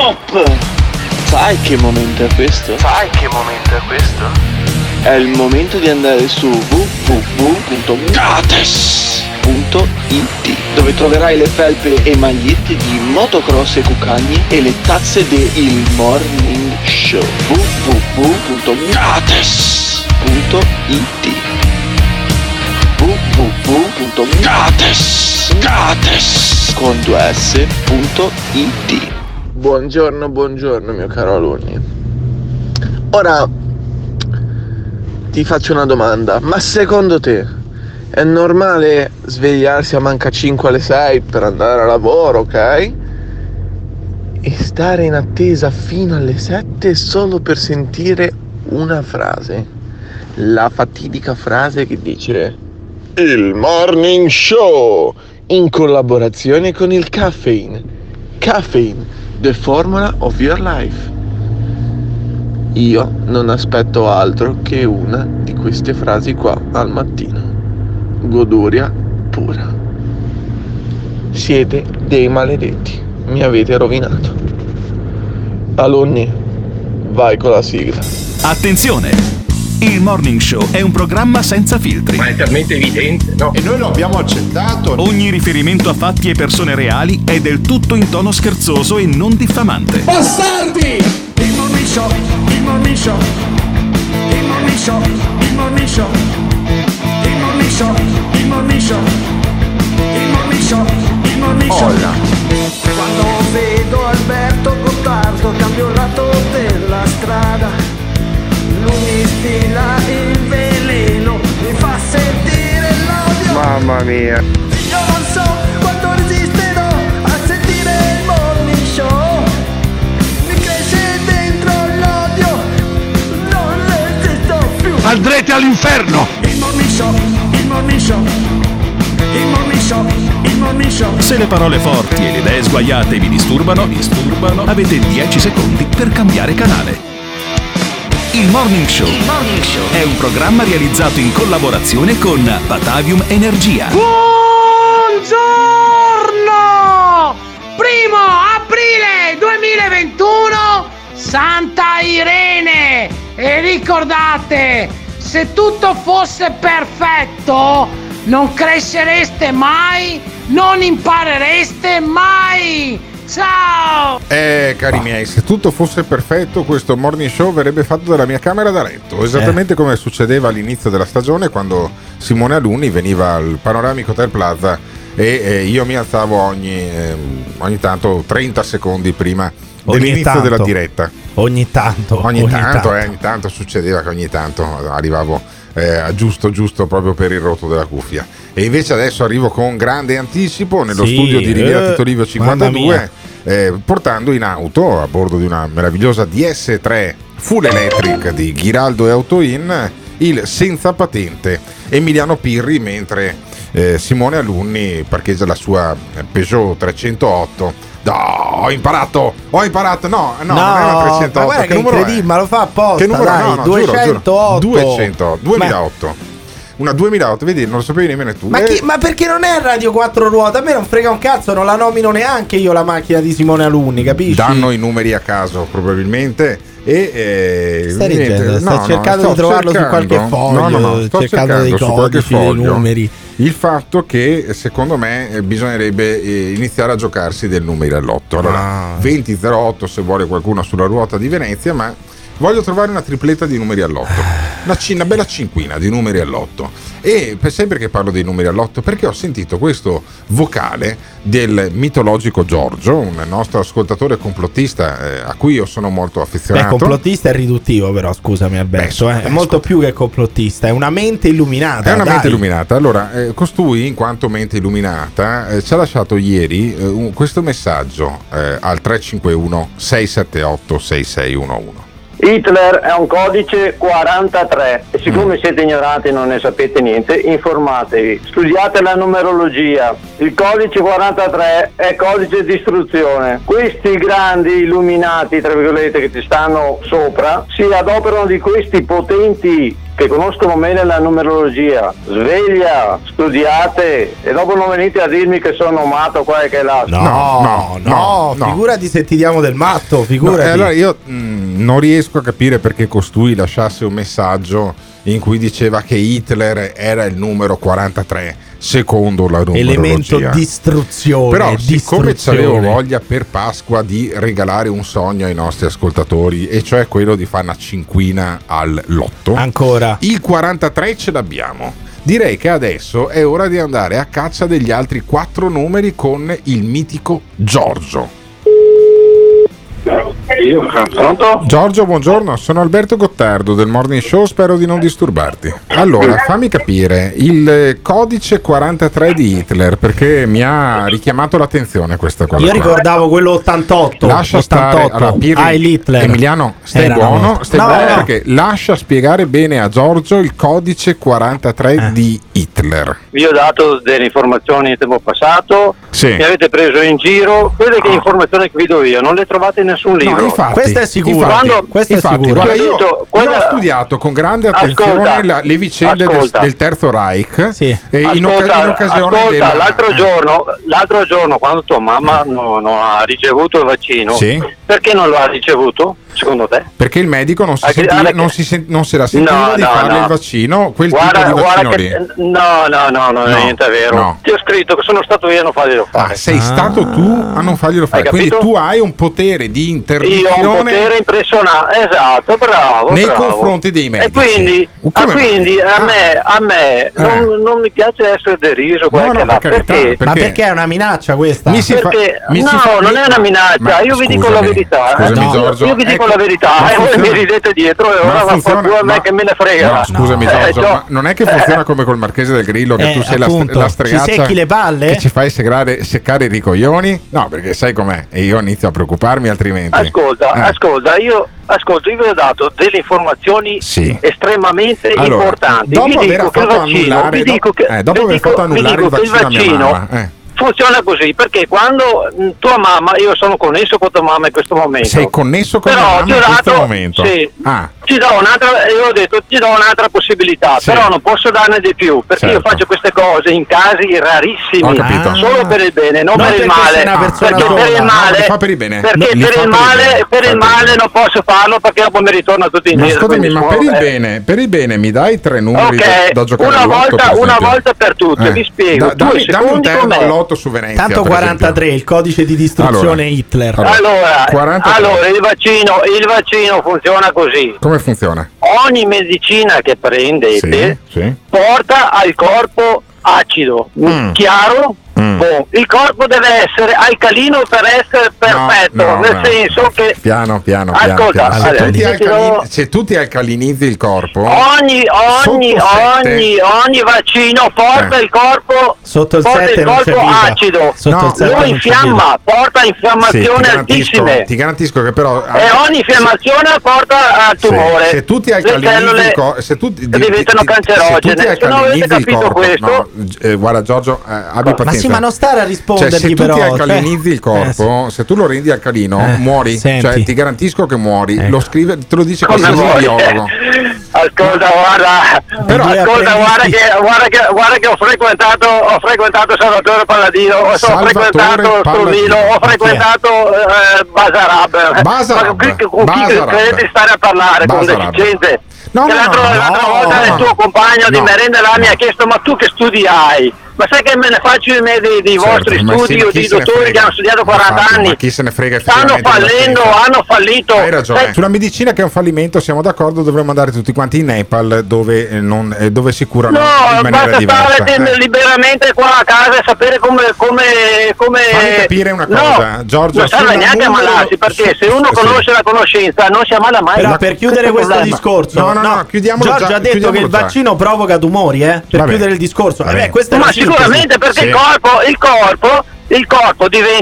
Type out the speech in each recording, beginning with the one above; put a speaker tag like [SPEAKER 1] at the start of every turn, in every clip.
[SPEAKER 1] Stop! Sai che momento è questo? È il momento di andare su www.gates.it, dove troverai le felpe e magliette di motocross e cucagni e le tazze de Il Morning Show. www.gates.it www.gates con 2s.it. Buongiorno mio caro alunni. Ora ti faccio una domanda, ma secondo te è normale svegliarsi a manca 5 alle 6 per andare a lavoro, ok? E stare in attesa fino alle 7 solo per sentire una frase, la fatidica frase che dice Il Morning Show in collaborazione con il Caffeine, the formula of your life. Io non aspetto altro che una di queste frasi qua al mattino. Goduria pura. Siete dei maledetti, mi avete rovinato. Alunni, vai con la sigla.
[SPEAKER 2] Attenzione! Il Morning Show è un programma senza filtri.
[SPEAKER 3] Ma è talmente evidente, no?
[SPEAKER 4] E noi lo abbiamo accettato.
[SPEAKER 2] Ogni riferimento a fatti e persone reali è del tutto in tono scherzoso e non diffamante.
[SPEAKER 4] Bastardi!
[SPEAKER 5] Il Morning Show, il Morning Show, il Morning Show, il Morning Show, il Morning Show, il Morning Show, il Morning Show, il Morning Show. Quando vedo Alberto Gottardo cambio il lato della strada. Lui mi stila il veleno, mi fa sentire l'odio.
[SPEAKER 1] Mamma mia.
[SPEAKER 5] Io non so quanto resisterò a sentire il Morning Show. Mi cresce dentro l'odio, non resisto più.
[SPEAKER 4] Andrete all'inferno!
[SPEAKER 5] Il Morning Show, il Morning Show, il Morning Show, il Morning Show.
[SPEAKER 2] Se le parole forti e le idee sguaiate vi disturbano, avete 10 secondi per cambiare canale. Il Morning Show è un programma realizzato in collaborazione con Batavium Energia.
[SPEAKER 6] Buongiorno! 1° aprile 2021, Santa Irene! E ricordate, se tutto fosse perfetto, non crescereste mai, non imparereste mai! Ciao!
[SPEAKER 7] Cari miei, se tutto fosse perfetto, questo morning show verrebbe fatto dalla mia camera da letto, esattamente come succedeva all'inizio della stagione, quando Simone Alunni veniva al Panoramico Hotel Plaza e io mi alzavo ogni tanto 30 secondi prima dell'inizio della diretta.
[SPEAKER 8] Ogni tanto
[SPEAKER 7] succedeva che ogni tanto arrivavo giusto proprio per il rotto della cuffia. E invece adesso arrivo con grande anticipo nello studio di Riviera Tito Livio 52, portando in auto, a bordo di una meravigliosa DS3 full electric di Ghiraldo e Autoin, il senza patente Emiliano Pirri, mentre Simone Alunni parcheggia la sua Peugeot 308. No, ho imparato, no, non è una 308,
[SPEAKER 8] ma guarda che incredibile, ma lo fa apposta,
[SPEAKER 7] che numero?
[SPEAKER 8] dai,
[SPEAKER 7] No,
[SPEAKER 8] 208.
[SPEAKER 7] 2008. Una 2008, vedi, non lo sapevi nemmeno tu.
[SPEAKER 8] Ma perché non è Radio 4 ruote? A me non frega un cazzo, non la nomino neanche io la macchina di Simone Alunni, capisci?
[SPEAKER 7] Danno i numeri a caso, probabilmente.
[SPEAKER 8] Sto cercando di trovarlo su qualche foglio,
[SPEAKER 7] sto
[SPEAKER 8] cercando dei codici, dei numeri.
[SPEAKER 7] Il fatto che secondo me bisognerebbe iniziare a giocarsi del numeri all'otto. Allora, 2008 se vuole qualcuno sulla ruota di Venezia, ma voglio trovare una tripletta di numeri all'otto, una bella cinquina di numeri all'otto. E sempre che parlo dei numeri all'otto, perché ho sentito questo vocale del mitologico Giorgio, un nostro ascoltatore complottista a cui io sono molto affezionato.
[SPEAKER 8] Complottista è riduttivo, però scusami Alberto, è molto più che complottista, è una mente illuminata.
[SPEAKER 7] È una mente illuminata. Allora, costui, in quanto mente illuminata, ci ha lasciato ieri questo messaggio al 351 678 6611.
[SPEAKER 9] Hitler è un codice 43 e siccome siete ignoranti e non ne sapete niente, informatevi, studiate la numerologia. Il codice 43 è codice di istruzione. Questi grandi illuminati, tra virgolette, che ti stanno sopra, si adoperano di questi potenti che conoscono bene la numerologia, sveglia, studiate e dopo non venite a dirmi che sono matto qua e che là.
[SPEAKER 8] No, figurati se ti diamo del matto, figurati.
[SPEAKER 7] Allora io non riesco a capire perché costui lasciasse un messaggio in cui diceva che Hitler era il numero 43 secondo la numerologia.
[SPEAKER 8] Elemento distruzione.
[SPEAKER 7] Però siccome avevo voglia per Pasqua di regalare un sogno ai nostri ascoltatori, e cioè quello di fare una cinquina al lotto,
[SPEAKER 8] ancora
[SPEAKER 7] il 43 ce l'abbiamo. Direi che adesso è ora di andare a caccia degli altri 4 numeri con il mitico Giorgio.
[SPEAKER 9] Pronto?
[SPEAKER 7] Giorgio, buongiorno, sono Alberto Gottardo del Morning Show, spero di non disturbarti. Allora, fammi capire, il codice 43 di Hitler, perché mi ha richiamato l'attenzione questa cosa.
[SPEAKER 8] Io ricordavo quello 88.
[SPEAKER 7] Lascia 88. Stare, allora,
[SPEAKER 8] Hitler.
[SPEAKER 7] Emiliano, stai buono, perché lascia spiegare bene a Giorgio il codice 43 di Hitler.
[SPEAKER 9] Vi ho dato delle informazioni in tempo passato,
[SPEAKER 7] sì.
[SPEAKER 9] Mi avete preso in giro, quelle che informazioni che vi do io non le trovate in nessun libro.
[SPEAKER 7] No, infatti,
[SPEAKER 8] questo è sicuro. Questo è sicuro.
[SPEAKER 7] Guarda, io ho studiato con grande attenzione le vicende del Terzo Reich,
[SPEAKER 8] sì.
[SPEAKER 7] in occasione della...
[SPEAKER 9] l'altro giorno quando tua mamma non ha ricevuto il vaccino,
[SPEAKER 7] sì.
[SPEAKER 9] Perché non lo ha ricevuto? Secondo te?
[SPEAKER 7] Perché il medico non si era sentito di farle il vaccino, quel tipo di vaccino lì.
[SPEAKER 9] Non è niente vero.
[SPEAKER 7] No.
[SPEAKER 9] Ti ho scritto che sono stato io a non farglielo fare.
[SPEAKER 7] Sei stato tu a non farglielo fare. Quindi tu hai un potere di interdizione.
[SPEAKER 9] Io ho un potere impressionante, esatto, bravo.
[SPEAKER 7] Nei confronti dei medici.
[SPEAKER 9] E quindi a me non mi piace essere deriso.
[SPEAKER 8] Ma perché è una minaccia questa?
[SPEAKER 9] Non è una minaccia, io vi dico la verità.
[SPEAKER 7] Scusami, Giorgio.
[SPEAKER 9] Io vi dico la verità e voi mi ridete dietro e ora va a me che me ne frega.
[SPEAKER 7] No, scusami, Giorgio, ma non è che funziona come col Marchese del Grillo, che tu sei la stregaccia
[SPEAKER 8] ci secchi le palle?
[SPEAKER 7] Che ci fai seccare i ricoglioni? No, perché sai com'è e io inizio a preoccuparmi altrimenti.
[SPEAKER 9] Ascolta, io vi ho dato delle informazioni estremamente importanti.
[SPEAKER 7] Dopo aver fatto annullare il vaccino a mia mamma.
[SPEAKER 9] Funziona così, perché quando tua mamma, io sono connesso con tua mamma in questo momento.
[SPEAKER 7] Sei connesso con tua mamma in questo momento?
[SPEAKER 9] Sì. Ti do un'altra possibilità, però non posso darne di più, perché io faccio queste cose in casi rarissimi.
[SPEAKER 7] Ho capito.
[SPEAKER 9] Solo per il bene, non per il male. Perché per il male,
[SPEAKER 7] fa per il bene.
[SPEAKER 9] Perché per il male non posso farlo, perché dopo mi ritorna tutto indietro.
[SPEAKER 7] Ascoltami, ma per il bene mi dai 3 numeri da giocare
[SPEAKER 9] una volta per tutte, vi spiego.
[SPEAKER 7] Dammi un terno all'otto su Venezia.
[SPEAKER 8] Tanto 43, il codice di distruzione Hitler.
[SPEAKER 9] Allora il vaccino funziona così.
[SPEAKER 7] Come funziona?
[SPEAKER 9] Ogni medicina che prendete porta al corpo acido, chiaro? Il corpo deve essere alcalino per essere perfetto, nel senso che
[SPEAKER 7] piano.
[SPEAKER 9] Ascolta,
[SPEAKER 7] se tu ti alcalinizzi il corpo,
[SPEAKER 9] ogni vaccino porta il corpo
[SPEAKER 8] sotto il 7
[SPEAKER 9] acido, lo infiamma, porta infiammazioni altissime.
[SPEAKER 7] Ti garantisco che però
[SPEAKER 9] e ogni infiammazione porta al tumore.
[SPEAKER 7] Se tu ti alcalinizzi il corpo,
[SPEAKER 9] diventano cancerogene. Se non avete capito questo,
[SPEAKER 7] guarda Giorgio, abbi pazienza.
[SPEAKER 8] Ma non stare a rispondergli,
[SPEAKER 7] se tu
[SPEAKER 8] però
[SPEAKER 7] ti alcalinizzi il corpo, se tu lo rendi alcalino, muori. Cioè, ti garantisco che muori. Lo scrive, te lo dice qualsiasi biologo.
[SPEAKER 9] Ascolta, guarda che ho frequentato Salvatore Palladino, ho frequentato Strumino, ho frequentato Basarab. Credete stare a parlare con deficiente? L'altra volta il tuo compagno di merenda là mi ha chiesto: ma tu che studi hai? Ma sai che me ne faccio io dei vostri studi o di dottori che hanno studiato 40 anni?
[SPEAKER 7] Ma chi se ne frega?
[SPEAKER 9] Stanno fallendo, hanno fallito.
[SPEAKER 7] Hai ragione. Sulla medicina che è un fallimento siamo d'accordo, dovremmo andare tutti quanti in Nepal dove si curano in maniera diversa.
[SPEAKER 9] Basta stare liberamente qua a casa e sapere come
[SPEAKER 7] fammi capire una cosa, Giorgio.
[SPEAKER 9] Non serve neanche ammalarsi, perché se uno conosce la conoscenza non si ammala mai.
[SPEAKER 8] Però per chiudere questo discorso,
[SPEAKER 7] no, chiudiamo.
[SPEAKER 8] Giorgio ha detto che il vaccino provoca tumori, per chiudere il discorso. Questo è
[SPEAKER 9] sicuramente, perché il corpo diventa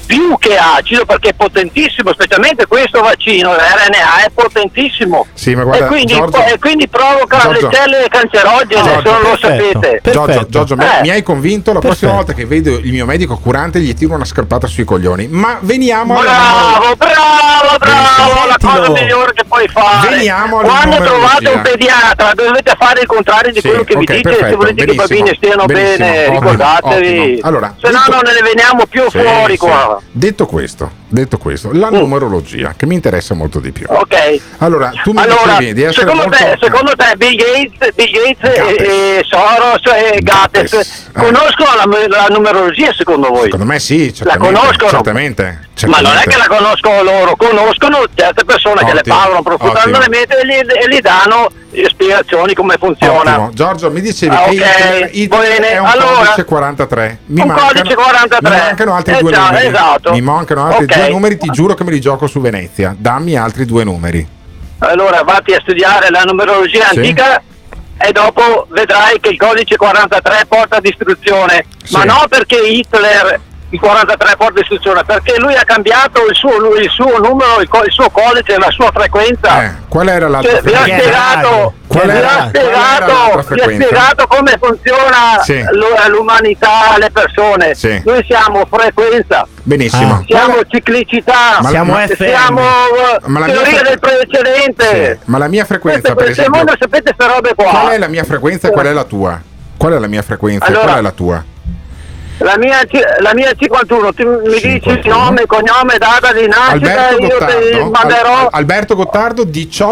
[SPEAKER 9] più che acido, perché è potentissimo, specialmente questo vaccino, l'RNA è potentissimo.
[SPEAKER 7] Sì, ma guarda,
[SPEAKER 9] e quindi provoca le celle cancerogene, se non lo sapete.
[SPEAKER 7] Giorgio, mi hai convinto. La prossima volta che vedo il mio medico curante gli tiro una scarpata sui coglioni. Ma veniamo
[SPEAKER 9] bravo, la cosa migliore che puoi fare.
[SPEAKER 7] Veniamo
[SPEAKER 9] quando trovate un pediatra dovete fare il contrario di quello che vi dice, se volete che i bambini stiano bene, ricordatevi.
[SPEAKER 7] Allora,
[SPEAKER 9] se no non ne veniamo più fuori qua.
[SPEAKER 7] Detto questo, la numerologia che mi interessa molto di più.
[SPEAKER 9] Ok.
[SPEAKER 7] Allora, tu mi dicevi di essere
[SPEAKER 9] secondo te Bill Gates e Soros e Gates conoscono la numerologia, secondo voi?
[SPEAKER 7] Secondo me sì,
[SPEAKER 9] certamente, la conoscono.
[SPEAKER 7] Certamente.
[SPEAKER 9] Ma non è che la conoscono loro, conoscono certe persone che le parlano profondamente e gli danno spiegazioni come funziona.
[SPEAKER 7] Ottimo. Giorgio, mi dicevi che
[SPEAKER 9] bene.
[SPEAKER 7] è un codice 43.
[SPEAKER 9] Codice 43.
[SPEAKER 7] Mi mancano altri due numeri.
[SPEAKER 9] Esatto.
[SPEAKER 7] Mi mancano altri due numeri, ti giuro che me li gioco su Venezia. Dammi altri due numeri.
[SPEAKER 9] Allora vatti a studiare la numerologia antica e dopo vedrai che il codice 43 porta a distruzione. Ma non perché Hitler il 43 porta distruzione, perché lui ha cambiato il suo numero, il suo codice, la sua frequenza.
[SPEAKER 7] Qual era l'altra frequenza?
[SPEAKER 9] Vi ha spiegato come funziona l'umanità, le persone. Noi siamo frequenza.
[SPEAKER 7] Benissimo.
[SPEAKER 9] Siamo ciclicità.
[SPEAKER 7] Siamo
[SPEAKER 9] teoria del precedente.
[SPEAKER 7] Ma la mia frequenza, per esempio,
[SPEAKER 9] voi non sapete queste robe qua.
[SPEAKER 7] Qual è la mia frequenza e qual è la tua? Qual è la mia frequenza e qual è la tua?
[SPEAKER 9] La mia 51, tu mi dici nome, cognome, data di nascita, io ti manderò.
[SPEAKER 7] Alberto Gottardo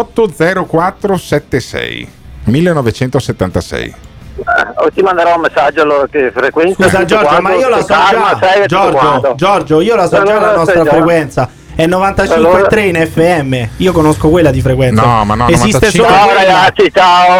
[SPEAKER 7] 180476 1976.
[SPEAKER 9] Ti manderò un messaggio allora che frequenza.
[SPEAKER 8] Scusa Giorgio, ma io la so già. Giorgio, io la so già la nostra frequenza. È 95.3 in FM. Io conosco quella di frequenza.
[SPEAKER 7] No, ma no,
[SPEAKER 8] esiste solo
[SPEAKER 9] ciao ragazzi, ciao,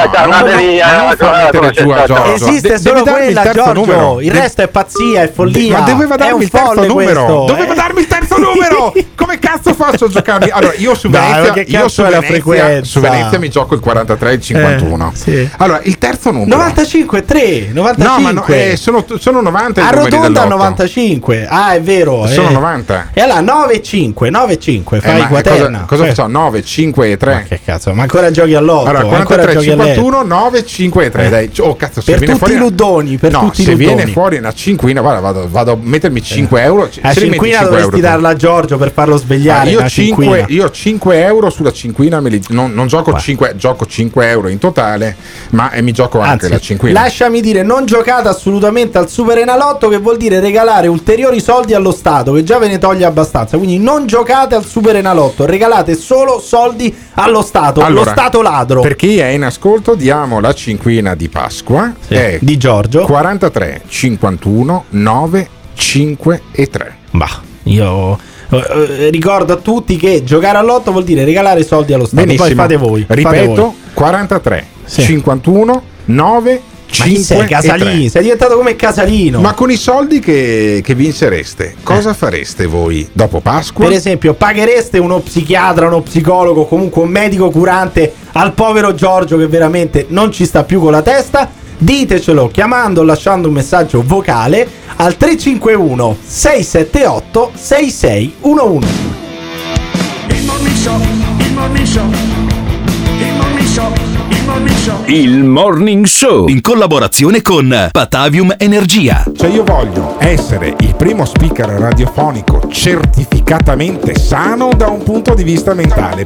[SPEAKER 8] esiste solo quella, Giorgio. Il resto è pazzia, è follia.
[SPEAKER 7] Ma doveva darmi il terzo numero.
[SPEAKER 8] Doveva
[SPEAKER 7] darmi il terzo numero. Come cazzo faccio a giocarmi? Allora, io su Venezia, su Venezia mi gioco il 43 e il 51. Allora, il terzo numero
[SPEAKER 8] 95.3.
[SPEAKER 7] No, ma sono 90 i numeri
[SPEAKER 8] arrotonda 95. Ah, è vero.
[SPEAKER 7] Sono 90.
[SPEAKER 8] E allora 9-5, fai quaterna.
[SPEAKER 7] Cosa facciamo? 9, 5 e 3.
[SPEAKER 8] Ma che cazzo, ma ancora giochi all'otto.
[SPEAKER 7] Allora, 43, 51, 9, 5 e 3. Dai, cazzo, se
[SPEAKER 8] per
[SPEAKER 7] viene
[SPEAKER 8] tutti
[SPEAKER 7] fuori
[SPEAKER 8] i luddoni,
[SPEAKER 7] se viene fuori una cinquina, guarda, vado a mettermi 5 euro.
[SPEAKER 8] La cinquina dovresti darla a Giorgio per farlo svegliare.
[SPEAKER 7] Io 5 euro sulla cinquina non gioco 5, gioco 5 euro in totale, ma mi gioco anche la cinquina.
[SPEAKER 8] Lasciami dire, non giocate assolutamente al Super Enalotto, che vuol dire regalare ulteriori soldi allo Stato, che già ve ne toglie abbastanza. Quindi non giocate al Super Enalotto, regalate solo soldi allo Stato,
[SPEAKER 7] allora,
[SPEAKER 8] lo Stato ladro.
[SPEAKER 7] Per chi è in ascolto diamo la cinquina di Pasqua
[SPEAKER 8] di Giorgio
[SPEAKER 7] 43, 51, 9, 5 e 3.
[SPEAKER 8] Bah, io ricordo a tutti che giocare all'otto vuol dire regalare soldi allo Stato.
[SPEAKER 7] Benissimo.
[SPEAKER 8] Poi fate voi.
[SPEAKER 7] Ripeto, 43, 51, 9, 5
[SPEAKER 8] sei Casalini, sei diventato come Casalino.
[SPEAKER 7] Ma con i soldi che vincereste, cosa fareste voi dopo Pasqua?
[SPEAKER 8] Per esempio, paghereste uno psichiatra, uno psicologo, comunque un medico curante al povero Giorgio che veramente non ci sta più con la testa? Ditecelo chiamando o lasciando un messaggio vocale al 351 678 6611.
[SPEAKER 5] Il Morning Show, il Morning Show, il Morning Show, il Morning Show.
[SPEAKER 2] Il Morning Show in collaborazione con Patavium Energia.
[SPEAKER 7] Cioè io voglio essere il primo speaker radiofonico certificatamente sano da un punto di vista mentale.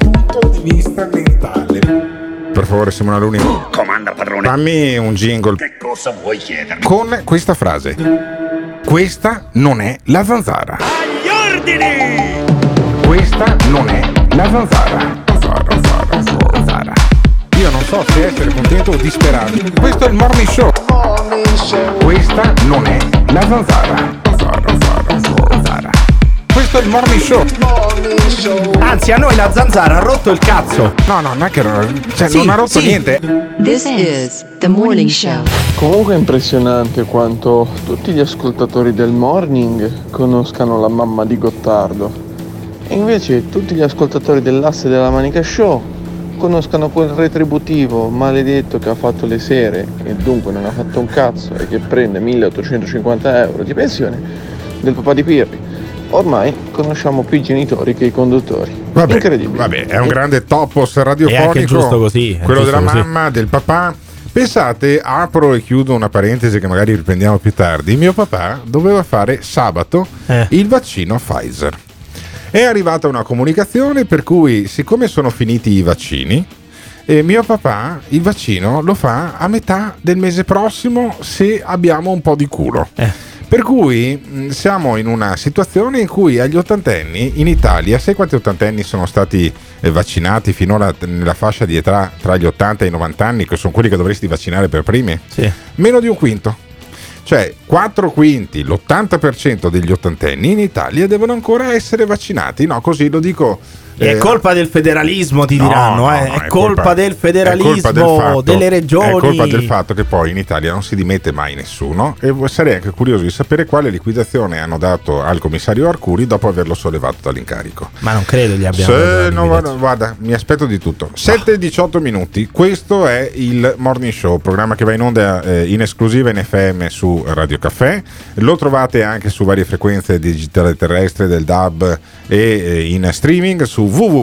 [SPEAKER 7] Per favore, Simona Luni,
[SPEAKER 4] comanda padrone.
[SPEAKER 7] Fammi un jingle.
[SPEAKER 4] Che cosa vuoi chiedermi?
[SPEAKER 7] Con questa frase: questa non è la zanzara.
[SPEAKER 4] Agli ordini!
[SPEAKER 7] Questa non è la zanzara. Zanzara. Io non so se essere contento o disperato. Questo è il Morning Show. Questa non è la zanzara. Zanzara. Questo è il Morning Show.
[SPEAKER 8] Anzi, a noi la zanzara ha rotto il cazzo.
[SPEAKER 7] No, non è che non ha rotto niente.
[SPEAKER 3] This is the Morning Show.
[SPEAKER 1] Comunque è impressionante quanto tutti gli ascoltatori del Morning conoscano la mamma di Gottardo. E invece tutti gli ascoltatori dell'Asse della Manica Show conoscano quel retributivo maledetto che ha fatto le sere e dunque non ha fatto un cazzo e che prende 1850 euro di pensione del papà di Pirri. ormai conosciamo più i genitori che i conduttori. Incredibile.
[SPEAKER 7] Vabbè, è un grande topos radiofonico.
[SPEAKER 8] È anche giusto così.
[SPEAKER 7] Quello
[SPEAKER 8] giusto
[SPEAKER 7] della
[SPEAKER 8] così.
[SPEAKER 7] mamma, del papà. Pensate, apro e chiudo una parentesi che magari riprendiamo più tardi. Mio papà doveva fare sabato il vaccino Pfizer. È arrivata una comunicazione per cui, siccome sono finiti i vaccini, mio papà il vaccino lo fa a metà del mese prossimo se abbiamo un po' di culo. Per cui siamo in una situazione in cui agli ottantenni in Italia, sai quanti ottantenni sono stati vaccinati finora nella fascia di età tra gli 80 e i 90 anni, che sono quelli che dovresti vaccinare per primi?
[SPEAKER 8] Sì.
[SPEAKER 7] Meno di un quinto. Cioè 4 quinti, l'80% degli ottantenni in Italia devono ancora essere vaccinati. No, così lo dico.
[SPEAKER 8] È colpa del federalismo, ti diranno, è colpa del federalismo, delle regioni.
[SPEAKER 7] È colpa del fatto che poi in Italia non si dimette mai nessuno, e sarei anche curioso di sapere quale liquidazione hanno dato al commissario Arcuri dopo averlo sollevato dall'incarico.
[SPEAKER 8] Ma non credo gli abbiano
[SPEAKER 7] guarda, mi aspetto di tutto. 7-18 minuti, questo è il Morning Show, programma che va in onda in esclusiva in FM su Radio Caffè. Lo trovate anche su varie frequenze digitali terrestri del DAB e in streaming su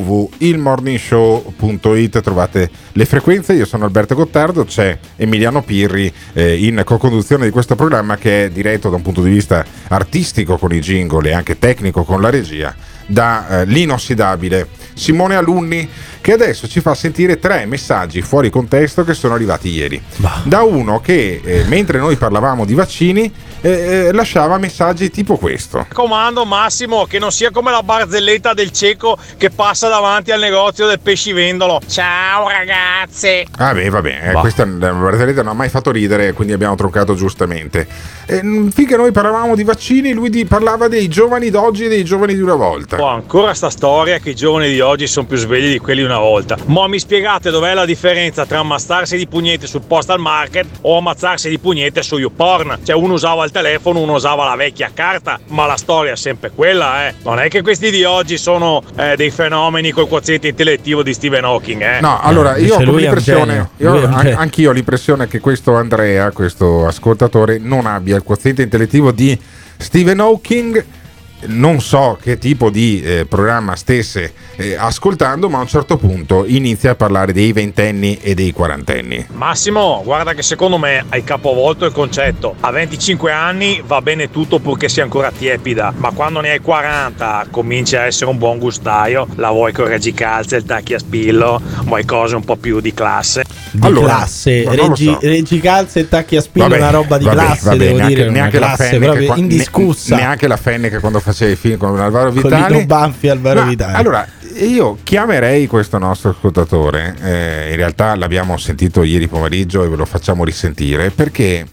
[SPEAKER 7] www.ilmorningshow.it trovate le frequenze. Io sono Alberto Gottardo, c'è Emiliano Pirri in co-conduzione di questo programma, che è diretto da un punto di vista artistico con i jingle e anche tecnico con la regia da l'inossidabile Simone Alunni, che adesso ci fa sentire 3 messaggi fuori contesto che sono arrivati ieri. Da uno che mentre noi parlavamo di vaccini lasciava messaggi tipo questo:
[SPEAKER 10] comando Massimo, che non sia come la barzelletta del cieco che passa davanti al negozio del pescivendolo. Ciao ragazze.
[SPEAKER 7] Vabbè, questa barzelletta non ha mai fatto ridere, quindi abbiamo troncato giustamente. Finché noi parlavamo di vaccini, lui parlava dei giovani d'oggi e dei giovani di una volta.
[SPEAKER 10] Ancora sta storia che i giovani di oggi sono più svegli di quelli di una volta. Ma mi spiegate dov'è la differenza tra ammazzarsi di pugnette sul postal market o ammazzarsi di pugnette su YouPorn? Cioè, uno usava il telefono, uno usava la vecchia carta, ma la storia è sempre quella, Non è che questi di oggi sono dei fenomeni col quoziente intellettivo di Stephen Hawking,
[SPEAKER 7] No, allora io ho l'impressione, anch'io ho l'impressione che questo Andrea, questo ascoltatore, non abbia il quoziente intellettivo di Stephen Hawking. Non so che tipo di programma stesse ascoltando, ma a un certo punto inizia a parlare dei ventenni e dei quarantenni.
[SPEAKER 10] Massimo, guarda che secondo me hai capovolto il concetto. A 25 anni va bene tutto purché sia ancora tiepida, ma quando ne hai 40 cominci a essere un buon gustaio. La vuoi con reggicalze, il tacchi a spillo, vuoi cose un po' più di classe.
[SPEAKER 8] Classe, reggicalze e tacchi a spillo è una roba di classe, devo dire,
[SPEAKER 7] neanche
[SPEAKER 8] una classe proprio indiscussa.
[SPEAKER 7] Neanche la Fenne che quando faceva i film con Alvaro Vitali,
[SPEAKER 8] con Lino Banfi e Alvaro Vitali.
[SPEAKER 7] Allora, io chiamerei questo nostro ascoltatore, in realtà l'abbiamo sentito ieri pomeriggio e ve lo facciamo risentire, perché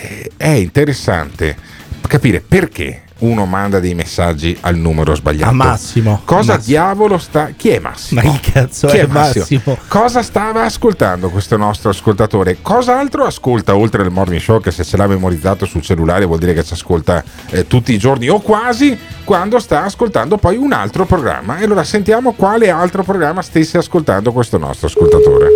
[SPEAKER 7] è interessante capire perché uno manda dei messaggi al numero sbagliato.
[SPEAKER 8] A Massimo.
[SPEAKER 7] Diavolo sta... Chi è Massimo?
[SPEAKER 8] Ma che cazzo è Massimo?
[SPEAKER 7] Cosa stava ascoltando questo nostro ascoltatore? Cosa altro ascolta oltre al Morning Show, che se ce l'ha memorizzato sul cellulare vuol dire che ci ascolta tutti i giorni o quasi, quando sta ascoltando poi un altro programma? E allora sentiamo quale altro programma stesse ascoltando questo nostro ascoltatore.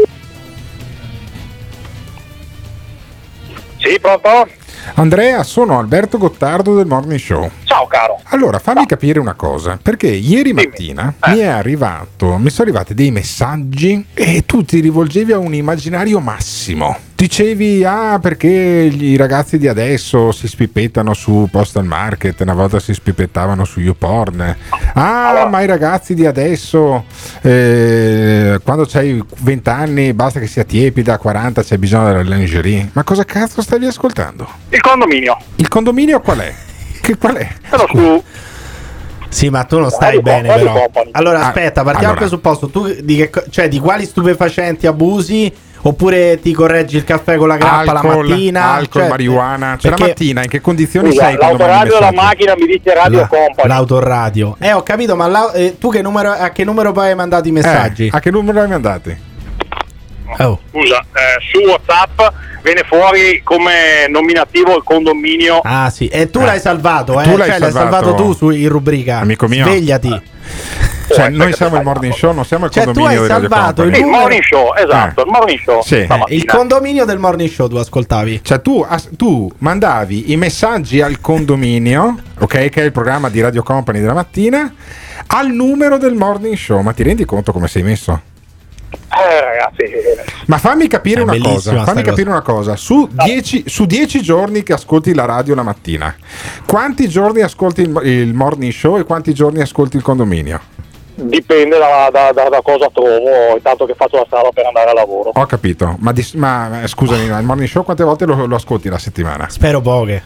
[SPEAKER 9] Sì, pronto?
[SPEAKER 7] Andrea, sono Alberto Gottardo del Morning Show.
[SPEAKER 9] Ciao caro.
[SPEAKER 7] Allora, fammi capire una cosa, perché ieri mattina mi sono arrivati dei messaggi e tu ti rivolgevi a un immaginario Massimo. Dicevi, perché i ragazzi di adesso si spippettano su Postal Market, una volta si spippettavano su YouPorn. Ma i ragazzi di adesso, quando c'hai 20 anni basta che sia tiepida, a 40 c'è bisogno della lingerie. Ma cosa cazzo stavi ascoltando?
[SPEAKER 9] Il condominio.
[SPEAKER 7] Il condominio qual è? Qual è?
[SPEAKER 8] Sì, ma tu non stai bene, però. Allora, aspetta, partiamo dal presupposto. Tu di quali stupefacenti abusi? Oppure ti correggi il caffè con la grappa la mattina?
[SPEAKER 7] Alcol, marijuana. Cioè, la mattina in che condizioni sei?
[SPEAKER 9] L'autoradio della macchina mi dice Radio Company.
[SPEAKER 8] L'autoradio. Ho capito, ma tu a che numero poi hai mandato i messaggi?
[SPEAKER 7] A che numero hai mandati?
[SPEAKER 10] Scusa, su WhatsApp viene fuori come nominativo il condominio.
[SPEAKER 8] Ah sì, e tu l'hai salvato,
[SPEAKER 7] Tu l'hai
[SPEAKER 8] l'hai salvato tu in rubrica.
[SPEAKER 7] Amico mio.
[SPEAKER 8] Svegliati.
[SPEAKER 7] Cioè, noi siamo il morning show, non siamo il condominio di Radio Company.
[SPEAKER 10] Il morning show, esatto, il morning show.
[SPEAKER 7] Sì.
[SPEAKER 8] Il condominio del morning show tu ascoltavi.
[SPEAKER 7] Cioè tu mandavi i messaggi al condominio, ok, che è il programma di Radio Company della mattina, al numero del morning show. Ma ti rendi conto come sei messo?
[SPEAKER 10] Ragazzi,
[SPEAKER 7] ma fammi capire una cosa. Su 10 giorni che ascolti la radio la mattina, quanti giorni ascolti il morning show e quanti giorni ascolti il condominio?
[SPEAKER 10] dipende da cosa trovo, intanto che faccio la strada per andare a lavoro.
[SPEAKER 7] Ho capito, ma scusami, il morning show quante volte lo ascolti la settimana?
[SPEAKER 8] Spero poche.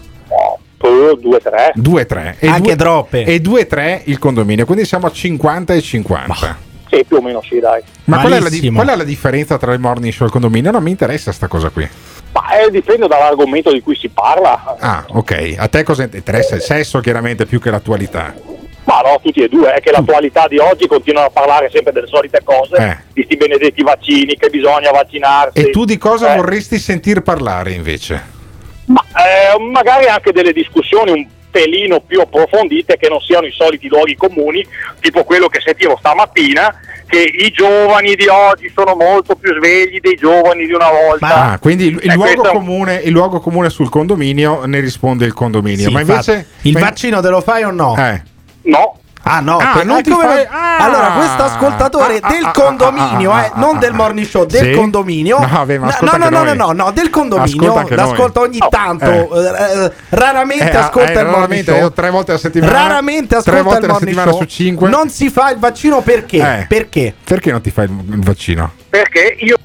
[SPEAKER 7] 2-3
[SPEAKER 8] anche troppe.
[SPEAKER 7] E 2-3 il condominio, quindi siamo a 50 e 50.
[SPEAKER 10] Sì, più o meno sì, dai.
[SPEAKER 7] Ma qual è la differenza tra il morning show e il condominio? Non mi interessa sta cosa qui.
[SPEAKER 10] Ma dipende dall'argomento di cui si parla.
[SPEAKER 7] Ah, ok. A te cosa interessa? Il sesso chiaramente più che l'attualità.
[SPEAKER 10] Ma no, tutti e due. È che l'attualità di oggi continuano a parlare sempre delle solite cose, di sti benedetti vaccini, che bisogna vaccinarsi.
[SPEAKER 7] E tu di cosa vorresti sentir parlare invece?
[SPEAKER 10] Ma magari anche delle discussioni un pelino più approfondite, che non siano i soliti luoghi comuni, tipo quello che sentivo stamattina, che i giovani di oggi sono molto più svegli dei giovani di una volta.
[SPEAKER 7] Quindi il luogo comune sul condominio ne risponde il condominio.
[SPEAKER 8] Sì,
[SPEAKER 7] ma invece
[SPEAKER 8] il vaccino te lo fai o no?
[SPEAKER 10] No.
[SPEAKER 8] Ah no,
[SPEAKER 7] non ti fai...
[SPEAKER 8] allora questo ascoltatore del condominio, non del morning show, del condominio. No, del condominio, l'ascolta ogni tanto, raramente ascolta il morning show.
[SPEAKER 7] 3 volte a settimana.
[SPEAKER 8] Raramente ascolta
[SPEAKER 7] 3 volte
[SPEAKER 8] il
[SPEAKER 7] alla
[SPEAKER 8] morning
[SPEAKER 7] settimana
[SPEAKER 8] show.
[SPEAKER 7] su 5.
[SPEAKER 8] Non si fa il vaccino perché?
[SPEAKER 7] Perché non ti fai il vaccino?
[SPEAKER 10] Perché io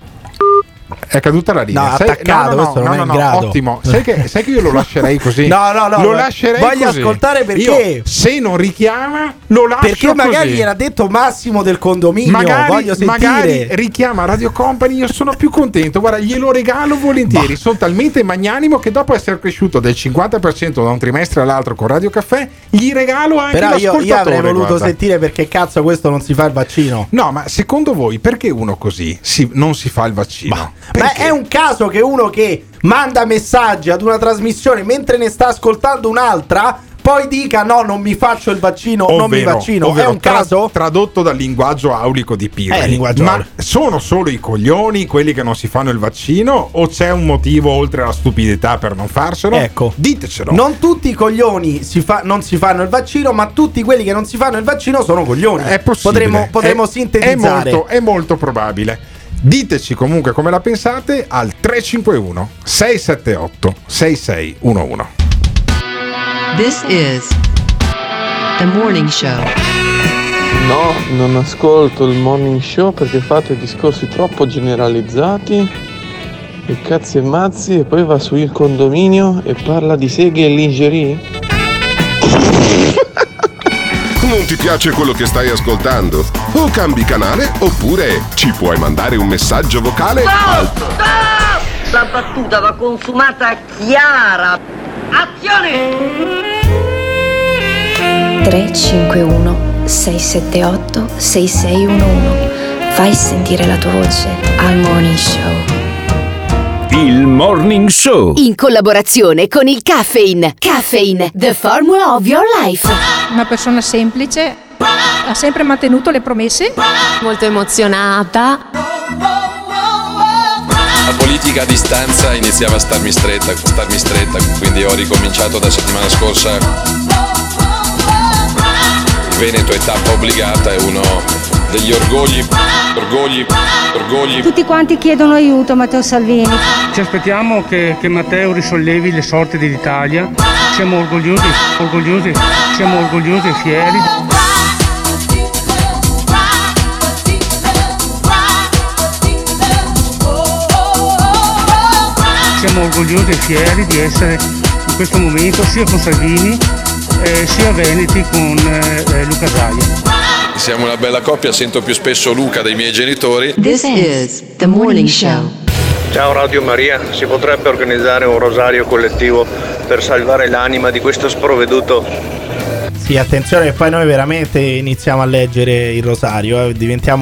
[SPEAKER 7] è caduta la linea.
[SPEAKER 8] No, attaccato, questo non è in grado.
[SPEAKER 7] Ottimo. Sai che io lo lascerei così.
[SPEAKER 8] No.
[SPEAKER 7] Lo lascerei
[SPEAKER 8] voglio
[SPEAKER 7] così.
[SPEAKER 8] Ascoltare perché.
[SPEAKER 7] Io, se non richiama, lo lascio
[SPEAKER 8] perché magari
[SPEAKER 7] così.
[SPEAKER 8] gliel'ha detto Massimo del condominio. Voglio sentire.
[SPEAKER 7] Magari richiama Radio Company. Io sono più contento. Guarda, glielo regalo volentieri. Sono talmente magnanimo che dopo essere cresciuto del 50% da un trimestre all'altro con Radio Caffè, gli regalo anche l'ascoltatore.
[SPEAKER 8] Io avrei voluto sentire perché cazzo questo non si fa il vaccino.
[SPEAKER 7] No, ma secondo voi perché uno così non si fa il vaccino?
[SPEAKER 8] Ma è un caso che uno che manda messaggi ad una trasmissione mentre ne sta ascoltando un'altra poi dica no, non mi faccio il vaccino, non mi vaccino. È un caso
[SPEAKER 7] tradotto dal linguaggio aulico di Pirri. Ma sono solo i coglioni quelli che non si fanno il vaccino o c'è un motivo oltre alla stupidità per non farselo?
[SPEAKER 8] Ecco,
[SPEAKER 7] ditecelo.
[SPEAKER 8] Non tutti i coglioni non si fanno il vaccino, ma tutti quelli che non si fanno il vaccino sono coglioni.
[SPEAKER 7] È possibile.
[SPEAKER 8] Potremmo sintetizzare.
[SPEAKER 7] È molto probabile. Diteci comunque come la pensate al 351 678 6611.
[SPEAKER 3] This is The Morning Show.
[SPEAKER 1] No, non ascolto il morning show perché fate discorsi troppo generalizzati e cazzi e mazzi, e poi va su Il Condominio e parla di seghe e lingerie.
[SPEAKER 11] Non ti piace quello che stai ascoltando? O cambi canale oppure ci puoi mandare un messaggio vocale al...
[SPEAKER 12] La battuta va consumata chiara. Azione!
[SPEAKER 13] 351 678 6611. Fai sentire la tua voce al Morning Show.
[SPEAKER 2] Il Morning Show,
[SPEAKER 14] in collaborazione con il Caffeine. Caffeine, the formula of your life.
[SPEAKER 15] Una persona semplice, ha sempre mantenuto le promesse.
[SPEAKER 16] Molto emozionata.
[SPEAKER 17] La politica a distanza iniziava a starmi stretta, quindi ho ricominciato da settimana scorsa. Il Veneto è tappa obbligata, è uno degli orgogli.
[SPEAKER 18] Tutti quanti chiedono aiuto a Matteo Salvini.
[SPEAKER 19] Ci aspettiamo che Matteo risollevi le sorti dell'Italia. Siamo orgogliosi e fieri. Siamo orgogliosi e fieri di essere in questo momento sia con Salvini sia veneti con Luca Zaia.
[SPEAKER 17] Siamo una bella coppia, sento più spesso Luca dei miei genitori.
[SPEAKER 3] This is The Morning Show.
[SPEAKER 20] Ciao Radio Maria, si potrebbe organizzare un rosario collettivo per salvare l'anima di questo sprovveduto?
[SPEAKER 8] Sì, attenzione, poi noi veramente iniziamo a leggere il rosario, diventiamo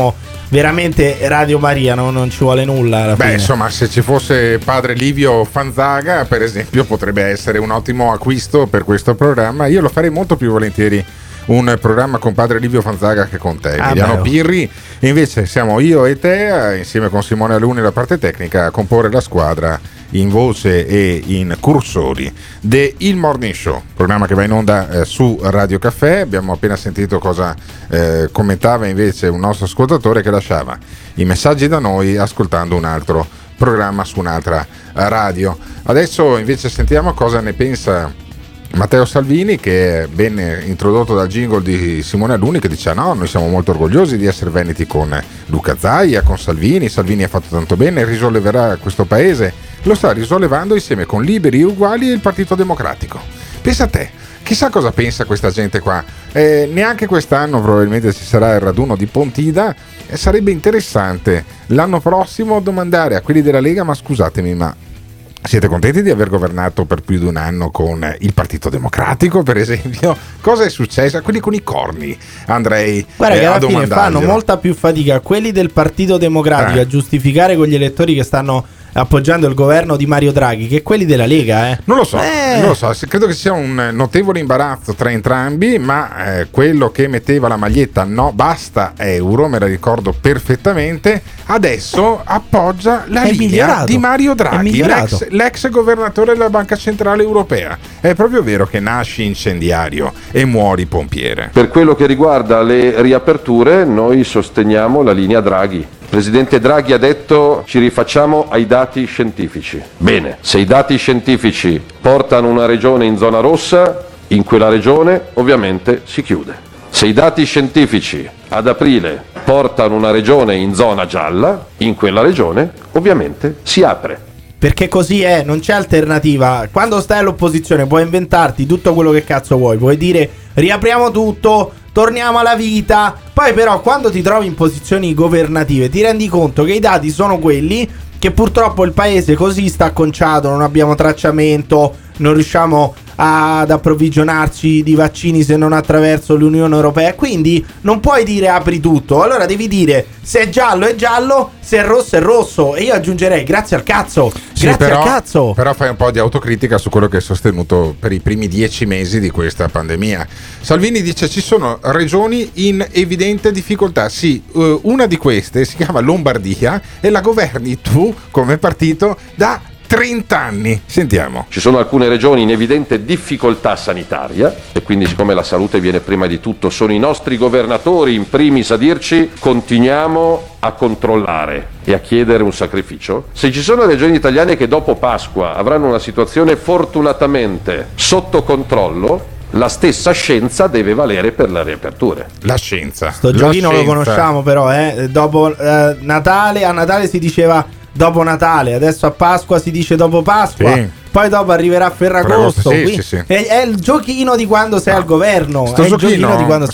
[SPEAKER 8] veramente Radio Maria non ci vuole nulla alla fine.
[SPEAKER 7] Insomma, se ci fosse padre Livio Fanzaga, per esempio, potrebbe essere un ottimo acquisto per questo programma. Io lo farei molto più volentieri un programma con padre Livio Fanzaga che con te, Emiliano Pirri. E invece siamo io e te, insieme con Simone Alunni la parte tecnica, a comporre la squadra in voce e in cursori de Il Morning Show, programma che va in onda su Radio Caffè. Abbiamo appena sentito cosa commentava invece un nostro ascoltatore che lasciava i messaggi da noi ascoltando un altro programma su un'altra radio. Adesso invece sentiamo cosa ne pensa Matteo Salvini, che è ben introdotto dal jingle di Simone Alunni, che dice: no, noi siamo molto orgogliosi di essere veneti con Luca Zaia, con Salvini ha fatto tanto bene, risolleverà questo paese, lo sta risollevando insieme con Liberi e Uguali e il Partito Democratico. Pensa a te, chissà cosa pensa questa gente qua. Neanche quest'anno probabilmente ci sarà il raduno di Pontida, e sarebbe interessante l'anno prossimo domandare a quelli della Lega: ma scusatemi, ma siete contenti di aver governato per più di un anno con il Partito Democratico, per esempio? Cosa è successo? Quelli con i corni, andrei
[SPEAKER 8] Guarda che alla fine fanno
[SPEAKER 7] domandarglielo.
[SPEAKER 8] molta più fatica quelli del Partito Democratico a giustificare con gli elettori che stanno appoggiando il governo di Mario Draghi che quelli della Lega.
[SPEAKER 7] Non lo so, credo che sia un notevole imbarazzo tra entrambi, ma quello che metteva la maglietta no basta euro, me la ricordo perfettamente, adesso appoggia la linea di Mario Draghi, l'ex governatore della Banca Centrale Europea. È proprio vero che nasci incendiario e muori pompiere.
[SPEAKER 21] Per quello che riguarda le riaperture, noi sosteniamo la linea Draghi. Il presidente Draghi ha detto: ci rifacciamo ai dati scientifici. Bene, se i dati scientifici portano una regione in zona rossa, in quella regione ovviamente si chiude. Se i dati scientifici ad aprile portano una regione in zona gialla, in quella regione ovviamente si apre.
[SPEAKER 8] Perché così è, non c'è alternativa. Quando stai all'opposizione puoi inventarti tutto quello che cazzo vuoi, puoi dire riapriamo tutto, torniamo alla vita. Poi però quando ti trovi in posizioni governative ti rendi conto che i dati sono quelli, che purtroppo il paese così sta acconciato, non abbiamo tracciamento, non riusciamo ad approvvigionarci di vaccini se non attraverso l'Unione Europea, quindi non puoi dire apri tutto, allora devi dire se è giallo è giallo, se è rosso è rosso, e io aggiungerei grazie al cazzo, al cazzo.
[SPEAKER 7] Però fai un po' di autocritica su quello che hai sostenuto per i primi 10 mesi di questa pandemia. Salvini dice: ci sono regioni in evidente difficoltà. Sì, una di queste si chiama Lombardia e la governi tu come partito da 30 anni. Sentiamo.
[SPEAKER 21] Ci sono alcune regioni in evidente difficoltà sanitaria e quindi, siccome la salute viene prima di tutto, sono i nostri governatori in primis a dirci: continuiamo a controllare e a chiedere un sacrificio. Se ci sono regioni italiane che dopo Pasqua avranno una situazione fortunatamente sotto controllo, la stessa scienza deve valere per le riaperture.
[SPEAKER 7] La scienza.
[SPEAKER 8] Sto giochino lo conosciamo però, dopo Natale, a Natale si diceva dopo Natale, adesso a Pasqua si dice dopo Pasqua, sì. Poi dopo arriverà Ferragosto. Sì. È il giochino di quando sei al governo. Sto giochino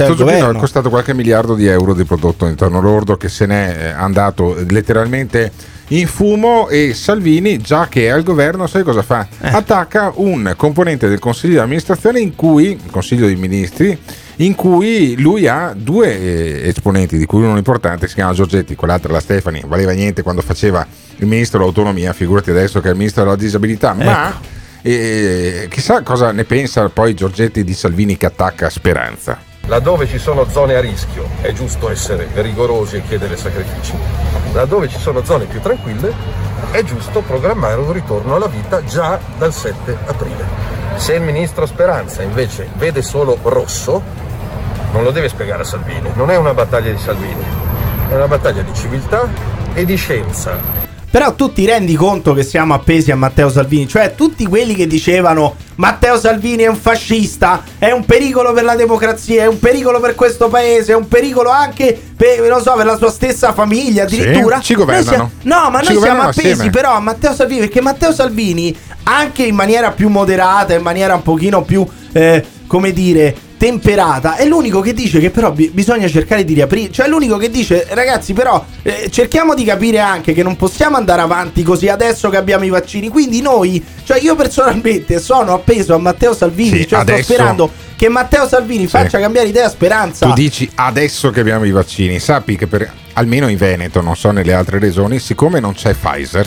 [SPEAKER 7] è costato qualche miliardo di euro di prodotto interno lordo che se n'è andato letteralmente in fumo, e Salvini, già che è al governo, sai cosa fa? Attacca un componente del consiglio di amministrazione, in cui il consiglio dei ministri, in cui lui ha due esponenti, di cui uno importante si chiama Giorgetti, quell'altra la Stefani, valeva niente quando faceva il ministro dell'autonomia, figurati adesso che è il ministro della disabilità. Ma chissà cosa ne pensa poi Giorgetti di Salvini che attacca Speranza.
[SPEAKER 21] Laddove ci sono zone a rischio è giusto essere rigorosi e chiedere sacrifici. Laddove ci sono zone più tranquille è giusto programmare un ritorno alla vita già dal 7 aprile. Se il ministro Speranza invece vede solo rosso, non lo deve spiegare a Salvini. Non è una battaglia di Salvini, è una battaglia di civiltà e di scienza.
[SPEAKER 8] Però tu ti rendi conto che siamo appesi a Matteo Salvini? Cioè tutti quelli che dicevano Matteo Salvini è un fascista, è un pericolo per la democrazia, è un pericolo per questo paese, è un pericolo anche per, non so, per la sua stessa famiglia addirittura.
[SPEAKER 7] Sì, ci governano.
[SPEAKER 8] Noi siamo appesi assieme però a Matteo Salvini, perché Matteo Salvini, anche in maniera più moderata, in maniera un pochino più come dire, temperata è l'unico che dice che però bisogna cercare di riaprire. Cioè è l'unico che dice ragazzi però cerchiamo di capire anche che non possiamo andare avanti così adesso che abbiamo i vaccini. Quindi noi, cioè io personalmente sono appeso a Matteo Salvini,
[SPEAKER 7] Sì,
[SPEAKER 8] cioè
[SPEAKER 7] adesso,
[SPEAKER 8] sto sperando che Matteo Salvini faccia cambiare idea a Speranza.
[SPEAKER 7] Tu dici adesso che abbiamo i vaccini, sappi che almeno in Veneto, non so nelle altre regioni, siccome non c'è Pfizer,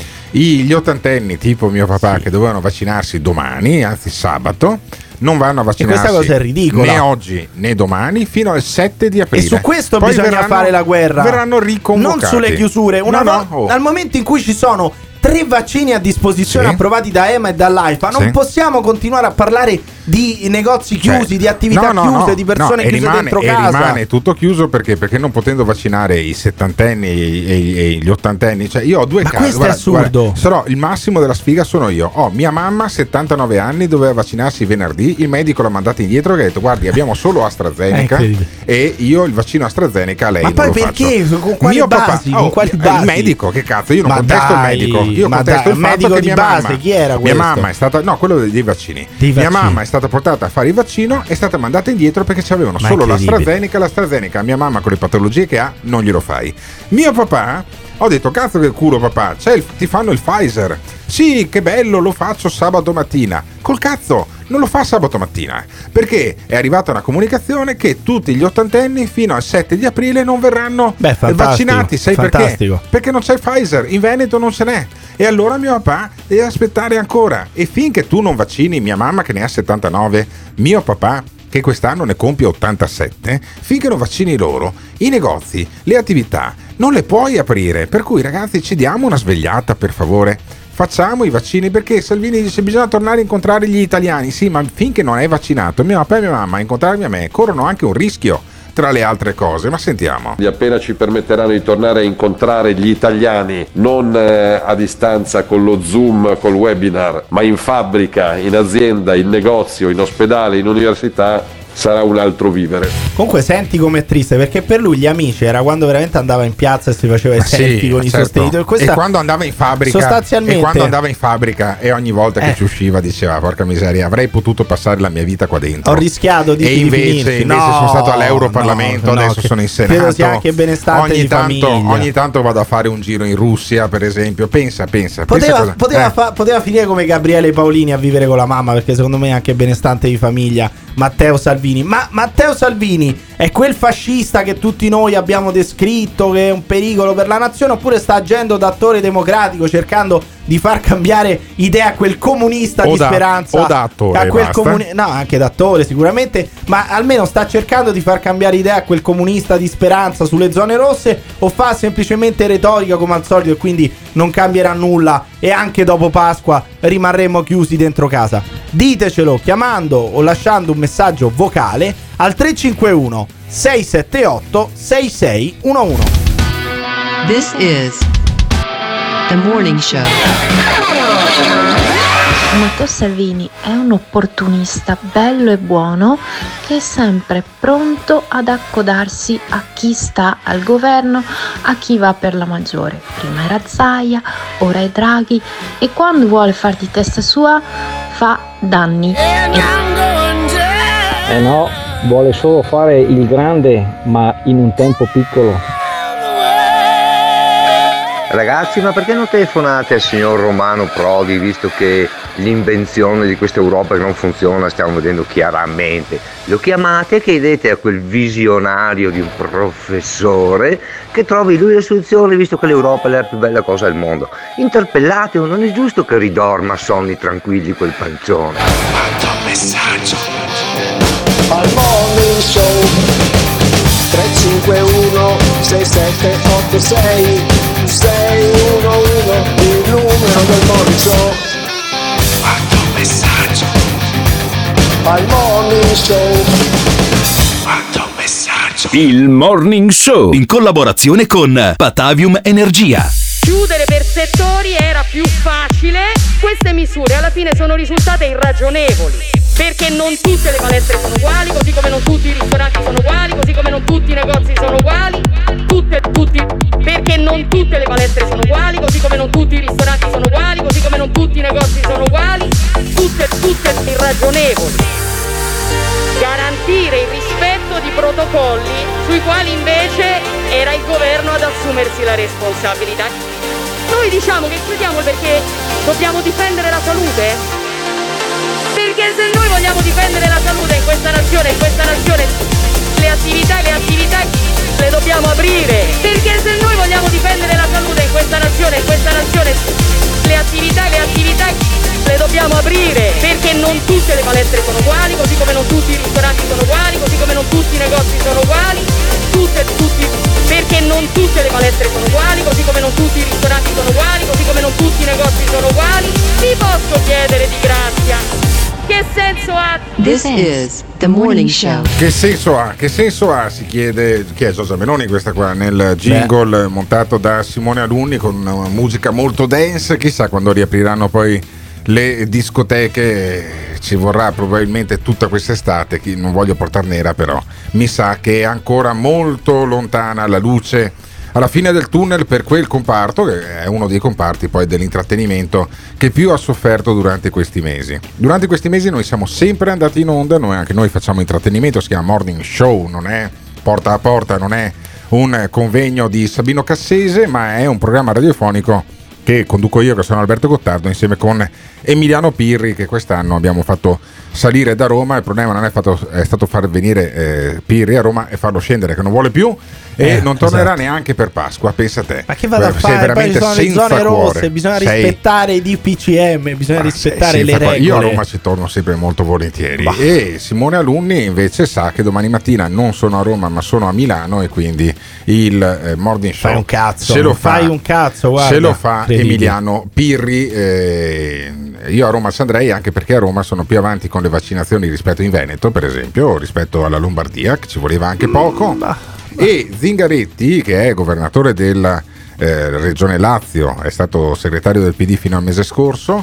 [SPEAKER 7] gli ottantenni tipo mio papà che dovevano vaccinarsi domani, anzi sabato, non vanno a vaccinarsi.
[SPEAKER 8] E questa cosa è ridicola.
[SPEAKER 7] Né oggi né domani fino al 7 di aprile.
[SPEAKER 8] E su questo
[SPEAKER 7] Poi
[SPEAKER 8] bisogna fare la guerra.
[SPEAKER 7] Verranno riconvocati.
[SPEAKER 8] Non sulle chiusure. Dal momento in cui ci sono 3 vaccini a disposizione approvati da EMA e dall'AIFA, non possiamo continuare a parlare di negozi chiusi, di attività chiuse, di persone chiuse dentro casa.
[SPEAKER 7] Rimane tutto chiuso perché non potendo vaccinare i settantenni e gli ottantenni, cioè io ho 2 casi.
[SPEAKER 8] Questo è assurdo.
[SPEAKER 7] Però il massimo della sfiga sono io. Mia mamma 79 anni, doveva vaccinarsi venerdì, il medico l'ha mandata indietro e ha detto guardi abbiamo solo AstraZeneca e io il vaccino AstraZeneca a lei
[SPEAKER 8] ma
[SPEAKER 7] non
[SPEAKER 8] poi
[SPEAKER 7] lo
[SPEAKER 8] perché?
[SPEAKER 7] faccio.
[SPEAKER 8] Con quali basi? Con quali basi?
[SPEAKER 7] Il medico, che cazzo, io non
[SPEAKER 8] Ma
[SPEAKER 7] contesto il
[SPEAKER 8] dai,
[SPEAKER 7] medico, io
[SPEAKER 8] ma
[SPEAKER 7] contesto
[SPEAKER 8] dai,
[SPEAKER 7] il fatto
[SPEAKER 8] medico
[SPEAKER 7] che
[SPEAKER 8] di
[SPEAKER 7] mia
[SPEAKER 8] base,
[SPEAKER 7] mamma,
[SPEAKER 8] chi era
[SPEAKER 7] mia
[SPEAKER 8] questo?
[SPEAKER 7] mamma è stata, no, quello dei vaccini.
[SPEAKER 8] Dei
[SPEAKER 7] mia
[SPEAKER 8] vaccini.
[SPEAKER 7] mamma è stata portata a fare il vaccino, è stata mandata indietro perché c'avevano
[SPEAKER 8] Ma
[SPEAKER 7] solo
[SPEAKER 8] incredibile.
[SPEAKER 7] l'AstraZeneca. Mia mamma con le patologie che ha non glielo fai. Mio papà, ho detto cazzo che culo papà, ti fanno il Pfizer. Sì, che bello, lo faccio sabato mattina. Col cazzo, non lo fa sabato mattina, perché è arrivata una comunicazione che tutti gli ottantenni fino al 7 di aprile non verranno vaccinati. Sai perché? Perché non c'è il Pfizer, in Veneto non ce n'è. E allora mio papà deve aspettare ancora. E finché tu non vaccini mia mamma che ne ha 79, mio papà che quest'anno ne compie 87, finché non vaccini loro, i negozi, le attività non le puoi aprire. Per cui ragazzi ci diamo una svegliata per favore. Facciamo i vaccini, perché Salvini dice bisogna tornare a incontrare gli italiani. Sì, ma finché non è vaccinato mio papà e mia mamma a incontrarmi a me corrono anche un rischio, tra le altre cose. Ma sentiamo.
[SPEAKER 21] Appena ci permetteranno di tornare a incontrare gli italiani, non a distanza con lo Zoom, col webinar, ma in fabbrica, in azienda, in negozio, in ospedale, in università, sarà un altro vivere.
[SPEAKER 8] Comunque senti com'è triste, perché per lui gli amici era quando veramente andava in piazza e si faceva i selfie con i sostenitori.
[SPEAKER 7] E quando andava in fabbrica,
[SPEAKER 8] sostanzialmente,
[SPEAKER 7] e quando andava in fabbrica e ogni volta che ci usciva diceva porca miseria, avrei potuto passare la mia vita qua dentro.
[SPEAKER 8] Ho rischiato di
[SPEAKER 7] invece sono stato all'Europarlamento, adesso sono in Senato.
[SPEAKER 8] Credo sia anche benestante di famiglia.
[SPEAKER 7] Ogni tanto vado a fare un giro in Russia, per esempio. Pensa
[SPEAKER 8] Poteva finire come Gabriele Paolini a vivere con la mamma, perché secondo me è anche benestante di famiglia. Matteo Salvini. Ma Matteo Salvini è quel fascista che tutti noi abbiamo descritto, che è un pericolo per la nazione, oppure sta agendo da attore democratico cercando di far cambiare idea a quel comunista di Speranza,
[SPEAKER 7] o da attore,
[SPEAKER 8] a quel no, anche da attore sicuramente, ma almeno sta cercando di far cambiare idea a quel comunista di Speranza sulle zone rosse, o fa semplicemente retorica come al solito e quindi non cambierà nulla e anche dopo Pasqua rimarremo chiusi dentro casa? Ditecelo chiamando o lasciando un messaggio vocale al 351 678 6611.
[SPEAKER 3] This is The Morning Show.
[SPEAKER 13] Matteo Salvini è un opportunista bello e buono che è sempre pronto ad accodarsi a chi sta al governo, a chi va per la maggiore. Prima era Zaia, ora è Draghi, e quando vuole far di testa sua fa danni.
[SPEAKER 6] No, vuole solo fare il grande, ma in un tempo piccolo.
[SPEAKER 22] Ragazzi, ma perché non telefonate al signor Romano Prodi, visto che l'invenzione di questa Europa che non funziona stiamo vedendo chiaramente? Lo chiamate e chiedete a quel visionario di un professore che trovi lui la soluzione, visto che l'Europa è la più bella cosa al mondo. Interpellatelo, non è giusto che ridorma a sonni tranquilli quel pancione.
[SPEAKER 5] Manda un messaggio al Morning Show 351 6786 611, il numero del Morning Show. Manda un messaggio al Morning Show. Manda un messaggio.
[SPEAKER 2] Il Morning Show in collaborazione con Patavium Energia.
[SPEAKER 23] Chiudere per settori era più facile. Queste misure alla fine sono risultate irragionevoli, perché non tutte le palestre sono uguali, così come non tutti i ristoranti sono uguali, così come non tutti i negozi sono uguali, perché non tutte le palestre sono uguali, così come non tutti i ristoranti sono uguali, così come non tutti i negozi sono uguali, tutte irragionevoli. garantire il rispetto di protocolli sui quali invece era il governo ad assumersi la responsabilità. Noi diciamo che chiudiamo perché dobbiamo difendere la salute? Perché se noi vogliamo difendere la salute in questa nazione le attività le dobbiamo aprire. Perché se noi vogliamo difendere la salute in questa nazione le attività le dobbiamo aprire. Perché non tutte le palestre sono uguali, così come non tutti i ristoranti sono uguali, così come non tutti i negozi sono uguali, perché non tutte le palestre sono uguali, così come non tutti i ristoranti sono uguali, così come non tutti i negozi sono uguali. Vi posso chiedere di grazia, che senso ha?
[SPEAKER 3] This is the morning show.
[SPEAKER 7] Che senso ha? Che senso ha? Si chiede. Chi è Giorgia Meloni questa qua? Nel jingle montato da Simone Alunni con una musica molto dance. Chissà quando riapriranno poi le discoteche. Ci vorrà probabilmente tutta quest'estate. Non voglio portar nera, però mi sa che è ancora molto lontana la luce alla fine del tunnel per quel comparto, che è uno dei comparti poi dell'intrattenimento che più ha sofferto durante questi mesi. Durante questi mesi noi siamo sempre andati in onda, anche noi facciamo intrattenimento, si chiama Morning Show, non è porta a porta, non è un convegno di Sabino Cassese, ma è un programma radiofonico che conduco io, che sono Alberto Gottardo, insieme con Emiliano Pirri, che quest'anno abbiamo fatto salire da Roma. Il problema non è stato far venire Pirri a Roma e farlo scendere, che non vuole più e non tornerà neanche per Pasqua, pensa te.
[SPEAKER 8] Ma che vado a fare? Poi ci sono le zone rosse, bisogna rispettare i DPCM, bisogna rispettare le regole.
[SPEAKER 7] Io a Roma ci torno sempre molto volentieri. E Simone Alunni invece sa che domani mattina non sono a Roma ma sono a Milano, e quindi il Morning Show
[SPEAKER 8] fai un cazzo, se lo fai un cazzo, guarda,
[SPEAKER 7] se lo fa Emiliano Pirri. Io a Roma ci andrei, anche perché a Roma sono più avanti con le vaccinazioni rispetto in Veneto, per esempio, o rispetto alla Lombardia, che ci voleva anche poco. E Zingaretti, che è governatore della regione Lazio, è stato segretario del PD fino al mese scorso,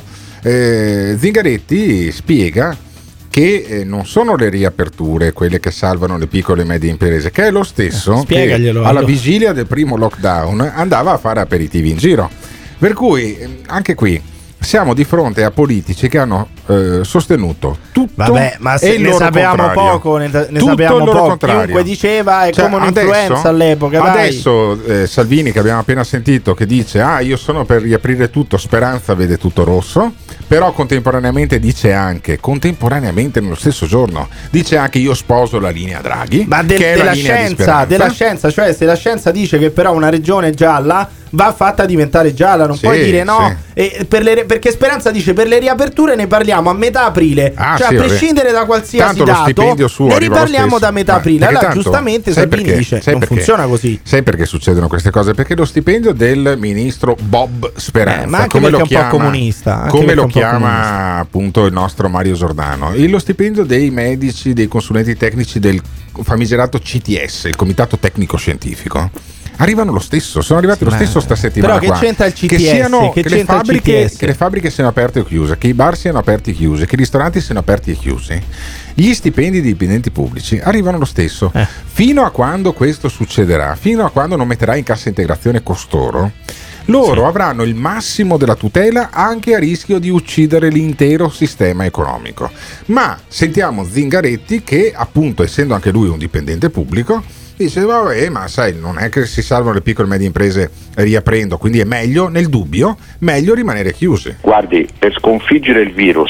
[SPEAKER 7] Zingaretti spiega che non sono le riaperture quelle che salvano le piccole e medie imprese, che è lo stesso che alla vigilia del primo lockdown andava a fare aperitivi in giro. Per cui anche qui siamo di fronte a politici che hanno sostenuto tutto.
[SPEAKER 8] Vabbè, ma se ne sapevamo poco, ne sappiamo poco. Contrario. Chiunque diceva è come un'influenza all'epoca.
[SPEAKER 7] Adesso Salvini, che abbiamo appena sentito, che dice io sono per riaprire tutto, Speranza vede tutto rosso, però contemporaneamente dice anche, nello stesso giorno, dice anche io sposo la linea Draghi,
[SPEAKER 8] ma
[SPEAKER 7] che è
[SPEAKER 8] della scienza, cioè se la scienza dice che però una regione gialla va fatta diventare gialla, non puoi dire no. Perché Speranza dice per le riaperture ne parliamo a metà aprile, cioè a prescindere da qualsiasi
[SPEAKER 7] tanto
[SPEAKER 8] dato ne riparliamo da metà aprile. Allora
[SPEAKER 7] tanto,
[SPEAKER 8] giustamente Salvini dice non funziona così.
[SPEAKER 7] Sai perché succedono queste cose? Perché lo stipendio del ministro Bob Speranza,
[SPEAKER 8] ma anche
[SPEAKER 7] come lo
[SPEAKER 8] chiama, un po' comunista,
[SPEAKER 7] come lo chiama appunto il nostro Mario Giordano, e lo stipendio dei medici, dei consulenti tecnici del famigerato CTS, il Comitato Tecnico Scientifico, arrivano lo stesso, sono arrivati lo stesso sta settimana.
[SPEAKER 8] Però che c'entra il CTS?
[SPEAKER 7] Che le fabbriche siano aperte o chiuse, che i bar siano aperti e chiusi, che i ristoranti siano aperti e chiusi, gli stipendi dei dipendenti pubblici arrivano lo stesso. Fino a quando questo succederà, fino a quando non metterà in cassa integrazione costoro, loro avranno il massimo della tutela, anche a rischio di uccidere l'intero sistema economico. Ma sentiamo Zingaretti, che appunto, essendo anche lui un dipendente pubblico, dice vabbè, ma sai, non è che si salvano le piccole e medie imprese riaprendo, quindi è meglio, nel dubbio, meglio rimanere chiusi.
[SPEAKER 4] Guardi, per sconfiggere il virus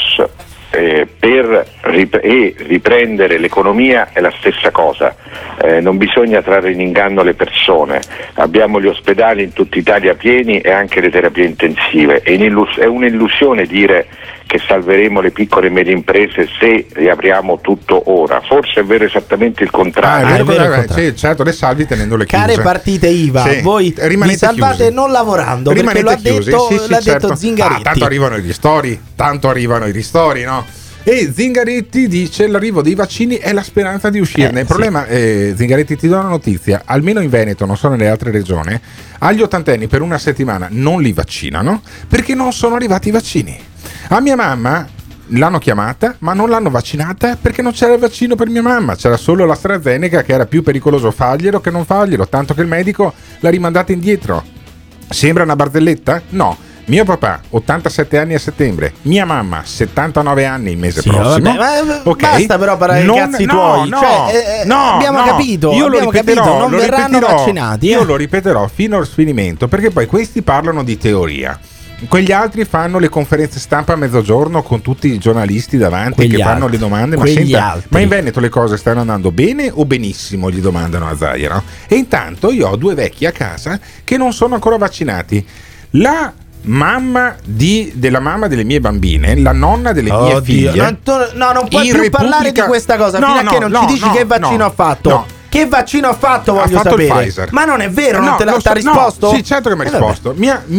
[SPEAKER 4] riprendere l'economia è la stessa cosa, non bisogna trarre in inganno le persone. Abbiamo gli ospedali in tutta Italia pieni e anche le terapie intensive. È un'illusione dire che salveremo le piccole e medie imprese se riapriamo tutto ora. Forse è vero esattamente il contrario.
[SPEAKER 7] Sì, certo, le salvi tenendole chiuse.
[SPEAKER 8] Care partite IVA, voi vi salvate chiusi, non lavorando,
[SPEAKER 7] rimanete
[SPEAKER 8] perché l'ha detto Zingaretti.
[SPEAKER 7] Tanto arrivano i ristori, no? E Zingaretti dice l'arrivo dei vaccini è la speranza di uscirne. Il problema, Zingaretti, ti do una notizia, almeno in Veneto, non so nelle altre regioni, agli ottantenni per una settimana non li vaccinano perché non sono arrivati i vaccini. A mia mamma l'hanno chiamata ma non l'hanno vaccinata perché non c'era il vaccino per mia mamma, c'era solo l'AstraZeneca, che era più pericoloso farglielo che non farglielo, tanto che il medico l'ha rimandata indietro. Sembra una barzelletta? No. Mio papà 87 anni a settembre, mia mamma 79 anni il mese prossimo.
[SPEAKER 8] Basta però parlare dei cazzi tuoi. Abbiamo capito, non verranno vaccinati.
[SPEAKER 7] Io lo ripeterò fino al sfinimento, perché poi questi parlano di teoria. Quegli altri fanno le conferenze stampa a mezzogiorno con tutti i giornalisti davanti che fanno le domande. Ma in Veneto le cose stanno andando bene o benissimo? Gli domandano a Zaia, no? E intanto io ho 2 vecchi a casa che non sono ancora vaccinati. La mamma della mamma delle mie bambine, la nonna delle mie figlie.
[SPEAKER 8] Non puoi più parlare di questa cosa fino a che non ci dici che vaccino ha fatto.
[SPEAKER 7] No.
[SPEAKER 8] Che vaccino ha fatto, voglio sapere.
[SPEAKER 7] Il Pfizer.
[SPEAKER 8] Ma non è vero, non te l'ha risposto?
[SPEAKER 7] Sì, certo che mi ha risposto.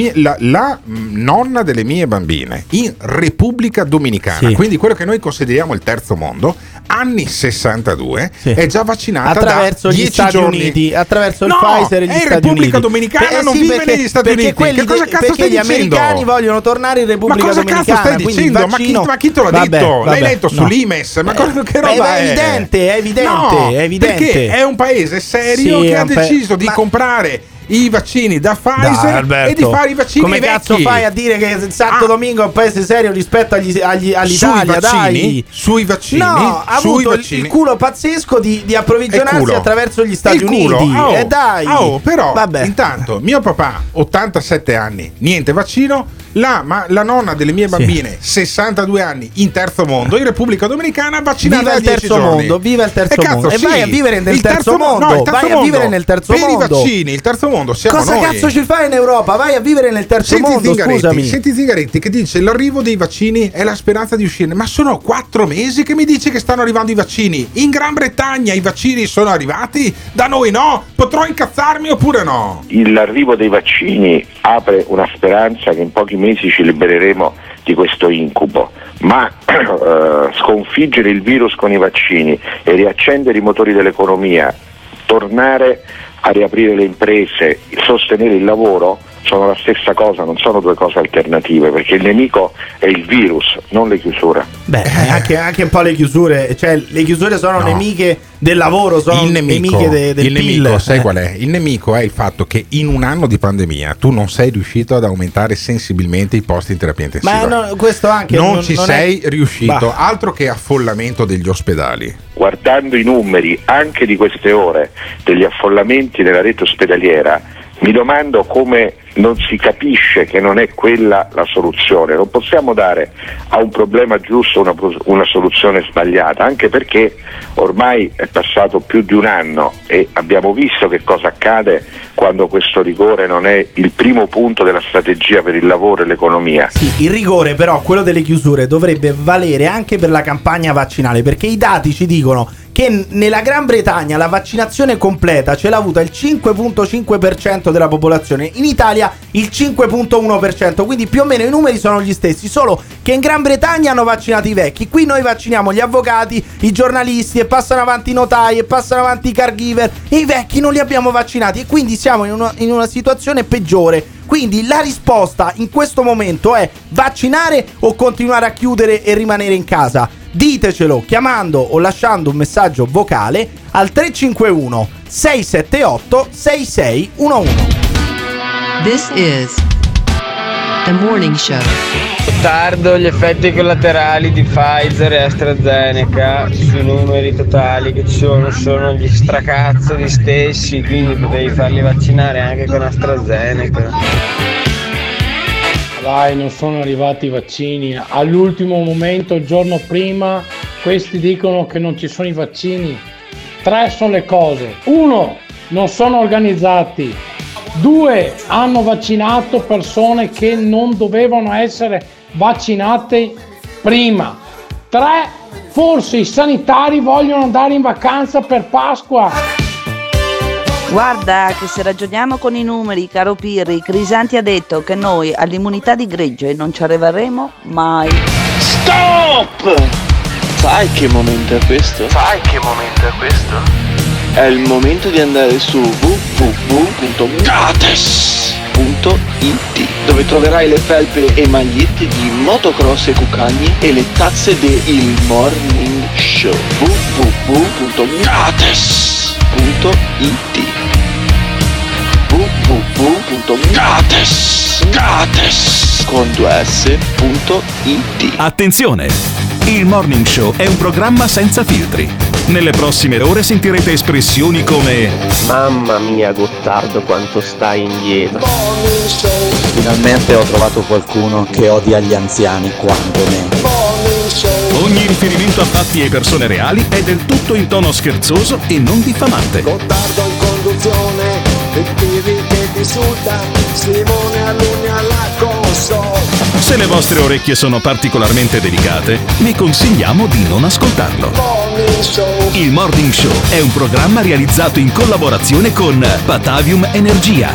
[SPEAKER 7] La nonna delle mie bambine in Repubblica Dominicana, quindi quello che noi consideriamo il terzo mondo, anni 62, è già vaccinata
[SPEAKER 8] attraverso
[SPEAKER 7] da
[SPEAKER 8] gli
[SPEAKER 7] 10
[SPEAKER 8] Stati
[SPEAKER 7] giorni.
[SPEAKER 8] Uniti, attraverso il Pfizer e gli Stati Uniti.
[SPEAKER 7] Repubblica Dominicana non vive negli Stati Uniti. Che cosa cazzo stai
[SPEAKER 8] dicendo? Perché gli americani vogliono tornare in Repubblica Dominicana.
[SPEAKER 7] Ma cosa cazzo stai dicendo? Ma chi te l'ha detto? L'hai letto sull'Imes? Ma che roba è?
[SPEAKER 8] È evidente.
[SPEAKER 7] Perché è un paese serio che ha deciso di comprare i vaccini da Pfizer e di fare i vaccini
[SPEAKER 8] come
[SPEAKER 7] vecchi.
[SPEAKER 8] Cazzo fai a dire che Santo Domingo è un paese serio rispetto all'Italia?
[SPEAKER 7] Sui vaccini
[SPEAKER 8] ha avuto il culo pazzesco di approvvigionarsi attraverso gli Stati Uniti.
[SPEAKER 7] Però intanto mio papà 87 anni, niente vaccino. La nonna delle mie bambine 62 anni in terzo mondo, in Repubblica Dominicana, vaccinata da 10 giorni.
[SPEAKER 8] Viva il terzo mondo. E vai a vivere nel terzo mondo. Vai a vivere nel terzo mondo.
[SPEAKER 7] Per i vaccini, il terzo mondo siamo
[SPEAKER 8] noi. Cosa cazzo ci fai in Europa? Vai a vivere nel terzo mondo, scusami.
[SPEAKER 7] Senti Zingaretti che dice l'arrivo dei vaccini è la speranza di uscire. Ma sono 4 mesi che mi dice che stanno arrivando i vaccini. In Gran Bretagna i vaccini sono arrivati, da noi no. Potrò incazzarmi oppure no?
[SPEAKER 4] L'arrivo dei vaccini apre una speranza che in pochi mesi ci libereremo di questo incubo, ma sconfiggere il virus con i vaccini e riaccendere i motori dell'economia, tornare a riaprire le imprese, sostenere il lavoro sono la stessa cosa, non sono 2 cose alternative, perché il nemico è il virus, non le chiusure.
[SPEAKER 8] Anche un po' le chiusure, cioè le chiusure sono nemiche del lavoro, sono nemiche del
[SPEAKER 7] nemico, sai qual è? Il nemico è il fatto che in un anno di pandemia tu non sei riuscito ad aumentare sensibilmente i posti in terapia intensiva.
[SPEAKER 8] Ma questo anche
[SPEAKER 7] non sei riuscito, altro che affollamento degli ospedali.
[SPEAKER 4] Guardando i numeri anche di queste ore degli affollamenti nella rete ospedaliera, mi domando come non si capisce che non è quella la soluzione. Non possiamo dare a un problema giusto una soluzione sbagliata, anche perché ormai è passato più di un anno e abbiamo visto che cosa accade quando questo rigore non è il primo punto della strategia per il lavoro e l'economia.
[SPEAKER 8] Sì, il rigore però, quello delle chiusure, dovrebbe valere anche per la campagna vaccinale, perché i dati ci dicono che nella Gran Bretagna la vaccinazione completa ce l'ha avuta il 5.5% della popolazione, in Italia il 5.1%, quindi più o meno i numeri sono gli stessi, solo che in Gran Bretagna hanno vaccinato i vecchi, qui noi vacciniamo gli avvocati, i giornalisti e passano avanti i notai e passano avanti i caregiver e i vecchi non li abbiamo vaccinati e quindi siamo in una situazione peggiore. Quindi la risposta in questo momento è vaccinare o continuare a chiudere e rimanere in casa? Ditecelo chiamando o lasciando un messaggio vocale al 351 678 6611.
[SPEAKER 3] This is The Morning Show.
[SPEAKER 1] Tardo, gli effetti collaterali di Pfizer e AstraZeneca sui numeri totali che ci sono gli stracazzo di stessi, quindi potevi farli vaccinare anche con AstraZeneca.
[SPEAKER 9] Dai, non sono arrivati i vaccini. All'ultimo momento, il giorno prima, questi dicono che non ci sono i vaccini. 3 sono le cose. 1, non sono organizzati. 2, hanno vaccinato persone che non dovevano essere vaccinate prima. 3, forse i sanitari vogliono andare in vacanza per Pasqua.
[SPEAKER 10] Guarda che se ragioniamo con i numeri, caro Pirri, Crisanti ha detto che noi all'immunità di gregge non ci arriveremo mai.
[SPEAKER 1] Stop! Sai che momento è questo? È il momento di andare su www.gates.it, dove troverai le felpe e magliette di motocross e cucagni e le tazze del Morning Show. www.gates.it www.gates.it
[SPEAKER 11] con 2s.it.
[SPEAKER 2] Attenzione! Il Morning Show è un programma senza filtri. Nelle prossime ore sentirete espressioni come:
[SPEAKER 11] mamma mia Gottardo quanto stai indietro. Finalmente ho trovato qualcuno che odia gli anziani quanto me.
[SPEAKER 2] Ogni riferimento a fatti e persone reali è del tutto in tono scherzoso e non diffamante.
[SPEAKER 5] Gottardo in conduzione, il Pirri che ti insulta, Simone Alunni alla console.
[SPEAKER 2] Se le vostre orecchie sono particolarmente delicate, vi consigliamo di non ascoltarlo. Il Morning Show è un programma realizzato in collaborazione con Batavium Energia.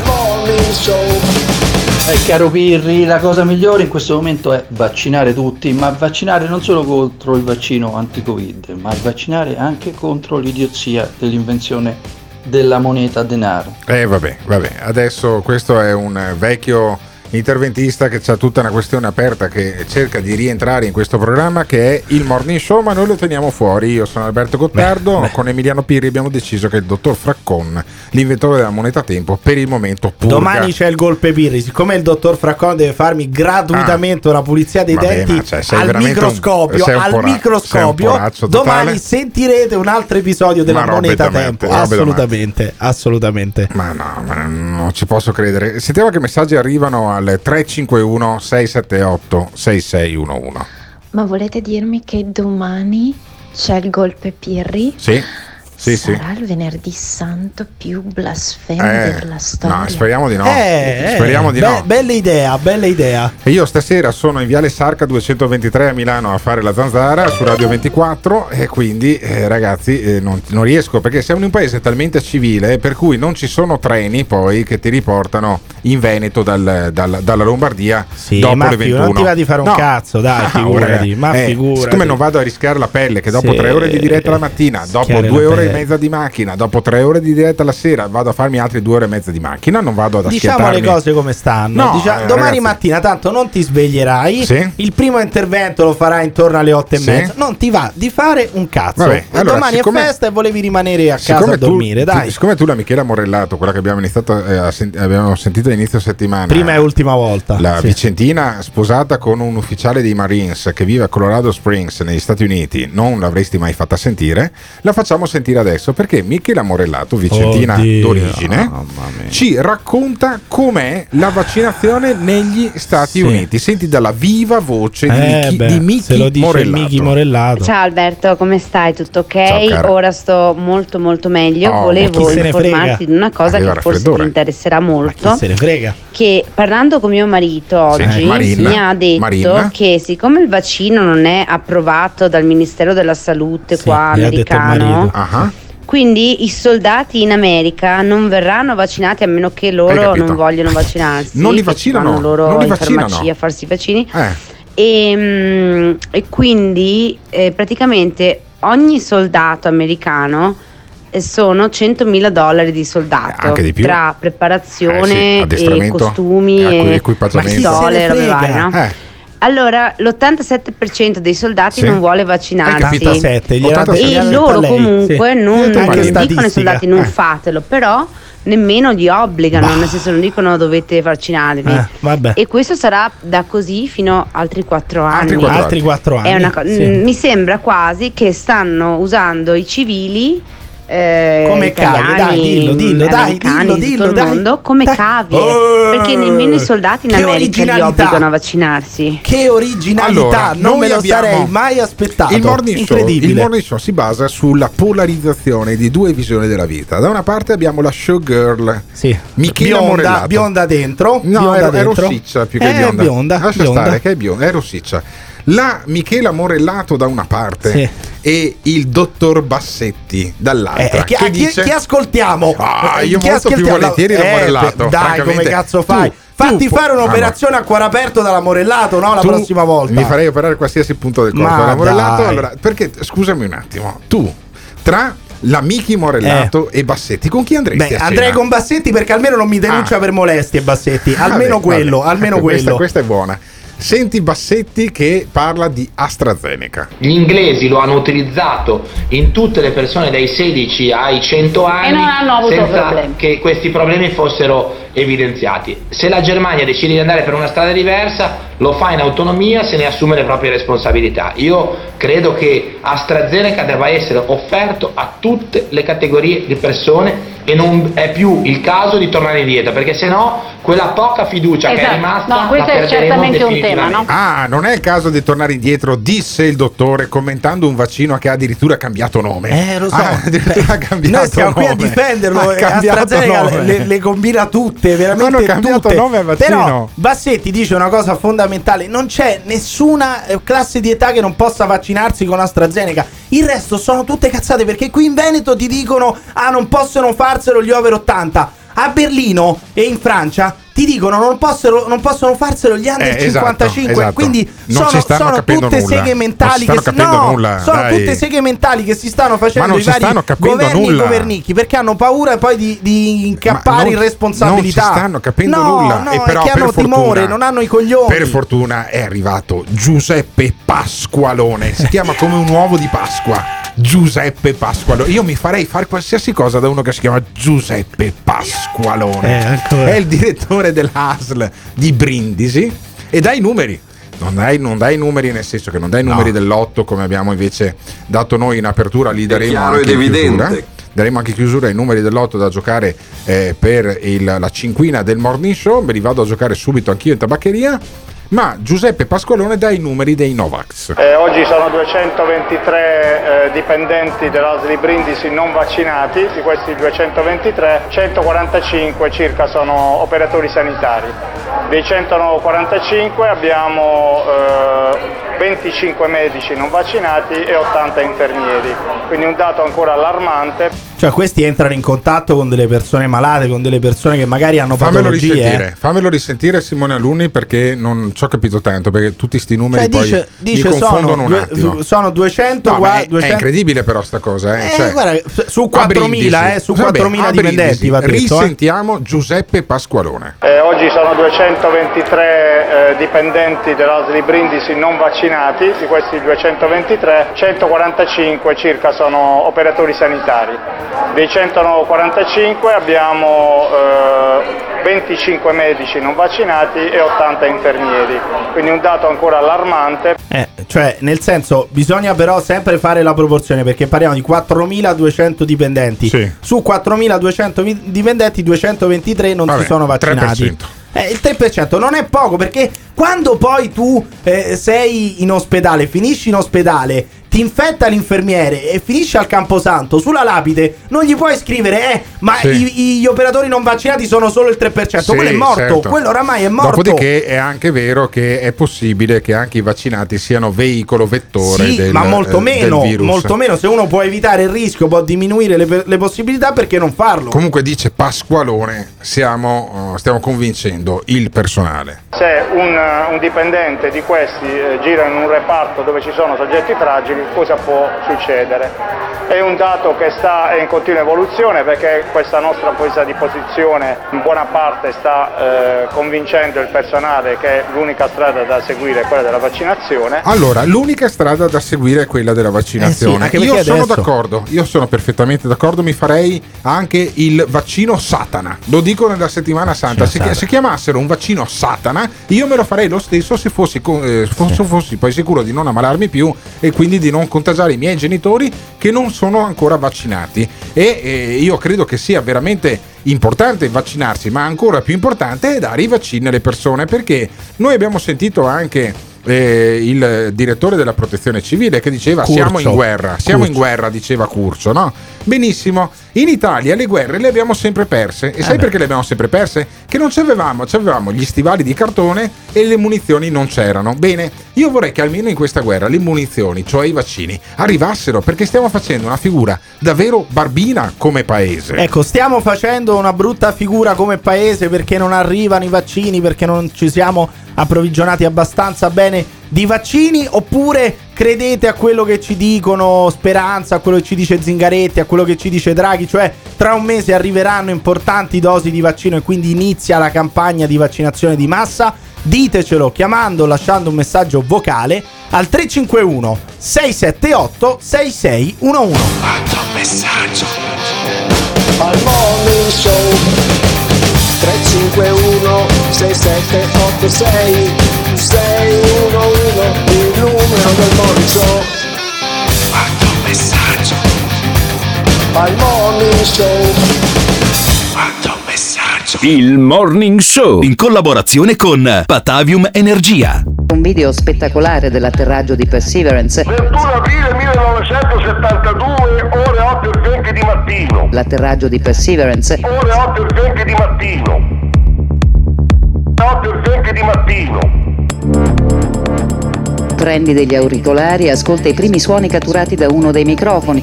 [SPEAKER 12] Caro Pirri, la cosa migliore in questo momento è vaccinare tutti, ma vaccinare non solo contro il vaccino anti-Covid, ma vaccinare anche contro l'idiozia dell'invenzione della moneta denaro.
[SPEAKER 7] Vabbè, adesso questo è un vecchio interventista che c'ha tutta una questione aperta che cerca di rientrare in questo programma che è il Morning Show, ma noi lo teniamo fuori. Io sono Alberto Gottardo, con Emiliano Pirri abbiamo deciso che il dottor Fraccon, l'inventore della moneta a tempo, per il momento purga.
[SPEAKER 8] Domani c'è il golpe Pirri, siccome il dottor Fraccon deve farmi gratuitamente una pulizia dei denti al microscopio, domani sentirete un altro episodio della moneta a tempo. Assolutamente.
[SPEAKER 7] Ma non ci posso credere. Sentiamo che messaggi arrivano al 351 678 6611.
[SPEAKER 13] Ma volete dirmi che domani c'è il golpe Pirri?
[SPEAKER 7] Sì.
[SPEAKER 13] Sarà il venerdì santo più blasfemo della storia.
[SPEAKER 7] No, speriamo di no. Speriamo di no.
[SPEAKER 8] Bella idea.
[SPEAKER 7] E io stasera sono in Viale Sarca 223 a Milano a fare la zanzara su Radio 24 e quindi ragazzi non riesco, perché siamo in un paese talmente civile per cui non ci sono treni poi che ti riportano in Veneto dalla Lombardia dopo le 21.
[SPEAKER 8] Non ti va di fare un cazzo, dai, figurati.
[SPEAKER 7] Siccome non vado a rischiare la pelle che dopo 3 ore di diretta la mattina, dopo 2 ore e mezza di macchina, dopo 3 ore di diretta la sera vado a farmi altre 2 ore e mezza di macchina, non vado ad
[SPEAKER 8] Diciamo le cose come stanno. Domani
[SPEAKER 7] ragazzi,
[SPEAKER 8] mattina tanto non ti sveglierai, il primo intervento lo farai intorno alle 8:30, non ti va di fare un cazzo. Allora, domani è festa e volevi rimanere a casa a dormire, dai.
[SPEAKER 7] Siccome tu la Michela Morellato, quella che abbiamo iniziato abbiamo sentito all'inizio settimana,
[SPEAKER 8] prima e ultima volta,
[SPEAKER 7] la vicentina sposata con un ufficiale dei Marines che vive a Colorado Springs negli Stati Uniti, non l'avresti mai fatta sentire, la facciamo sentire adesso perché Michela Morellato, vicentina d'origine, ci racconta com'è la vaccinazione negli Stati Uniti. Senti dalla viva voce di Michi Morellato.
[SPEAKER 14] Ciao Alberto, come stai? Tutto ok?
[SPEAKER 7] Ciao,
[SPEAKER 14] ora sto molto meglio. Volevo informarti di una cosa che forse ti interesserà molto.
[SPEAKER 8] Se ne frega.
[SPEAKER 14] Che parlando con mio marito oggi mi ha detto che siccome il vaccino non è approvato dal Ministero della Salute qua americano, quindi i soldati in America non verranno vaccinati a meno che loro non vogliono vaccinarsi.
[SPEAKER 7] Non li vaccinano.
[SPEAKER 14] Vanno loro in farmacia a farsi i vaccini. E quindi praticamente ogni soldato americano sono $100.000 di soldato,
[SPEAKER 7] anche di più,
[SPEAKER 14] tra preparazione e costumi e pistole, robe varie, no? Allora l'87% dei soldati non vuole vaccinarsi e loro comunque non dicono ai soldati non fatelo, però nemmeno li obbligano, nel senso non dicono dovete vaccinarvi, e questo sarà da così fino altri 4 anni.
[SPEAKER 8] Altri 4 anni.
[SPEAKER 14] È una mi sembra quasi che stanno usando i civili
[SPEAKER 8] come cavi, dillo
[SPEAKER 14] mondo come cavie, perché nemmeno i soldati in America li obbligano a vaccinarsi.
[SPEAKER 8] Che originalità,
[SPEAKER 7] allora,
[SPEAKER 8] non me lo sarei mai aspettato.
[SPEAKER 7] Il Morning Show si basa sulla polarizzazione di 2 visioni della vita. Da una parte abbiamo la showgirl Michela Morellato,
[SPEAKER 8] bionda dentro,
[SPEAKER 7] è rossiccia più che bionda. Lascia stare che è bionda, è rossiccia. La Michela Morellato da una parte e il dottor Bassetti dall'altra.
[SPEAKER 8] Chi ascoltiamo?
[SPEAKER 7] Io molto più volentieri da Morellato.
[SPEAKER 8] Dai, come cazzo fai? Fatti fare un'operazione a cuore aperto dalla Morellato, no? La prossima volta.
[SPEAKER 7] Mi farei operare qualsiasi punto del corpo dalla Morellato. Allora, perché scusami un attimo, tu tra la Michi Morellato e Bassetti con chi andresti a cena?
[SPEAKER 8] Andrei con Bassetti perché almeno non mi denuncia per molestie Bassetti. Almeno quello.
[SPEAKER 7] Questa è buona. Senti Bassetti che parla di AstraZeneca.
[SPEAKER 24] Gli inglesi lo hanno utilizzato in tutte le persone dai 16 ai 100 anni
[SPEAKER 23] e non hanno avuto
[SPEAKER 24] senza
[SPEAKER 23] problemi.
[SPEAKER 24] che questi problemi fossero evidenziati. Se la Germania decide di andare per una strada diversa, lo fa in autonomia, se ne assume le proprie responsabilità. Io credo che AstraZeneca debba essere offerto a tutte le categorie di persone e non è più il caso di tornare indietro, perché se no quella poca fiducia che è rimasta,
[SPEAKER 15] questo è certamente un tema, no?
[SPEAKER 7] Ah, non è il caso di tornare indietro, disse il dottore commentando un vaccino che ha addirittura cambiato nome.
[SPEAKER 8] Lo so.
[SPEAKER 7] Addirittura ha cambiato
[SPEAKER 8] noi stiamo
[SPEAKER 7] nome.
[SPEAKER 8] qui a difenderlo. AstraZeneca le combina tutte, veramente
[SPEAKER 7] hanno cambiato
[SPEAKER 8] tutte.
[SPEAKER 7] Nome al vaccino.
[SPEAKER 8] Però Bassetti dice una cosa fondamentale: non c'è nessuna classe di età che non possa vaccinarsi con AstraZeneca. Il resto sono tutte cazzate, perché qui in Veneto ti dicono non possono farselo gli over 80. A Berlino e in Francia ti dicono non possono farselo gli under 55.
[SPEAKER 7] esatto.
[SPEAKER 8] Quindi
[SPEAKER 7] non
[SPEAKER 8] sono tutte seghe mentali tutte seghe mentali che si stanno facendo i vari governi e governicchi, perché hanno paura poi di incappare in responsabilità.
[SPEAKER 7] Non si stanno capendo nulla.
[SPEAKER 8] E però, che hanno timore, non hanno i coglioni.
[SPEAKER 7] Per fortuna è arrivato Giuseppe Pasqualone, si chiama come un uovo di Pasqua. Giuseppe Pasqualone. Io mi farei fare qualsiasi cosa da uno che si chiama Giuseppe Pasqualone. È il direttore dell'ASL di Brindisi e dà i numeri. Non dai numeri, nel senso che non dai i numeri dell'8 come abbiamo invece dato noi in apertura, li daremo anche in chiusura. Daremo anche in chiusura i numeri dell'8 da giocare per la cinquina del Morning Show. Me li vado a giocare subito anch'io in tabaccheria. Ma Giuseppe Pasqualone dà i numeri dei Novax.
[SPEAKER 16] Oggi sono 223 dipendenti dell'ASL di Brindisi non vaccinati. Di questi 223, 145 circa sono operatori sanitari. Dei 145 abbiamo 25 medici non vaccinati e 80 infermieri. Quindi un dato ancora allarmante.
[SPEAKER 8] Cioè questi entrano in contatto con delle persone malate, con delle persone che magari hanno patologie.
[SPEAKER 7] Fammelo risentire Simone Alunni, perché non ci ho capito tanto, perché tutti sti numeri poi mi confondono un attimo.
[SPEAKER 8] Sono 200, 200.
[SPEAKER 7] È incredibile però sta cosa,
[SPEAKER 8] cioè, guarda, su 4.000 su 4.000 dipendenti va detto,
[SPEAKER 7] risentiamo Giuseppe Pasqualone.
[SPEAKER 16] Oggi sono 223 dipendenti dell'ASL di Brindisi non vaccinati. Di questi 223, 145 circa sono operatori sanitari. Dei 145 abbiamo 25 medici non vaccinati e 80 infermieri, quindi un dato ancora allarmante.
[SPEAKER 8] Cioè nel senso, bisogna però sempre fare la proporzione, perché parliamo di 4.200 dipendenti, su 4.200 dipendenti 223 non si sono vaccinati. 3%. Il 3% non è poco, perché quando poi tu sei in ospedale, finisci in ospedale, ti infetta l'infermiere e finisce al Camposanto, sulla lapide non gli puoi scrivere gli operatori non vaccinati sono solo il 3%. Quello è morto, quello oramai è morto.
[SPEAKER 7] Dopodiché è anche vero che è possibile che anche i vaccinati siano veicolo vettore del
[SPEAKER 8] ma molto meno,
[SPEAKER 7] del virus.
[SPEAKER 8] Molto meno. Se uno può evitare il rischio, può diminuire le possibilità, perché non farlo?
[SPEAKER 7] Comunque dice Pasqualone, stiamo convincendo il personale.
[SPEAKER 16] Se un dipendente di questi gira in un reparto dove ci sono soggetti fragili, cosa può succedere? È un dato che è in continua evoluzione, perché questa nostra presa di posizione in buona parte sta convincendo il personale che l'unica strada da seguire è quella della vaccinazione.
[SPEAKER 7] Allora, l'unica strada da seguire è quella della vaccinazione. Io sono d'accordo, io sono perfettamente d'accordo, mi farei anche il vaccino Satana. Lo dico nella settimana santa, se chiamassero un vaccino Satana, io me lo farei lo stesso se fossi poi sicuro di non ammalarmi più e quindi di non contagiare i miei genitori che non sono ancora vaccinati. E io credo che sia veramente importante vaccinarsi, ma ancora più importante è dare i vaccini alle persone, perché noi abbiamo sentito anche il direttore della protezione civile che diceva siamo in guerra, diceva Curcio, no? Benissimo, in Italia le guerre le abbiamo sempre perse, e sai perché le abbiamo sempre perse? Che non c'avevamo gli stivali di cartone e le munizioni non c'erano. Bene, io vorrei che almeno in questa guerra le munizioni, cioè i vaccini, arrivassero, perché stiamo facendo una figura davvero barbina come paese.
[SPEAKER 8] Ecco, stiamo facendo una brutta figura come paese, perché non arrivano i vaccini, perché non ci siamo approvvigionati abbastanza bene di vaccini. Oppure credete a quello che ci dicono Speranza, a quello che ci dice Zingaretti, a quello che ci dice Draghi, cioè tra un mese arriveranno importanti dosi di vaccino e quindi inizia la campagna di vaccinazione di massa? Ditecelo chiamando, lasciando un messaggio vocale al 351 678 6611.
[SPEAKER 5] Manda un messaggio al Morning Show 351 6786 611, il numero del Morning Show. Manda un messaggio al Morning Show. Manda un messaggio.
[SPEAKER 2] Il Morning Show in collaborazione con Patavium Energia.
[SPEAKER 17] Un video spettacolare dell'atterraggio di Perseverance.
[SPEAKER 18] 21 aprile 1972, ore 8:20 di mattino.
[SPEAKER 17] L'atterraggio di Perseverance.
[SPEAKER 18] Ore 8:20 di mattino. 8:20 di mattino.
[SPEAKER 17] Prendi degli auricolari e ascolta i primi suoni catturati da uno dei microfoni.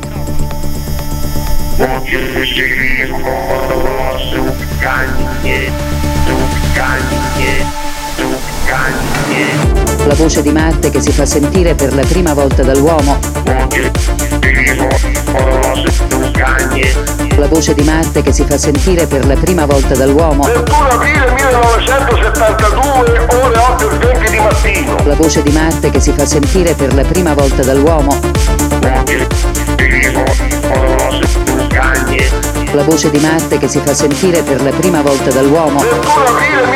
[SPEAKER 17] La voce di Marte che si fa sentire per la prima volta dall'uomo. La voce di Marte che si fa sentire per la prima volta dall'uomo.
[SPEAKER 18] 21 aprile 1972, ore 8:20 di mattino.
[SPEAKER 17] La voce di Marte che si fa sentire per la prima volta dall'uomo. La voce di Marte che si fa sentire per la prima volta dall'uomo.
[SPEAKER 18] 21 aprile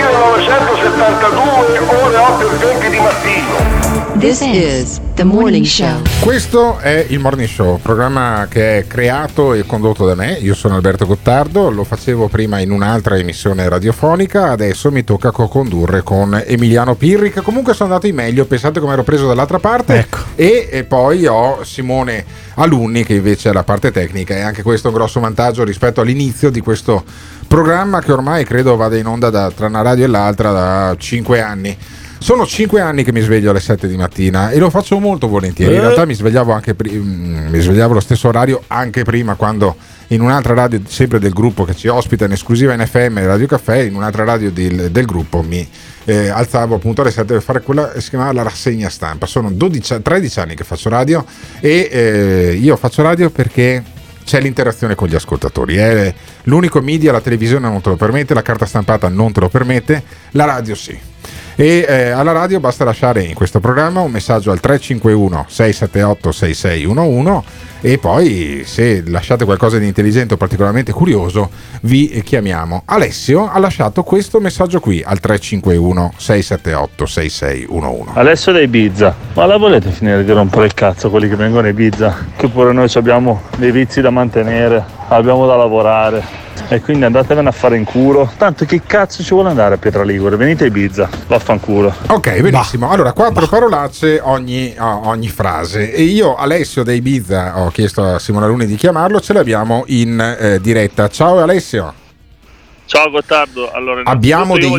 [SPEAKER 18] 1972, ore 8:20 di mattino.
[SPEAKER 3] This is The Morning Show.
[SPEAKER 7] Questo è il Morning Show, programma che è creato e condotto da me. Io sono Alberto Gottardo, lo facevo prima in un'altra emissione radiofonica, adesso mi tocca co-condurre con Emiliano Pirri, che comunque sono andato in meglio, pensate come ero preso dall'altra parte.
[SPEAKER 8] Ecco.
[SPEAKER 7] E poi ho Simone Alunni che invece è la parte tecnica, e anche questo è un grosso vantaggio rispetto all'inizio di questo programma che ormai credo vada in onda tra una radio e l'altra da 5 anni. Sono 5 anni che mi sveglio alle 7 di mattina e lo faccio molto volentieri. In realtà mi svegliavo anche mi svegliavo allo stesso orario anche prima, quando in un'altra radio sempre del gruppo che ci ospita in esclusiva in FM Radio Caffè, in un'altra radio del gruppo mi alzavo appunto alle 7 per fare quella che si chiamava la rassegna stampa. Sono 13 anni che faccio radio e io faccio radio perché c'è l'interazione con gli ascoltatori. È l'unico media, la televisione non te lo permette, la carta stampata non te lo permette, la radio sì. E alla radio basta lasciare in questo programma un messaggio al 351 678 6611 e poi se lasciate qualcosa di intelligente o particolarmente curioso vi chiamiamo. Alessio ha lasciato questo messaggio qui al 351 678 6611.
[SPEAKER 19] Alessio da Ibiza, ma la volete finire di rompere il cazzo quelli che vengono a Ibiza? Che pure noi abbiamo dei vizi da mantenere, abbiamo da lavorare. E quindi andatevene a fare in culo. Tanto che cazzo ci vuole andare a Pietraligure? Venite a Ibiza, vaffanculo.
[SPEAKER 7] Ok, benissimo. Allora, 4 parolacce ogni frase. E io, Alessio da Ibiza, ho chiesto a Simone Alunni di chiamarlo, ce l'abbiamo in diretta. Ciao Alessio.
[SPEAKER 19] Ciao Gottardo. Allora,
[SPEAKER 7] abbiamo dei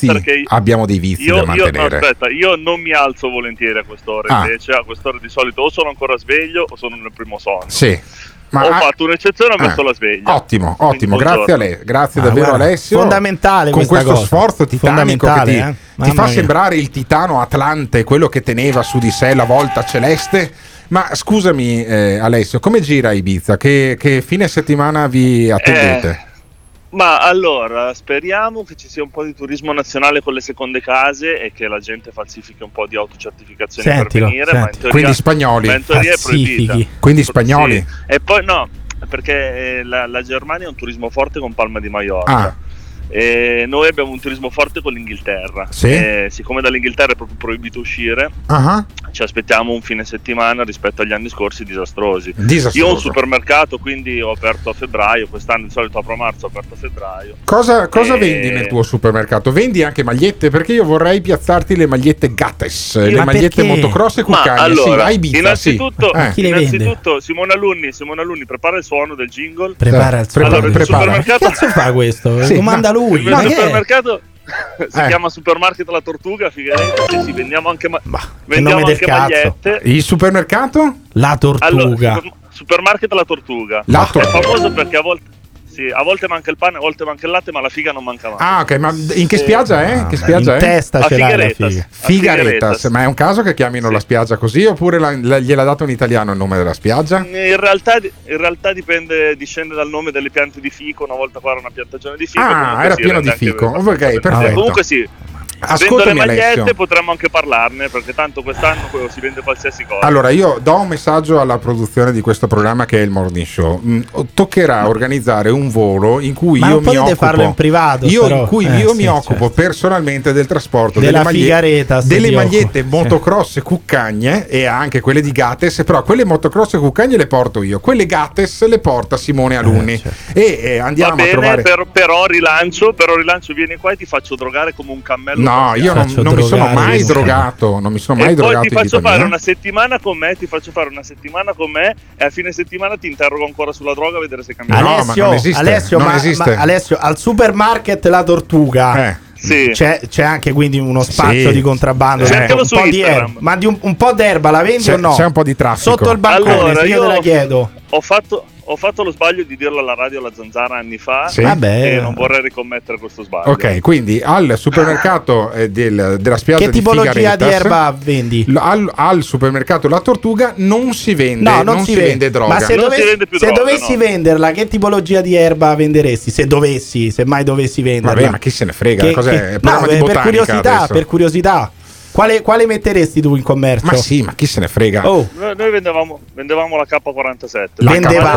[SPEAKER 7] vizi da mantenere.
[SPEAKER 19] Io non mi alzo volentieri a quest'ora. Invece a quest'ora di solito o sono ancora sveglio o sono nel primo sonno.
[SPEAKER 7] Sì.
[SPEAKER 19] Ma ho fatto un'eccezione, ho messo la sveglia.
[SPEAKER 7] Ottimo, grazie a lei, grazie davvero
[SPEAKER 8] guarda,
[SPEAKER 7] Alessio.
[SPEAKER 8] Fondamentale
[SPEAKER 7] con questo
[SPEAKER 8] cosa.
[SPEAKER 7] Sforzo titanico che ti fa sembrare il titano Atlante, quello che teneva su di sé la volta celeste. Ma scusami Alessio, come gira Ibiza? Che fine settimana vi attendete?
[SPEAKER 19] Ma allora, speriamo che ci sia un po' di turismo nazionale con le seconde case e che la gente falsifichi un po' di autocertificazioni per venire, ma in teoria,
[SPEAKER 7] quindi spagnoli.
[SPEAKER 19] Ma in teoria è proibita.
[SPEAKER 7] Quindi spagnoli.
[SPEAKER 19] Sì. E poi no, perché la Germania ha un turismo forte con Palma di Maiorca. E noi abbiamo un turismo forte con l'Inghilterra. Siccome dall'Inghilterra è proprio proibito uscire, ci aspettiamo un fine settimana rispetto agli anni scorsi disastrosi. Io ho un supermercato, quindi ho aperto a febbraio. Quest'anno di solito apro a marzo, ho aperto a febbraio.
[SPEAKER 7] Cosa vendi nel tuo supermercato? Vendi anche magliette? Perché io vorrei piazzarti le magliette Gattes, le magliette motocross e Cuccagni.
[SPEAKER 19] Allora,
[SPEAKER 7] innanzitutto
[SPEAKER 19] Simone Alunni prepara il suono del jingle.
[SPEAKER 8] Prepara il suono.
[SPEAKER 19] Allora, il supermercato...
[SPEAKER 8] Che cazzo fa questo? Comanda lui.
[SPEAKER 19] Il supermercato si chiama Supermarket La Tortuga, Figuerenza. Sì, vendiamo anche magliette.
[SPEAKER 7] Il supermercato?
[SPEAKER 8] La Tortuga.
[SPEAKER 19] Allora, Supermarket La Tortuga. È famoso perché a volte manca il pane, a volte manca il latte, ma la figa non manca mai.
[SPEAKER 7] Ah, ok, ma in che spiaggia è? Che spiaggia
[SPEAKER 8] in testa ce l'ha la figa.
[SPEAKER 7] Figueretas. Ma è un caso che chiamino la spiaggia così oppure gliel'ha dato in italiano il nome della spiaggia?
[SPEAKER 19] In realtà discende dal nome delle piante di fico. Una volta qua era una piantagione di fico.
[SPEAKER 7] Era pieno di fico. Ok, perfetto.
[SPEAKER 19] Comunque sì. Vendo le magliette, potremmo anche parlarne, perché tanto quest'anno si vende qualsiasi cosa.
[SPEAKER 7] Allora, io do un messaggio alla produzione di questo programma che è il Morning Show. Toccherà organizzare un volo in cui io mi occupo,
[SPEAKER 8] farlo in privato,
[SPEAKER 7] io mi occupo personalmente del trasporto delle magliette motocross cuccagne e anche quelle di Gates, però quelle motocross cuccagne le porto io, quelle Gates le porta Simone Alunni e andiamo a trovare.
[SPEAKER 19] Però rilancio, vieni qua e ti faccio drogare come un cammello.
[SPEAKER 7] No, io non mi sono mai drogato,
[SPEAKER 19] poi ti faccio fare una settimana con me, e a fine settimana ti interrogo ancora sulla droga a vedere se cambia.
[SPEAKER 7] No, ma non esiste.
[SPEAKER 8] Alessio, al supermarket La Tortuga
[SPEAKER 19] sì.
[SPEAKER 8] c'è anche quindi uno spazio di contrabbando, un po' di erba, ma un po' d'erba la vendi o no?
[SPEAKER 7] C'è un po' di traffico
[SPEAKER 8] sotto il bancone. Allora, io te la chiedo.
[SPEAKER 19] Ho fatto lo sbaglio di dirlo alla radio alla Zanzara anni fa e non vorrei ricommettere questo sbaglio.
[SPEAKER 7] Ok, quindi al supermercato della spiaggia
[SPEAKER 8] che
[SPEAKER 7] di
[SPEAKER 8] tipologia
[SPEAKER 7] Figarettas,
[SPEAKER 8] di erba vendi?
[SPEAKER 7] Al supermercato La Tortuga non si vende, non si vende droga.
[SPEAKER 8] Ma se dovessi venderla, che tipologia di erba venderesti? Se mai dovessi venderla.
[SPEAKER 7] Vabbè, ma chi se ne frega? Cos'è?
[SPEAKER 8] Per curiosità. Quale metteresti tu in commercio?
[SPEAKER 7] Ma sì, ma chi se ne frega?
[SPEAKER 19] Noi vendevamo la K47.
[SPEAKER 8] La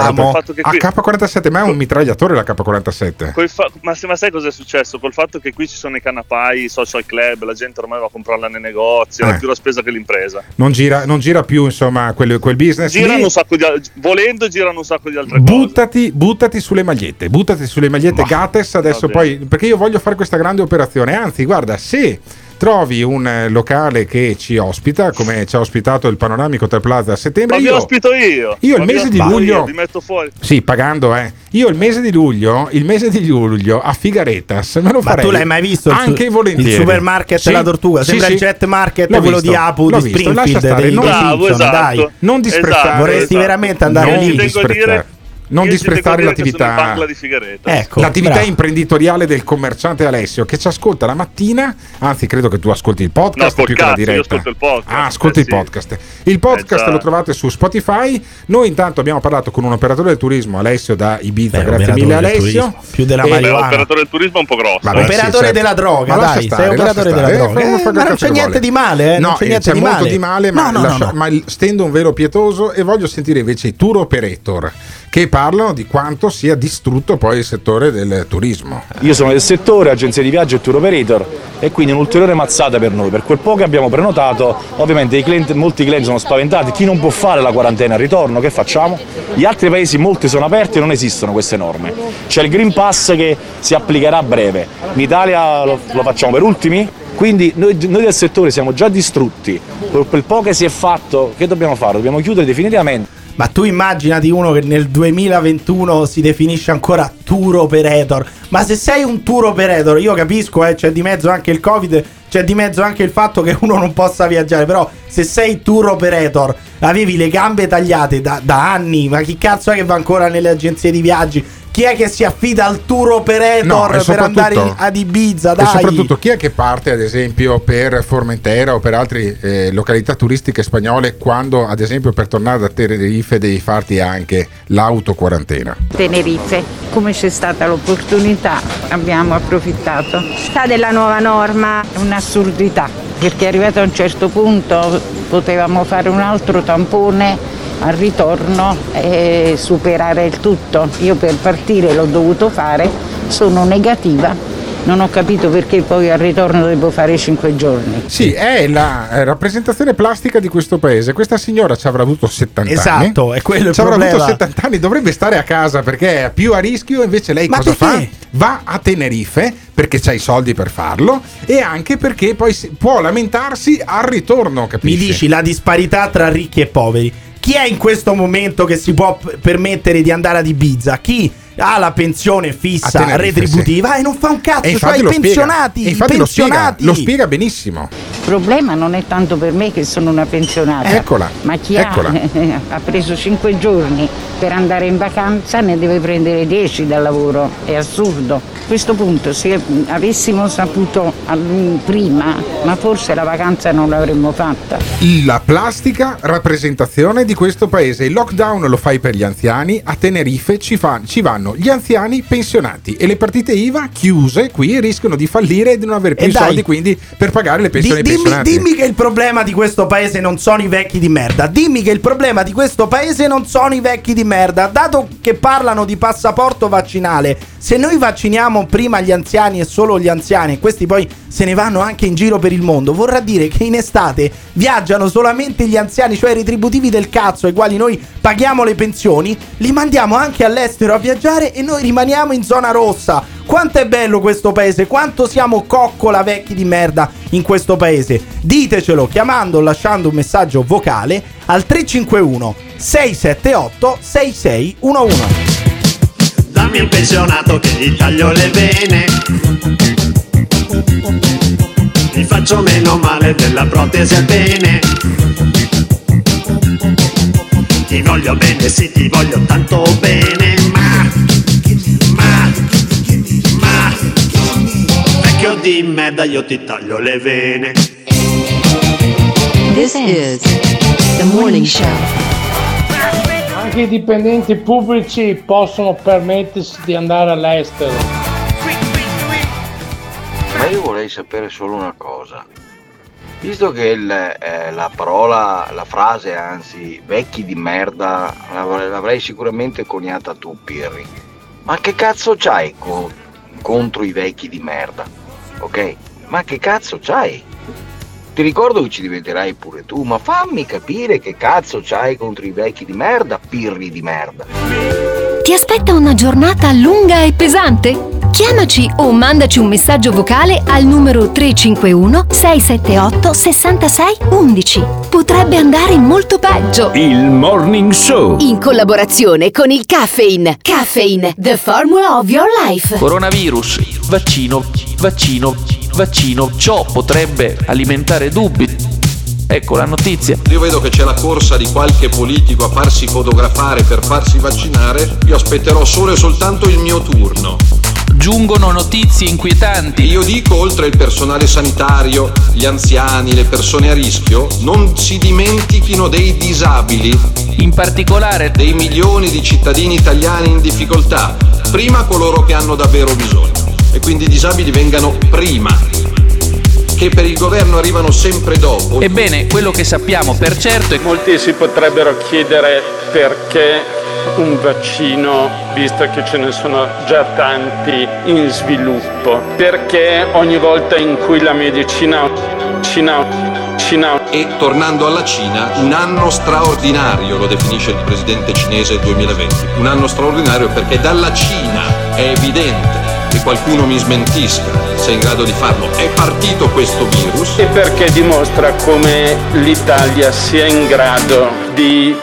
[SPEAKER 7] K47, ma è un mitragliatore la K47.
[SPEAKER 19] Ma sai cosa è successo? Col fatto che qui ci sono i canapai, i social club, la gente ormai va a comprarla nei negozi, è più la spesa che l'impresa.
[SPEAKER 7] Non gira più, insomma, quel business.
[SPEAKER 19] Girano un sacco girano un sacco di altre
[SPEAKER 7] cose. Buttati sulle magliette. Gates adesso poi, perché io voglio fare questa grande operazione. Anzi, guarda, se trovi un locale che ci ospita, come ci ha ospitato il Panoramico Hotel Plaza a settembre.
[SPEAKER 19] Ma vi ospito io.
[SPEAKER 7] Io il mese di luglio
[SPEAKER 19] vi metto fuori.
[SPEAKER 7] Sì, pagando, Io il mese di luglio a Figarettas me lo farei.
[SPEAKER 8] Ma tu l'hai mai visto?
[SPEAKER 7] Anche volentieri.
[SPEAKER 8] Il supermarket La Tortuga, sembra il Jet Market, quello di Apu di Springfield.
[SPEAKER 19] Bravo, esatto.
[SPEAKER 8] Dai,
[SPEAKER 7] non disprezzare.
[SPEAKER 8] Vorresti veramente andare lì.
[SPEAKER 7] Non disprezzare l'attività, l'attività imprenditoriale del commerciante Alessio, che ci ascolta la mattina. Anzi, credo che tu ascolti il podcast più che la diretta.
[SPEAKER 19] Io ascolto il podcast.
[SPEAKER 7] Ascolti il podcast. Il podcast lo trovate su Spotify. Noi intanto abbiamo parlato con un operatore del turismo, Alessio da Ibiza. Grazie mille, Alessio.
[SPEAKER 8] Più della marijuana.
[SPEAKER 19] Operatore del turismo è un po' grosso.
[SPEAKER 8] Operatore della droga, dai. Sei operatore della droga. Ma non c'è niente di male,
[SPEAKER 7] No, c'è molto di male, ma stendo un velo pietoso e voglio sentire invece i tour operator che parlano di quanto sia distrutto poi il settore del turismo.
[SPEAKER 6] Io sono del settore, agenzia di viaggio e tour operator, e quindi un'ulteriore mazzata per noi. Per quel po' che abbiamo prenotato, ovviamente molti clienti sono spaventati. Chi non può fare la quarantena al ritorno, che facciamo? Gli altri paesi, molti sono aperti e non esistono queste norme. C'è il Green Pass che si applicherà a breve. In Italia lo facciamo per ultimi? Quindi noi del settore siamo già distrutti. Per quel po' che si è fatto, che dobbiamo fare? Dobbiamo chiudere definitivamente.
[SPEAKER 8] Ma tu immaginati uno che nel 2021 si definisce ancora tour operator. Ma se sei un tour operator, io capisco, c'è di mezzo anche il Covid, c'è di mezzo anche il fatto che uno non possa viaggiare. Però se sei tour operator, avevi le gambe tagliate da anni, ma chi cazzo è che va ancora nelle agenzie di viaggi? Chi è che si affida al tour operator per andare ad Ibiza? Dai.
[SPEAKER 7] E soprattutto chi è che parte ad esempio per Formentera o per altre località turistiche spagnole, quando ad esempio per tornare da Tenerife devi farti anche l'autoquarantena?
[SPEAKER 20] Tenerife, come c'è stata l'opportunità, abbiamo approfittato. Sta della nuova norma è un'assurdità, perché arrivato a un certo punto potevamo fare un altro tampone al ritorno e superare il tutto. Io per partire l'ho dovuto fare, sono negativa, non ho capito perché poi al ritorno devo fare 5 giorni.
[SPEAKER 7] Sì, è la rappresentazione plastica di questo paese. Questa signora ci avrà avuto 70 anni.
[SPEAKER 8] Esatto, è quello il
[SPEAKER 7] problema.
[SPEAKER 8] Ci
[SPEAKER 7] avrà avuto 70 anni, dovrebbe stare a casa perché è più a rischio, invece lei cosa fa? Va a Tenerife perché c'ha i soldi per farlo e anche perché poi può lamentarsi al ritorno, capisci?
[SPEAKER 8] Mi dici la disparità tra ricchi e poveri. Chi è in questo momento che si può permettere di andare ad Ibiza? Chi ha la pensione fissa retributiva e non fa un cazzo? Cioè i pensionati,
[SPEAKER 7] lo spiega benissimo.
[SPEAKER 20] Il problema non è tanto per me che sono una pensionata,
[SPEAKER 7] eccola,
[SPEAKER 20] ma chi ha preso 5 giorni per andare in vacanza ne deve prendere 10 dal lavoro. È assurdo. questo punto, se avessimo saputo prima, ma forse la vacanza non l'avremmo fatta.
[SPEAKER 7] La plastica, rappresentazione di questo paese. Il lockdown lo fai per gli anziani, a Tenerife ci vanno gli anziani pensionati e le partite IVA chiuse qui rischiano di fallire e di non avere più soldi quindi per pagare le pensioni ai pensionati.
[SPEAKER 8] Dimmi che il problema di questo paese non sono i vecchi di merda. Dimmi che il problema di questo paese non sono i vecchi di merda. Dato che parlano di passaporto vaccinale, se noi vacciniamo prima gli anziani e solo gli anziani e questi poi se ne vanno anche in giro per il mondo, vorrà dire che in estate viaggiano solamente gli anziani, cioè i retributivi del cazzo ai quali noi paghiamo le pensioni, li mandiamo anche all'estero a viaggiare e noi rimaniamo in zona rossa. Quanto è bello questo paese, quanto siamo coccola vecchi di merda in questo paese. Ditecelo chiamando o lasciando un messaggio vocale al 351 678 6611.
[SPEAKER 4] Dammi un pensionato che gli taglio le vene, ti faccio meno male della protesi al pene. Ti voglio bene, sì, ti voglio tanto bene, ma vecchio di merda, io ti taglio le vene.
[SPEAKER 3] This is the morning show.
[SPEAKER 9] Anche i dipendenti pubblici possono permettersi di andare all'estero.
[SPEAKER 21] Ma io vorrei sapere solo una cosa. Visto che la parola, la frase anzi, vecchi di merda, l'avrei sicuramente coniata tu, Pirri. Ma che cazzo c'hai contro i vecchi di merda? Ok? Ma che cazzo c'hai? Ti ricordo che ci diventerai pure tu, ma fammi capire che cazzo c'hai contro i vecchi di merda, Pirri di merda.
[SPEAKER 22] Ti aspetta una giornata lunga e pesante? Chiamaci o mandaci un messaggio vocale al numero 351 678 66 11. Potrebbe andare molto peggio.
[SPEAKER 2] Il Morning Show.
[SPEAKER 22] In collaborazione con il Caffeine. Caffeine, the formula of your life.
[SPEAKER 25] Coronavirus, vaccino. Ciò potrebbe alimentare dubbi. Ecco la notizia.
[SPEAKER 26] Io vedo che c'è la corsa di qualche politico a farsi fotografare per farsi vaccinare. Io aspetterò solo e soltanto il mio turno.
[SPEAKER 25] Giungono notizie inquietanti.
[SPEAKER 26] Io dico, oltre il personale sanitario, gli anziani, le persone a rischio, non si dimentichino dei disabili,
[SPEAKER 25] in particolare
[SPEAKER 26] dei milioni di cittadini italiani in difficoltà, prima coloro che hanno davvero bisogno, e quindi i disabili vengano prima, che per il governo arrivano sempre dopo.
[SPEAKER 25] Ebbene, quello che sappiamo per certo è che
[SPEAKER 9] molti si potrebbero chiedere perché un vaccino, visto che ce ne sono già tanti in sviluppo, perché ogni volta in cui la medicina
[SPEAKER 26] e tornando alla Cina, un anno straordinario, lo definisce il presidente cinese 2020, un anno straordinario perché dalla Cina è evidente, che qualcuno mi smentisca se è in grado di farlo, è partito questo virus,
[SPEAKER 9] e perché dimostra come l'Italia sia in grado di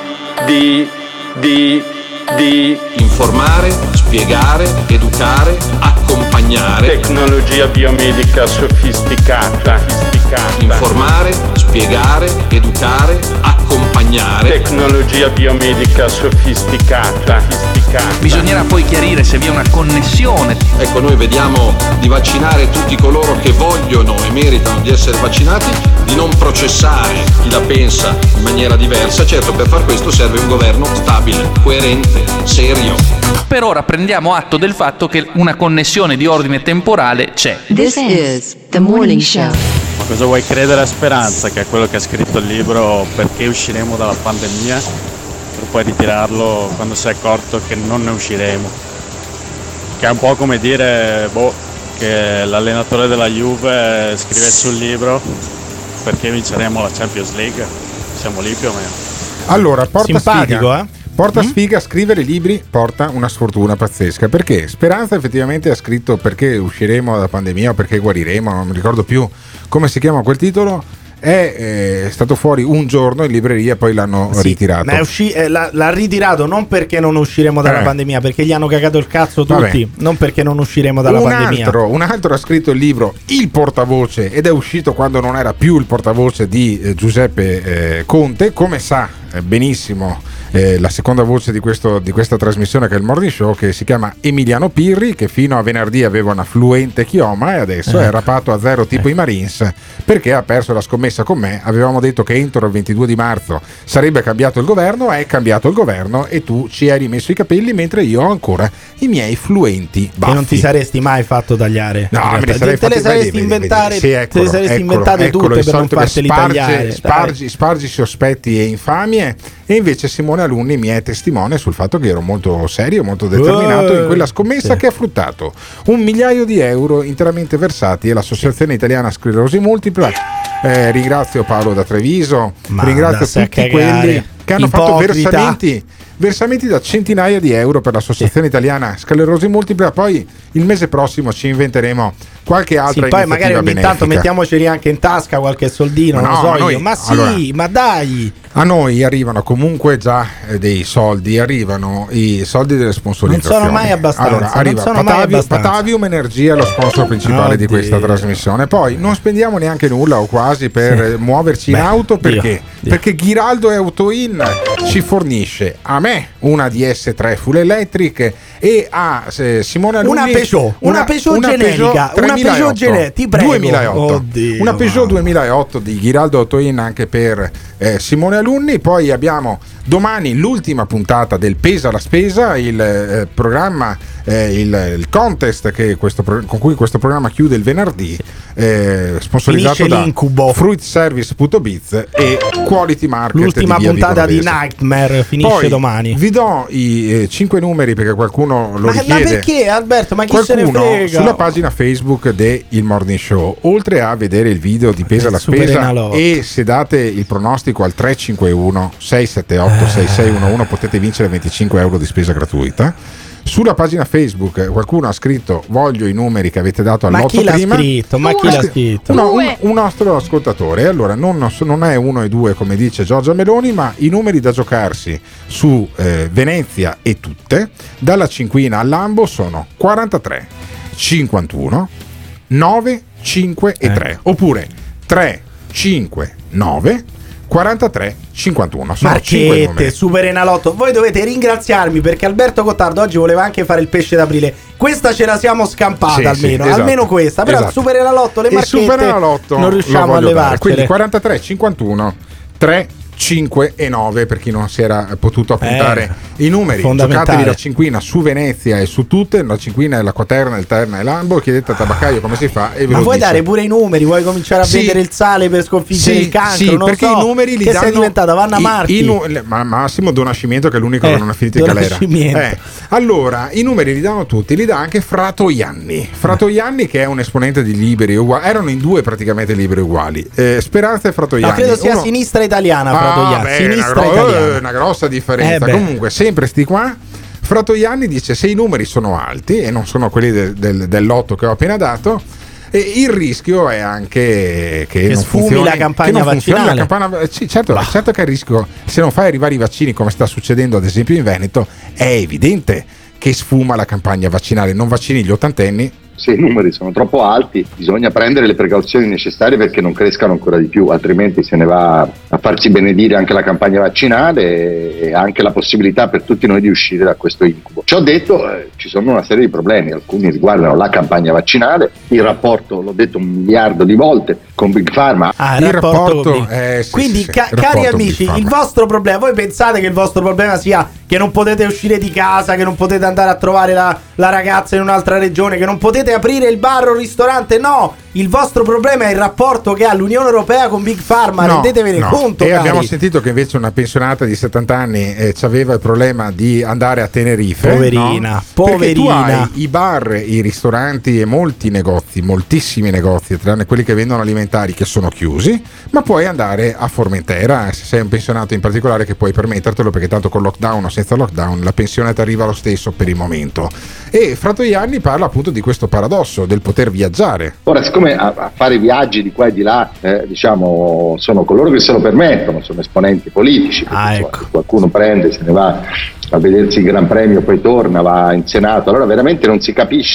[SPEAKER 26] informare, spiegare, educare, accompagnare.
[SPEAKER 9] Tecnologia biomedica sofisticata.
[SPEAKER 26] Informare, spiegare, educare, accompagnare.
[SPEAKER 9] Tecnologia biomedica sofisticata.
[SPEAKER 25] Bisognerà poi chiarire se vi è una connessione.
[SPEAKER 26] Ecco, noi vediamo di vaccinare tutti coloro che vogliono e meritano di essere vaccinati, di non processare chi la pensa in maniera diversa. Certo, per far questo serve un governo stabile, coerente, serio.
[SPEAKER 25] Per ora prendiamo atto del fatto che una connessione di ordine temporale c'è.
[SPEAKER 3] This is the morning show.
[SPEAKER 27] Ma cosa vuoi credere a Speranza, che è quello che ha scritto il libro Perché usciremo dalla pandemia, per poi ritirarlo quando si è accorto che non ne usciremo? Che è un po' come dire che l'allenatore della Juve scrivesse un libro perché vinceremo la Champions League. Siamo lì più o meno.
[SPEAKER 7] Allora, porta
[SPEAKER 8] simpatico,
[SPEAKER 7] sfiga. Porta sfiga, scrivere libri porta una sfortuna pazzesca, perché Speranza effettivamente ha scritto Perché usciremo dalla pandemia o Perché guariremo, non mi ricordo più come si chiama quel titolo. È stato fuori un giorno in libreria, poi l'hanno ritirato.
[SPEAKER 8] Ma l'ha ritirato non perché non usciremo dalla pandemia, perché gli hanno cagato il cazzo tutti. Vabbè. Non perché non usciremo dalla pandemia.
[SPEAKER 7] Un altro ha scritto il libro Il portavoce ed è uscito quando non era più il portavoce di Giuseppe Conte. Come sa benissimo la seconda voce di questa trasmissione, che è il Morning Show, che si chiama Emiliano Pirri, che fino a venerdì aveva una fluente chioma e adesso è rapato a zero tipo i Marines, perché ha perso la scommessa con me. Avevamo detto che entro il 22 di marzo sarebbe cambiato il governo, è cambiato il governo e tu ci hai rimesso i capelli mentre io ho ancora i miei fluenti baffi.
[SPEAKER 8] Che non ti saresti mai fatto tagliare.
[SPEAKER 7] No, me
[SPEAKER 8] te le saresti inventate tutte per non farteli tagliare.
[SPEAKER 7] Spargi sospetti e infamie. E invece Simone Alunni mi è testimone sul fatto che ero molto serio, molto determinato in quella scommessa che ha fruttato 1 migliaio di euro interamente versati all'Associazione Italiana Sclerosi Multipla. Ringrazio Paolo da Treviso, ringrazio tutti quelli che hanno fatto versamenti da centinaia di euro per l'Associazione Italiana Sclerosi Multipla. Poi il mese prossimo ci inventeremo qualche altra iniziativa
[SPEAKER 8] poi magari ogni
[SPEAKER 7] benefica.
[SPEAKER 8] Tanto mettiamoceli anche in tasca qualche soldino, ma dai,
[SPEAKER 7] a noi arrivano comunque già dei soldi, arrivano i soldi delle sponsorizzazioni.
[SPEAKER 8] Non sono mai abbastanza.
[SPEAKER 7] Allora, arriva Patavium Energia, lo sponsor principale di questa trasmissione. Poi non spendiamo neanche nulla o quasi per muoverci in auto, perché? Perché Ghiraldo e Autoin ci fornisce a me una DS3 full electric e a Simone Alunni
[SPEAKER 8] una Peugeot generica, una Peugeot generica, ti prego.
[SPEAKER 7] 2008.
[SPEAKER 8] Oddio,
[SPEAKER 7] una Peugeot 2008 di Ghiraldo Autoin anche per Simone Alunni. Poi abbiamo domani l'ultima puntata del Pesa la Spesa, il programma, il contest con cui questo programma chiude il venerdì, sponsorizzato da fruitservice.biz e Quality Market.
[SPEAKER 8] L'ultima puntata di Nightmare finisce
[SPEAKER 7] poi
[SPEAKER 8] domani.
[SPEAKER 7] Vi do i 5 numeri perché qualcuno lo richiede.
[SPEAKER 8] Ma perché Alberto? Ma chi se ne frega?
[SPEAKER 7] Sulla pagina Facebook del Morning Show, oltre a vedere il video di Pesa la Spesa, e se date il pronostico al 351 678 6611 potete vincere 25 euro di spesa gratuita. Sulla pagina Facebook qualcuno ha scritto: voglio i numeri che avete dato all'otto prima.
[SPEAKER 8] Ma chi l'ha scritto?
[SPEAKER 7] Un nostro ascoltatore. Allora non è 1 e 2 come dice Giorgia Meloni, ma i numeri da giocarsi su Venezia e tutte, dalla Cinquina all'Ambo, sono 43, 51, 9, 5 e 3, oppure 3, 5, 9, 43, 51.
[SPEAKER 8] Marchette, Super Enalotto. Voi dovete ringraziarmi perché Alberto Gottardo oggi voleva anche fare il pesce d'aprile. Questa ce la siamo scampata, almeno questa. Però il Super Enalotto, le marchette,
[SPEAKER 7] Super Enalotto
[SPEAKER 8] non riusciamo a levarcele.
[SPEAKER 7] Quindi 43, 51, 3, 5 e 9 per chi non si era potuto appuntare i numeri. Giocatevi la Cinquina su Venezia e su tutte. La Cinquina è la Quaterna, il Terna e l'Ambo. Chiedete a Tabaccaio come si fa e ve
[SPEAKER 8] ma
[SPEAKER 7] lo
[SPEAKER 8] vuoi
[SPEAKER 7] dice.
[SPEAKER 8] Dare pure i numeri? Vuoi cominciare a vendere il sale per sconfiggere il cancro? Non
[SPEAKER 7] perché
[SPEAKER 8] so,
[SPEAKER 7] i numeri li
[SPEAKER 8] che
[SPEAKER 7] danno.
[SPEAKER 8] Sei diventata Vanna Marchi.
[SPEAKER 7] Ma Massimo Donascimento, che è l'unico che non ha finito in galera. Allora, i numeri li danno tutti, li dà anche Fratoianni. Fratoianni, che è un esponente di Liberi Uguali. Erano in due praticamente Liberi Uguali. Speranza e Fratoianni.
[SPEAKER 8] No, credo sia sinistra italiana. Fratoianni.
[SPEAKER 7] Una grossa differenza. Comunque, sempre sti qua. Fratoianni dice: se i numeri sono alti e non sono quelli del lotto che ho appena dato, il rischio è anche che non
[SPEAKER 8] sfumi la campagna vaccinale.
[SPEAKER 7] Certo che il rischio, se non fai arrivare i vaccini come sta succedendo ad esempio in Veneto, è evidente che sfuma la campagna vaccinale. Non vaccini gli ottantenni.
[SPEAKER 1] Se i numeri sono troppo alti bisogna prendere le precauzioni necessarie perché non crescano ancora di più, altrimenti se ne va a farsi benedire anche la campagna vaccinale e anche la possibilità per tutti noi di uscire da questo incubo. Ciò detto, ci sono una serie di problemi, alcuni riguardano la campagna vaccinale, il rapporto, l'ho detto 1 miliardo di volte, con Big Pharma.
[SPEAKER 8] Il rapporto quindi cari amici, il vostro problema, voi pensate che il vostro problema sia che non potete uscire di casa, che non potete andare a trovare la ragazza in un'altra regione, che non potete aprire il bar o il ristorante? No, il vostro problema è il rapporto che ha l'Unione Europea con Big Pharma. Rendetevene conto,
[SPEAKER 7] e
[SPEAKER 8] cari.
[SPEAKER 7] Abbiamo sentito che invece una pensionata di 70 anni aveva il problema di andare a Tenerife.
[SPEAKER 8] Poverina.
[SPEAKER 7] Perché tu hai i bar, i ristoranti e molti negozi, moltissimi negozi, tranne quelli che vendono alimentari, che sono chiusi, ma puoi andare a Formentera, se sei un pensionato in particolare, che puoi permettertelo, perché tanto con lockdown o senza lockdown la pensione ti arriva lo stesso per il momento. E Fratoianni parla appunto di questo paradosso del poter viaggiare.
[SPEAKER 1] Ora, siccome a fare viaggi di qua e di là diciamo sono coloro che se lo permettono, sono esponenti politici, qualcuno prende, se ne va a vedersi il Gran Premio, poi torna, va in Senato, allora veramente non si capisce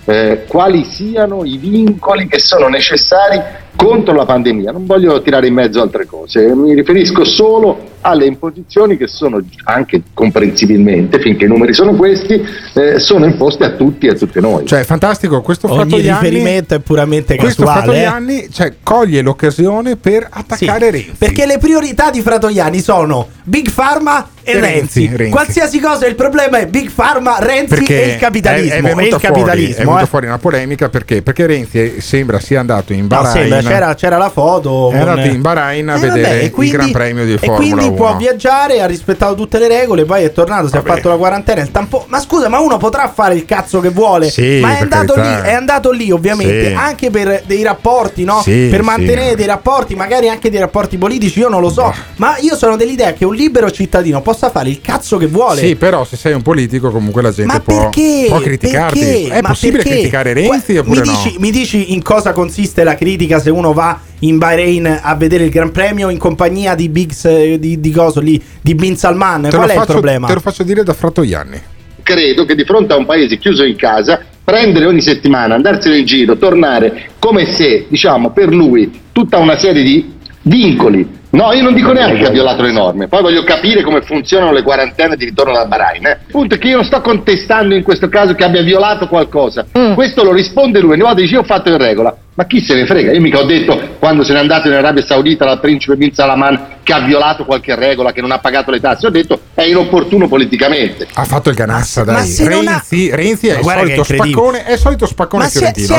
[SPEAKER 1] quali siano i vincoli che sono necessari contro la pandemia. Non voglio tirare in mezzo altre cose, mi riferisco solo alle imposizioni che sono anche comprensibilmente, finché i numeri sono questi, sono imposte a tutti e a tutte noi.
[SPEAKER 7] Cioè, fantastico, questo
[SPEAKER 8] ogni
[SPEAKER 7] Fratoianni,
[SPEAKER 8] riferimento è puramente
[SPEAKER 7] questo
[SPEAKER 8] casuale.
[SPEAKER 7] Fratoianni, cioè, coglie l'occasione per attaccare Renzi.
[SPEAKER 8] Perché le priorità di Fratoianni sono Big Pharma e Renzi. Qualsiasi cosa, il problema è Big Pharma, Renzi
[SPEAKER 7] perché
[SPEAKER 8] e il capitalismo.
[SPEAKER 7] È venuta fuori una polemica perché Renzi sembra sia andato in Bahrain.
[SPEAKER 8] C'era la foto.
[SPEAKER 7] È andato in Bahrain a vedere il Gran Premio di Formula 1.
[SPEAKER 8] E quindi può viaggiare, ha rispettato tutte le regole, poi è tornato, si è fatto la quarantena, il tampone. Ma scusa, ma uno potrà fare il cazzo che vuole?
[SPEAKER 7] Sì,
[SPEAKER 8] ma è andato lì ovviamente anche per dei rapporti, no? Per mantenere dei rapporti, magari anche dei rapporti politici, io non lo so. Ma io sono dell'idea che un libero cittadino possa fare il cazzo che vuole.
[SPEAKER 7] Sì, però se sei un politico comunque la gente può criticarti.
[SPEAKER 8] Perché?
[SPEAKER 7] È possibile criticare Renzi oppure
[SPEAKER 8] mi dici in cosa consiste la critica se uno va in Bahrain a vedere il Gran Premio in compagnia di di Bin Salman? Qual è il problema?
[SPEAKER 7] Te lo faccio dire da Fratoianni.
[SPEAKER 1] Credo che di fronte a un paese chiuso in casa, prendere ogni settimana, andarsene in giro, tornare, come se, diciamo, per lui tutta una serie di vincoli. No, io non dico neanche che ha violato le norme, poi voglio capire come funzionano le quarantene di ritorno da Bahrain. Il punto è che io non sto contestando in questo caso che abbia violato qualcosa. Questo lo risponde lui, ogni volta dice io ho fatto in regola. Ma chi se ne frega? Io mica ho detto, quando se n'è andato in Arabia Saudita dal principe Bin Salman, che ha violato qualche regola, che non ha pagato le tasse. Ho detto è inopportuno politicamente.
[SPEAKER 7] Ha fatto il canassa, dai. Renzi è il solito spaccone fiorentino.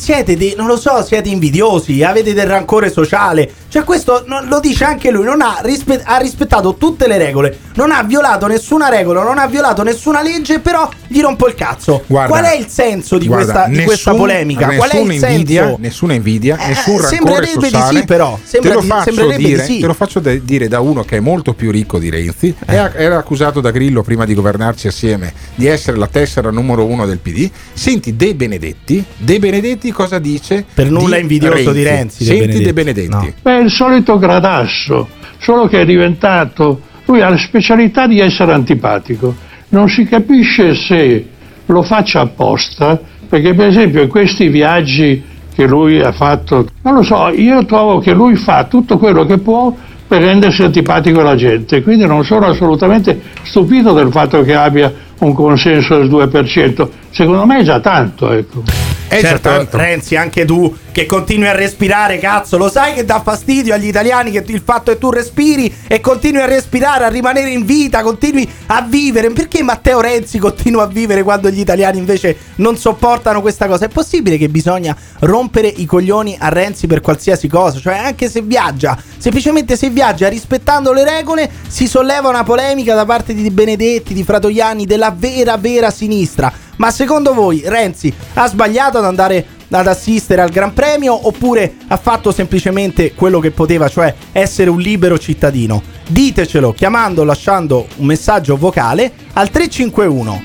[SPEAKER 8] Siete invidiosi, avete del rancore sociale. Cioè questo lo dice anche lui, ha rispettato tutte le regole, non ha violato nessuna regola, non ha violato nessuna legge, però gli rompo il cazzo. Guarda, qual è il senso di questa polemica? Qual è il senso?
[SPEAKER 7] Nessuna invidia, nessun rancore sociale.
[SPEAKER 8] Di sì, però.
[SPEAKER 7] Te lo faccio dire da uno che è molto più ricco di Renzi. Era accusato da Grillo prima di governarci assieme di essere la tessera numero 1 del PD. Senti De Benedetti cosa dice?
[SPEAKER 8] Per nulla invidioso di Renzi.
[SPEAKER 7] Senti De Benedetti.
[SPEAKER 10] No. È il solito gradasso, solo che è diventato, lui ha la specialità di essere antipatico. Non si capisce se lo faccia apposta, perché per esempio in questi viaggi che lui ha fatto, non lo so, io trovo che lui fa tutto quello che può per rendersi antipatico alla gente, quindi non sono assolutamente stupito del fatto che abbia un consenso del 2%, secondo me è già tanto, ecco.
[SPEAKER 8] Certo, Renzi, anche tu che continui a respirare, cazzo, lo sai che dà fastidio agli italiani che il fatto che tu respiri e continui a respirare, a rimanere in vita, continui a vivere. Perché Matteo Renzi continua a vivere quando gli italiani invece non sopportano questa cosa? È possibile che bisogna rompere i coglioni a Renzi per qualsiasi cosa? Cioè anche se viaggia, semplicemente se viaggia rispettando le regole, si solleva una polemica da parte di Benedetti, di Fratoianni, della vera sinistra. Ma secondo voi Renzi ha sbagliato ad andare ad assistere al Gran Premio oppure ha fatto semplicemente quello che poteva, cioè essere un libero cittadino? Ditecelo chiamando o lasciando un messaggio vocale al 351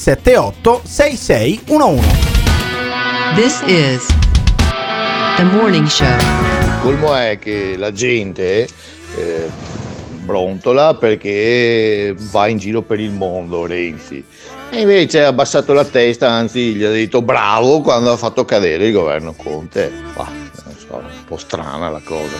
[SPEAKER 8] 678 6611.
[SPEAKER 3] This is The Morning Show.
[SPEAKER 11] Il colmo è che la gente brontola perché va in giro per il mondo Renzi. E invece ha abbassato la testa, anzi gli ha detto bravo quando ha fatto cadere il governo Conte. Non so, un po' strana la cosa.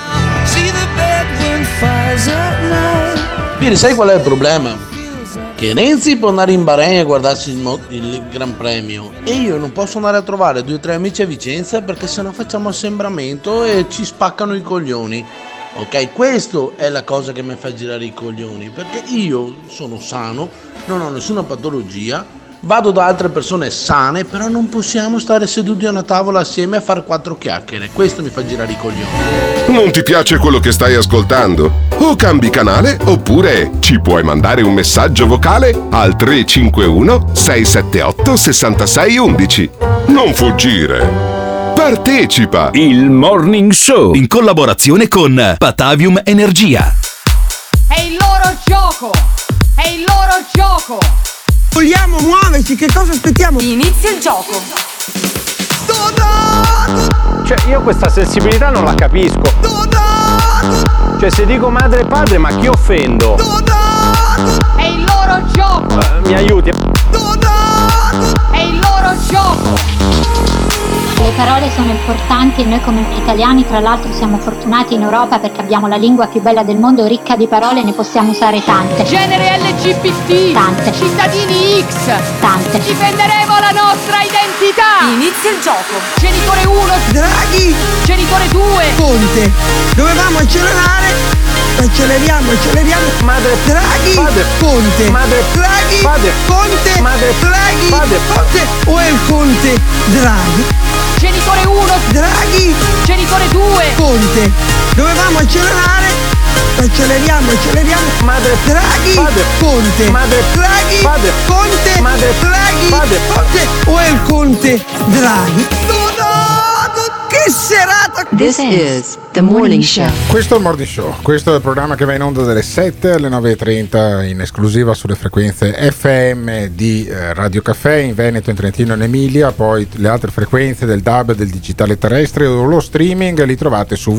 [SPEAKER 12] Quindi sai qual è il problema? Che Renzi può andare in Bahrain a guardarsi il Gran Premio e io non posso andare a trovare 2 o 3 amici a Vicenza perché sennò facciamo assembramento e ci spaccano i coglioni. Ok, questo è la cosa che mi fa girare i coglioni, perché io sono sano, non ho nessuna patologia, vado da altre persone sane, però non possiamo stare seduti a una tavola assieme a fare 4 chiacchiere. Questo mi fa girare i coglioni.
[SPEAKER 13] Non ti piace quello che stai ascoltando? O cambi canale oppure ci puoi mandare un messaggio vocale al 351 678 6611. Non fuggire. Partecipa!
[SPEAKER 2] Il Morning Show in collaborazione con Patavium Energia.
[SPEAKER 14] È il loro gioco! È il loro gioco!
[SPEAKER 23] Vogliamo muoverci, che cosa aspettiamo?
[SPEAKER 14] Inizia il gioco!
[SPEAKER 24] Cioè io questa sensibilità non la capisco. Cioè se dico madre e padre, ma chi offendo?
[SPEAKER 14] È il loro gioco!
[SPEAKER 24] Mi aiuti?
[SPEAKER 14] È il loro loro gioco.
[SPEAKER 5] Le parole sono importanti e noi come italiani tra l'altro siamo fortunati in Europa perché abbiamo la lingua più bella del mondo, ricca di parole, ne possiamo usare tante.
[SPEAKER 14] Genere LGBT.
[SPEAKER 5] Tante.
[SPEAKER 14] Cittadini X.
[SPEAKER 5] Tante.
[SPEAKER 14] Difenderemo la nostra identità.
[SPEAKER 23] Inizia il gioco.
[SPEAKER 14] Genitore 1.
[SPEAKER 23] Draghi.
[SPEAKER 14] Genitore 2.
[SPEAKER 23] Conte. Dovevamo accelerare. Acceleriamo.
[SPEAKER 24] Madre.
[SPEAKER 23] Draghi.
[SPEAKER 24] Padre.
[SPEAKER 23] Conte.
[SPEAKER 24] Madre.
[SPEAKER 23] Draghi.
[SPEAKER 24] Padre.
[SPEAKER 23] Conte.
[SPEAKER 24] Madre.
[SPEAKER 23] Draghi.
[SPEAKER 24] Padre.
[SPEAKER 23] Conte. O è il Conte? Draghi.
[SPEAKER 14] Genitore 1.
[SPEAKER 23] Draghi.
[SPEAKER 14] Genitore 2.
[SPEAKER 23] Conte. Dovevamo accelerare. Acceleriamo.
[SPEAKER 24] Madre.
[SPEAKER 23] Draghi.
[SPEAKER 24] Padre.
[SPEAKER 23] Conte.
[SPEAKER 24] Madre.
[SPEAKER 23] Draghi.
[SPEAKER 24] Padre.
[SPEAKER 23] Conte.
[SPEAKER 24] Madre.
[SPEAKER 23] Draghi.
[SPEAKER 24] Padre.
[SPEAKER 23] Conte. O è il Conte? Draghi. Che serata!
[SPEAKER 3] This is The Morning Show.
[SPEAKER 7] Questo è il Morning Show, questo è il programma che va in onda dalle 7 alle 9.30 in esclusiva sulle frequenze FM di Radio Caffè in Veneto, in Trentino e in Emilia, poi le altre frequenze del DAB, del digitale terrestre o lo streaming li trovate su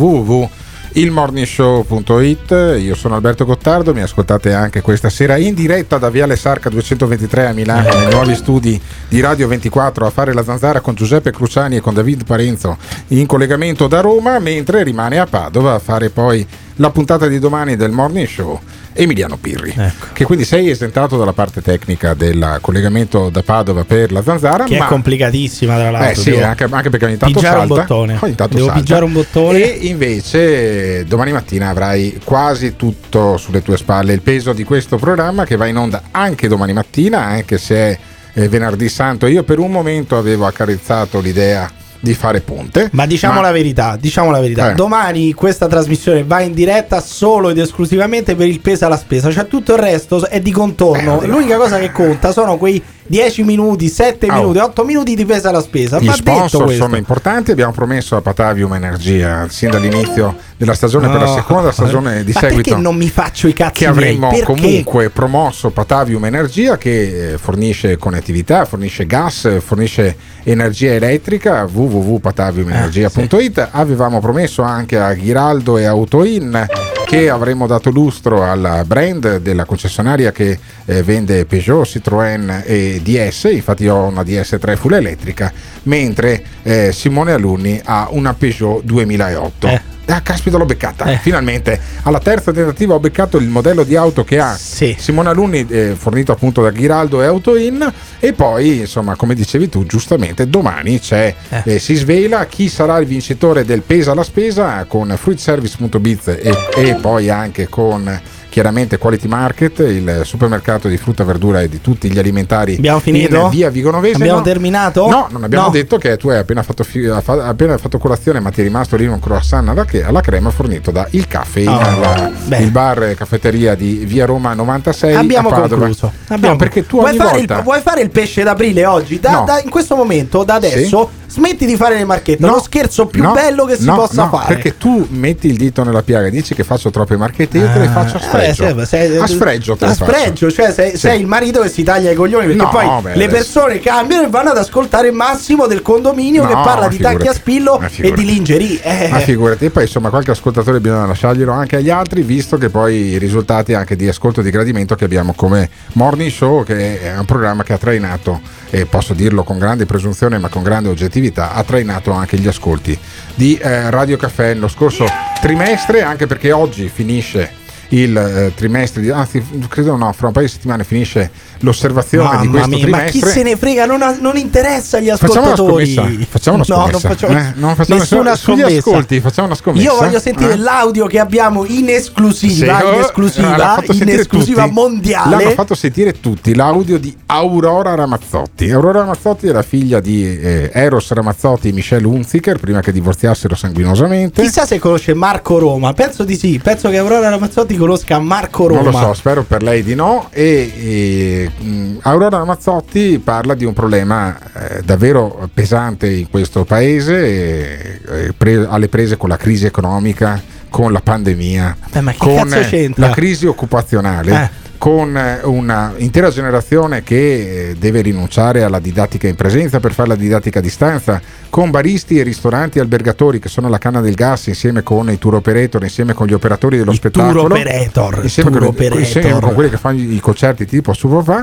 [SPEAKER 7] www.ilmorningshow.it. Io sono Alberto Gottardo, mi ascoltate anche questa sera in diretta da Viale Sarca 223 a Milano, nei nuovi studi di Radio 24 a fare la zanzara con Giuseppe Cruciani e con David Parenzo in collegamento da Roma, mentre rimane a Padova a fare poi la puntata di domani del Morning Show Emiliano Pirri, che quindi sei esentato dalla parte tecnica del collegamento da Padova per la zanzara,
[SPEAKER 8] che
[SPEAKER 7] ma
[SPEAKER 8] è complicatissima tra l'altro.
[SPEAKER 7] sì, anche perché ogni tanto
[SPEAKER 8] pigiare
[SPEAKER 7] salta,
[SPEAKER 8] un bottone.
[SPEAKER 7] Devo
[SPEAKER 8] pigiare un bottone.
[SPEAKER 7] E invece domani mattina avrai quasi tutto sulle tue spalle, il peso di questo programma che va in onda anche domani mattina, anche se è venerdì santo. Io per un momento avevo accarezzato l'idea di fare ponte,
[SPEAKER 8] ma diciamo la verità, domani questa trasmissione va in diretta solo ed esclusivamente per il peso alla spesa, cioè tutto il resto è di contorno, l'unica cosa che conta sono quei 10 minuti, 7 minuti, 8 minuti di peso alla spesa.
[SPEAKER 7] Gli sponsor sono importanti, abbiamo promesso a Patavium Energia sin dall'inizio della stagione, per la seconda stagione di seguito,
[SPEAKER 8] perché non mi faccio i cazzi
[SPEAKER 7] che avremmo
[SPEAKER 8] miei?
[SPEAKER 7] Comunque promosso Patavium Energia, che fornisce connettività, fornisce gas, fornisce energia elettrica, www.pataviumenergia.it. Avevamo promesso anche a Ghiraldo e Autoin che avremmo dato lustro al brand della concessionaria che vende Peugeot, Citroën e DS. Infatti io ho una DS3 full elettrica, mentre Simone Alunni ha una Peugeot 2008. Caspita, l'ho beccata. Finalmente alla terza tentativa ho beccato il modello di auto che ha Simone Alunni, fornito appunto da Ghiraldo e Autoin. E poi insomma, come dicevi tu giustamente, domani c'è si svela chi sarà il vincitore del Pesa alla Spesa con fruitservice.biz e poi anche con chiaramente Quality Market, il supermercato di frutta, verdura e di tutti gli alimentari.
[SPEAKER 8] Abbiamo finito?
[SPEAKER 7] In via Vigonovese.
[SPEAKER 8] Abbiamo terminato?
[SPEAKER 7] No, non abbiamo detto che tu hai appena fatto colazione, ma ti è rimasto lì un croissant alla crema fornito da Il Caffè, il bar e caffetteria di via Roma 96.
[SPEAKER 8] Abbiamo
[SPEAKER 7] a Padova.
[SPEAKER 8] concluso.
[SPEAKER 7] Perché tu ogni volta
[SPEAKER 8] vuoi fare il pesce d'aprile oggi? In questo momento, da adesso, smetti di fare le marchette. È lo scherzo più bello che si possa fare.
[SPEAKER 7] Perché tu metti il dito nella piaga e dici che faccio troppe marchette, io te le faccio a sfregio. A sfregio,
[SPEAKER 8] cioè sei il marito che si taglia i coglioni, perché poi le persone cambiano e vanno ad ascoltare il Massimo del condominio che parla di tacchi a spillo e di lingerie.
[SPEAKER 7] Ma figurati, e poi insomma qualche ascoltatore bisogna lasciarglielo anche agli altri, visto che poi i risultati anche di ascolto e di gradimento che abbiamo come Morning Show, che è un programma che ha trainato, e posso dirlo con grande presunzione ma con grande oggettività, ha trainato anche gli ascolti di Radio Caffè nello scorso trimestre, anche perché oggi finisce il trimestre, anzi credo fra un paio di settimane finisce l'osservazione di questo trimestre.
[SPEAKER 8] Ma chi se ne frega, non interessa agli ascoltatori.
[SPEAKER 7] Facciamo una scommessa. Non facciamo
[SPEAKER 8] nessuna
[SPEAKER 7] sugli
[SPEAKER 8] scommessa.
[SPEAKER 7] Ascolti, facciamo una scommessa.
[SPEAKER 8] Io voglio sentire l'audio che abbiamo in esclusiva, mondiale.
[SPEAKER 7] L'hanno fatto sentire tutti, l'audio di Aurora Ramazzotti. Aurora Ramazzotti è la figlia di Eros Ramazzotti e Michelle Hunziker, prima che divorziassero sanguinosamente.
[SPEAKER 8] Chissà se conosce Marco Roma, penso di sì, penso che Aurora Ramazzotti conosca Marco Roma.
[SPEAKER 7] Non lo so, spero per lei di no. E Aurora Ramazzotti parla di un problema davvero pesante in questo paese, alle prese con la crisi economica, con la pandemia, con la crisi occupazionale, con una intera generazione che deve rinunciare alla didattica in presenza per fare la didattica a distanza, con baristi e ristoranti e albergatori che sono alla canna del gas insieme con i tour operator, insieme con gli operatori dello spettacolo, insieme con quelli che fanno i concerti tipo Superfà,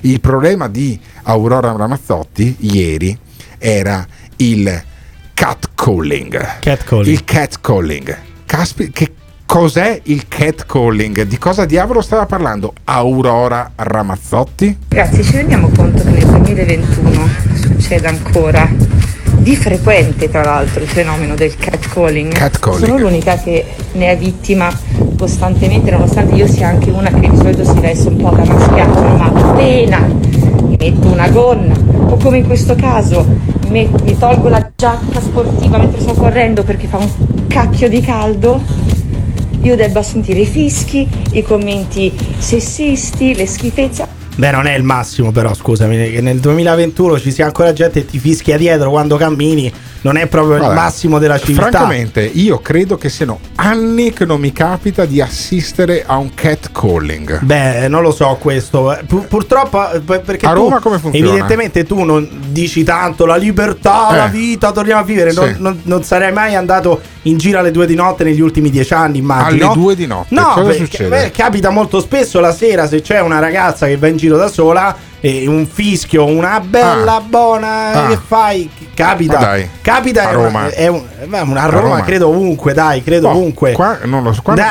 [SPEAKER 7] Il problema di Aurora Ramazzotti ieri era il catcalling. Il catcalling. Che cos'è il catcalling? Di cosa diavolo stava parlando Aurora Ramazzotti?
[SPEAKER 6] Ragazzi, ci rendiamo conto che nel 2021 succede ancora di frequente, tra l'altro, il fenomeno del catcalling. Sono l'unica che ne è vittima costantemente, nonostante io sia anche una che di solito si veste un po' da maschiato, ma appena mi metto una gonna o come in questo caso mi tolgo la giacca sportiva mentre sto correndo perché fa un cacchio di caldo, io debba sentire i fischi, i commenti sessisti, le schifezze.
[SPEAKER 8] Beh, non è il massimo, però scusami, che nel 2021 ci sia ancora gente che ti fischia dietro quando cammini, non è proprio il massimo della civiltà.
[SPEAKER 7] Francamente, io credo che siano anni che non mi capita di assistere a un catcalling.
[SPEAKER 8] Beh, non lo so questo. Purtroppo, perché
[SPEAKER 7] a Roma come funziona?
[SPEAKER 8] Evidentemente tu non dici tanto la libertà, la vita, torniamo a vivere.
[SPEAKER 7] Sì.
[SPEAKER 8] Non sarei mai andato in giro alle 2 di notte negli ultimi 10 anni, immagino.
[SPEAKER 7] Alle 2 di notte?
[SPEAKER 8] No,
[SPEAKER 7] cosa succede?
[SPEAKER 8] Capita molto spesso la sera, se c'è una ragazza che va in giro da sola e un fischio, una bella buona, che fai? Capita
[SPEAKER 7] a Roma.
[SPEAKER 8] A Roma credo ovunque, ovunque.
[SPEAKER 7] Qua non lo so. Qua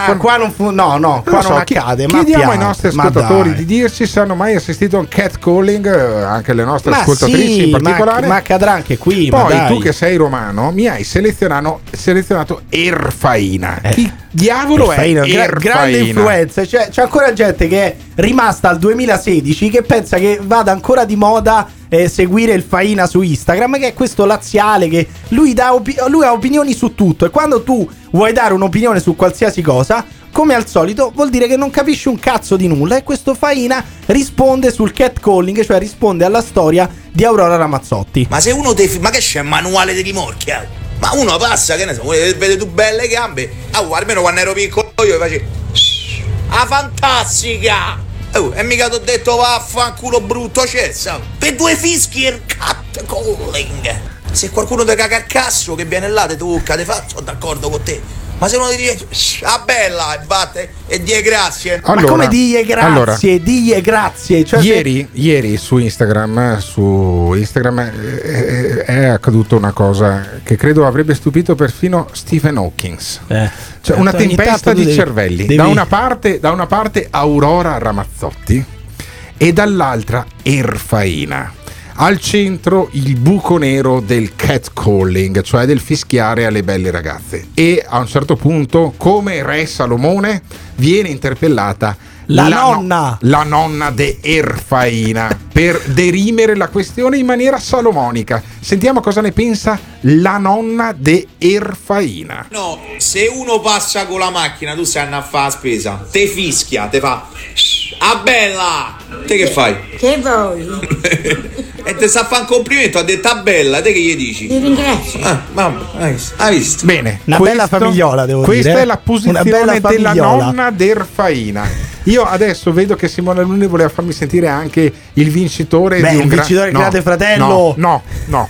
[SPEAKER 8] non accade.
[SPEAKER 7] Chiediamo ai nostri ascoltatori di dirci se hanno mai assistito a un catcalling, anche le nostre ascoltatrici in particolare.
[SPEAKER 8] Ma accadrà anche qui.
[SPEAKER 7] Poi tu che sei romano mi hai selezionato Erfaina. Chi diavolo è Erfaina?
[SPEAKER 8] Grande influenza. C'è ancora gente che è rimasta al 2016 che pensa che vada ancora di moda seguire il Faina su Instagram, che è questo laziale che lui ha opinioni su tutto, e quando tu vuoi dare un'opinione su qualsiasi cosa, come al solito, vuol dire che non capisci un cazzo di nulla, e questo Faina risponde sul catcalling, cioè risponde alla storia di Aurora Ramazzotti.
[SPEAKER 15] Ma se uno ma che c'è, manuale di rimorchia? Ma uno passa, che ne so, vede tu belle gambe. Almeno quando ero piccolo io facevo fantastica! E mica t'ho detto vaffanculo brutto cessa. Per 2 fischi e catcalling. Se qualcuno ti caga il cazzo che viene là, te tocca, te fa, sono d'accordo con te. Ma se uno ti dice bella e batte e die grazie.
[SPEAKER 8] Ma come die grazie? Die grazie. Cioè
[SPEAKER 7] ieri su Instagram è accaduta una cosa che credo avrebbe stupito perfino Stephen Hawking. Cioè una tempesta di cervelli. Da una parte Aurora Ramazzotti e dall'altra Erfaina. Al centro il buco nero del catcalling, cioè del fischiare alle belle ragazze. E a un certo punto, come Re Salomone, viene interpellata la nonna de Erfaina per derimere la questione in maniera salomonica. Sentiamo cosa ne pensa la nonna de Erfaina.
[SPEAKER 15] No, se uno passa con la macchina, tu stai andando a fare la spesa, te fischia, te fa bella, te che fai?
[SPEAKER 6] Che vuoi?
[SPEAKER 15] E te sta a fare un complimento, ha detto bella, te che gli dici?
[SPEAKER 6] Ti ringrazio.
[SPEAKER 15] Vabbè, hai visto?
[SPEAKER 7] Bene,
[SPEAKER 8] una bella famigliola, devo dire.
[SPEAKER 7] Questa è la posizione della nonna d'Erfaina. Io adesso vedo che Simone Alunni voleva farmi sentire anche il vincitore di un
[SPEAKER 8] Grande Fratello.
[SPEAKER 7] No.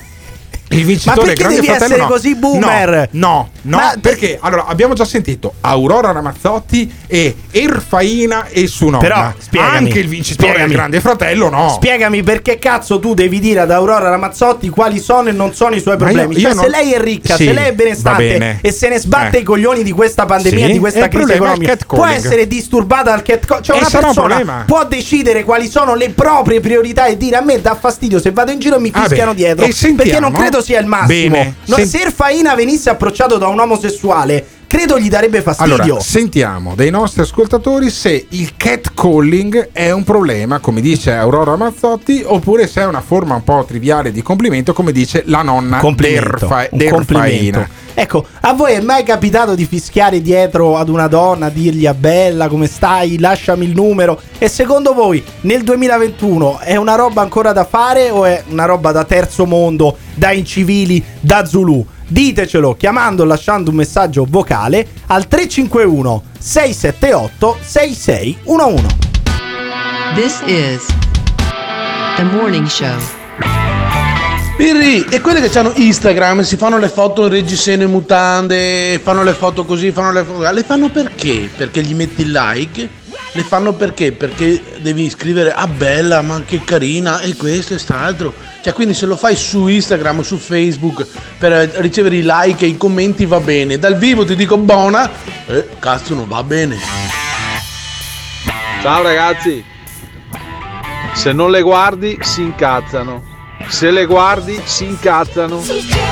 [SPEAKER 7] Il vincitore
[SPEAKER 8] Grande Fratello. Ma perché devi essere così boomer?
[SPEAKER 7] No, perché allora abbiamo già sentito Aurora Ramazzotti e Erfaina e su nonna.
[SPEAKER 8] Però spiegami,
[SPEAKER 7] anche il vincitore del Grande Fratello no.
[SPEAKER 8] Spiegami perché cazzo tu devi dire ad Aurora Ramazzotti quali sono e non sono i suoi problemi. Se lei è ricca, se lei è benestante e se ne sbatte i coglioni di questa pandemia, di questa crisi economica, può essere disturbata dal catcalling. Cioè una persona può decidere quali sono le proprie priorità e dire a me dà fastidio se vado in giro e mi fischiano dietro, perché non credo sia il massimo. Se Erfaina venisse approcciato da un omosessuale, credo gli darebbe fastidio.
[SPEAKER 7] Allora, sentiamo dai nostri ascoltatori se il catcalling è un problema, come dice Aurora Ramazzotti, oppure se è una forma un po' triviale di complimento, come dice la nonna d'Erfaina.
[SPEAKER 8] Ecco, a voi è mai capitato di fischiare dietro ad una donna, dirgli a bella, come stai, lasciami il numero? E secondo voi nel 2021 è una roba ancora da fare o è una roba da terzo mondo, da incivili, da Zulu? Ditecelo chiamando o lasciando un messaggio vocale al 351 678 6611.
[SPEAKER 3] This is The Morning Show.
[SPEAKER 12] Pirri, e quelle che hanno Instagram si fanno le foto in reggiseno e mutande, fanno le foto così, le fanno perché? Perché gli metti il like? Le fanno perché? Perché devi scrivere ah bella, ma che carina, e questo e quest'altro. Cioè, quindi se lo fai su Instagram o su Facebook per ricevere i like e i commenti va bene. Dal vivo ti dico buona, cazzo non va bene.
[SPEAKER 4] Ciao ragazzi. Se non le guardi si incazzano. Se le guardi si incazzano.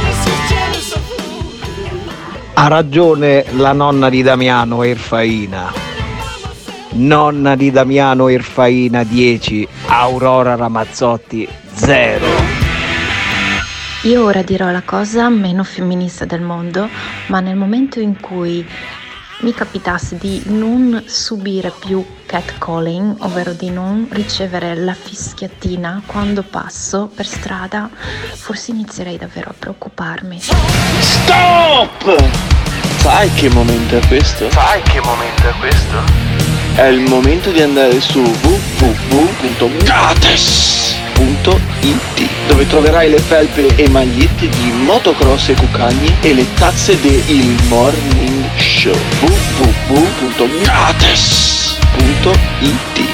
[SPEAKER 16] Ha ragione la nonna di Damiano Erfaina. Nonna di Damiano Erfaina 10, Aurora Ramazzotti 0.
[SPEAKER 17] Io ora dirò la cosa meno femminista del mondo, ma nel momento in cui mi capitasse di non subire più catcalling, ovvero di non ricevere la fischiatina quando passo per strada, forse inizierei davvero a preoccuparmi.
[SPEAKER 18] Stop! Sai che momento è questo? È il momento di andare su www.gates.it, dove troverai le felpe e magliette di motocross e cucagni e le tazze del Morning Show. www.gates.it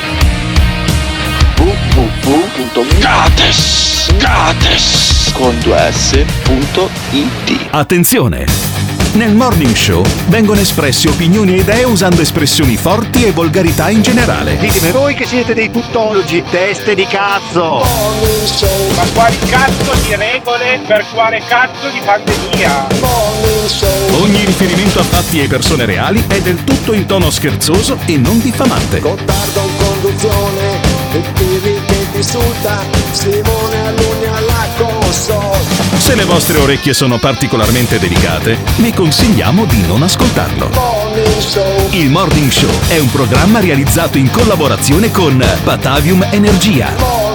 [SPEAKER 18] www.gates.it.
[SPEAKER 2] Attenzione! Nel Morning Show vengono espresse opinioni e idee usando espressioni forti e volgarità in generale.
[SPEAKER 19] Ditemi voi che siete dei tuttologi, teste di cazzo!
[SPEAKER 20] Ma quali cazzo di regole per quale cazzo di pandemia?
[SPEAKER 2] Ogni riferimento a fatti e persone reali è del tutto in tono scherzoso e non diffamante.
[SPEAKER 21] Gottardo in conduzione, il Pirri che ti insulta, Simone Alunni alla console.
[SPEAKER 2] Se le vostre orecchie sono particolarmente delicate, vi consigliamo di non ascoltarlo. Il Morning Show è un programma realizzato in collaborazione con Batavium Energia.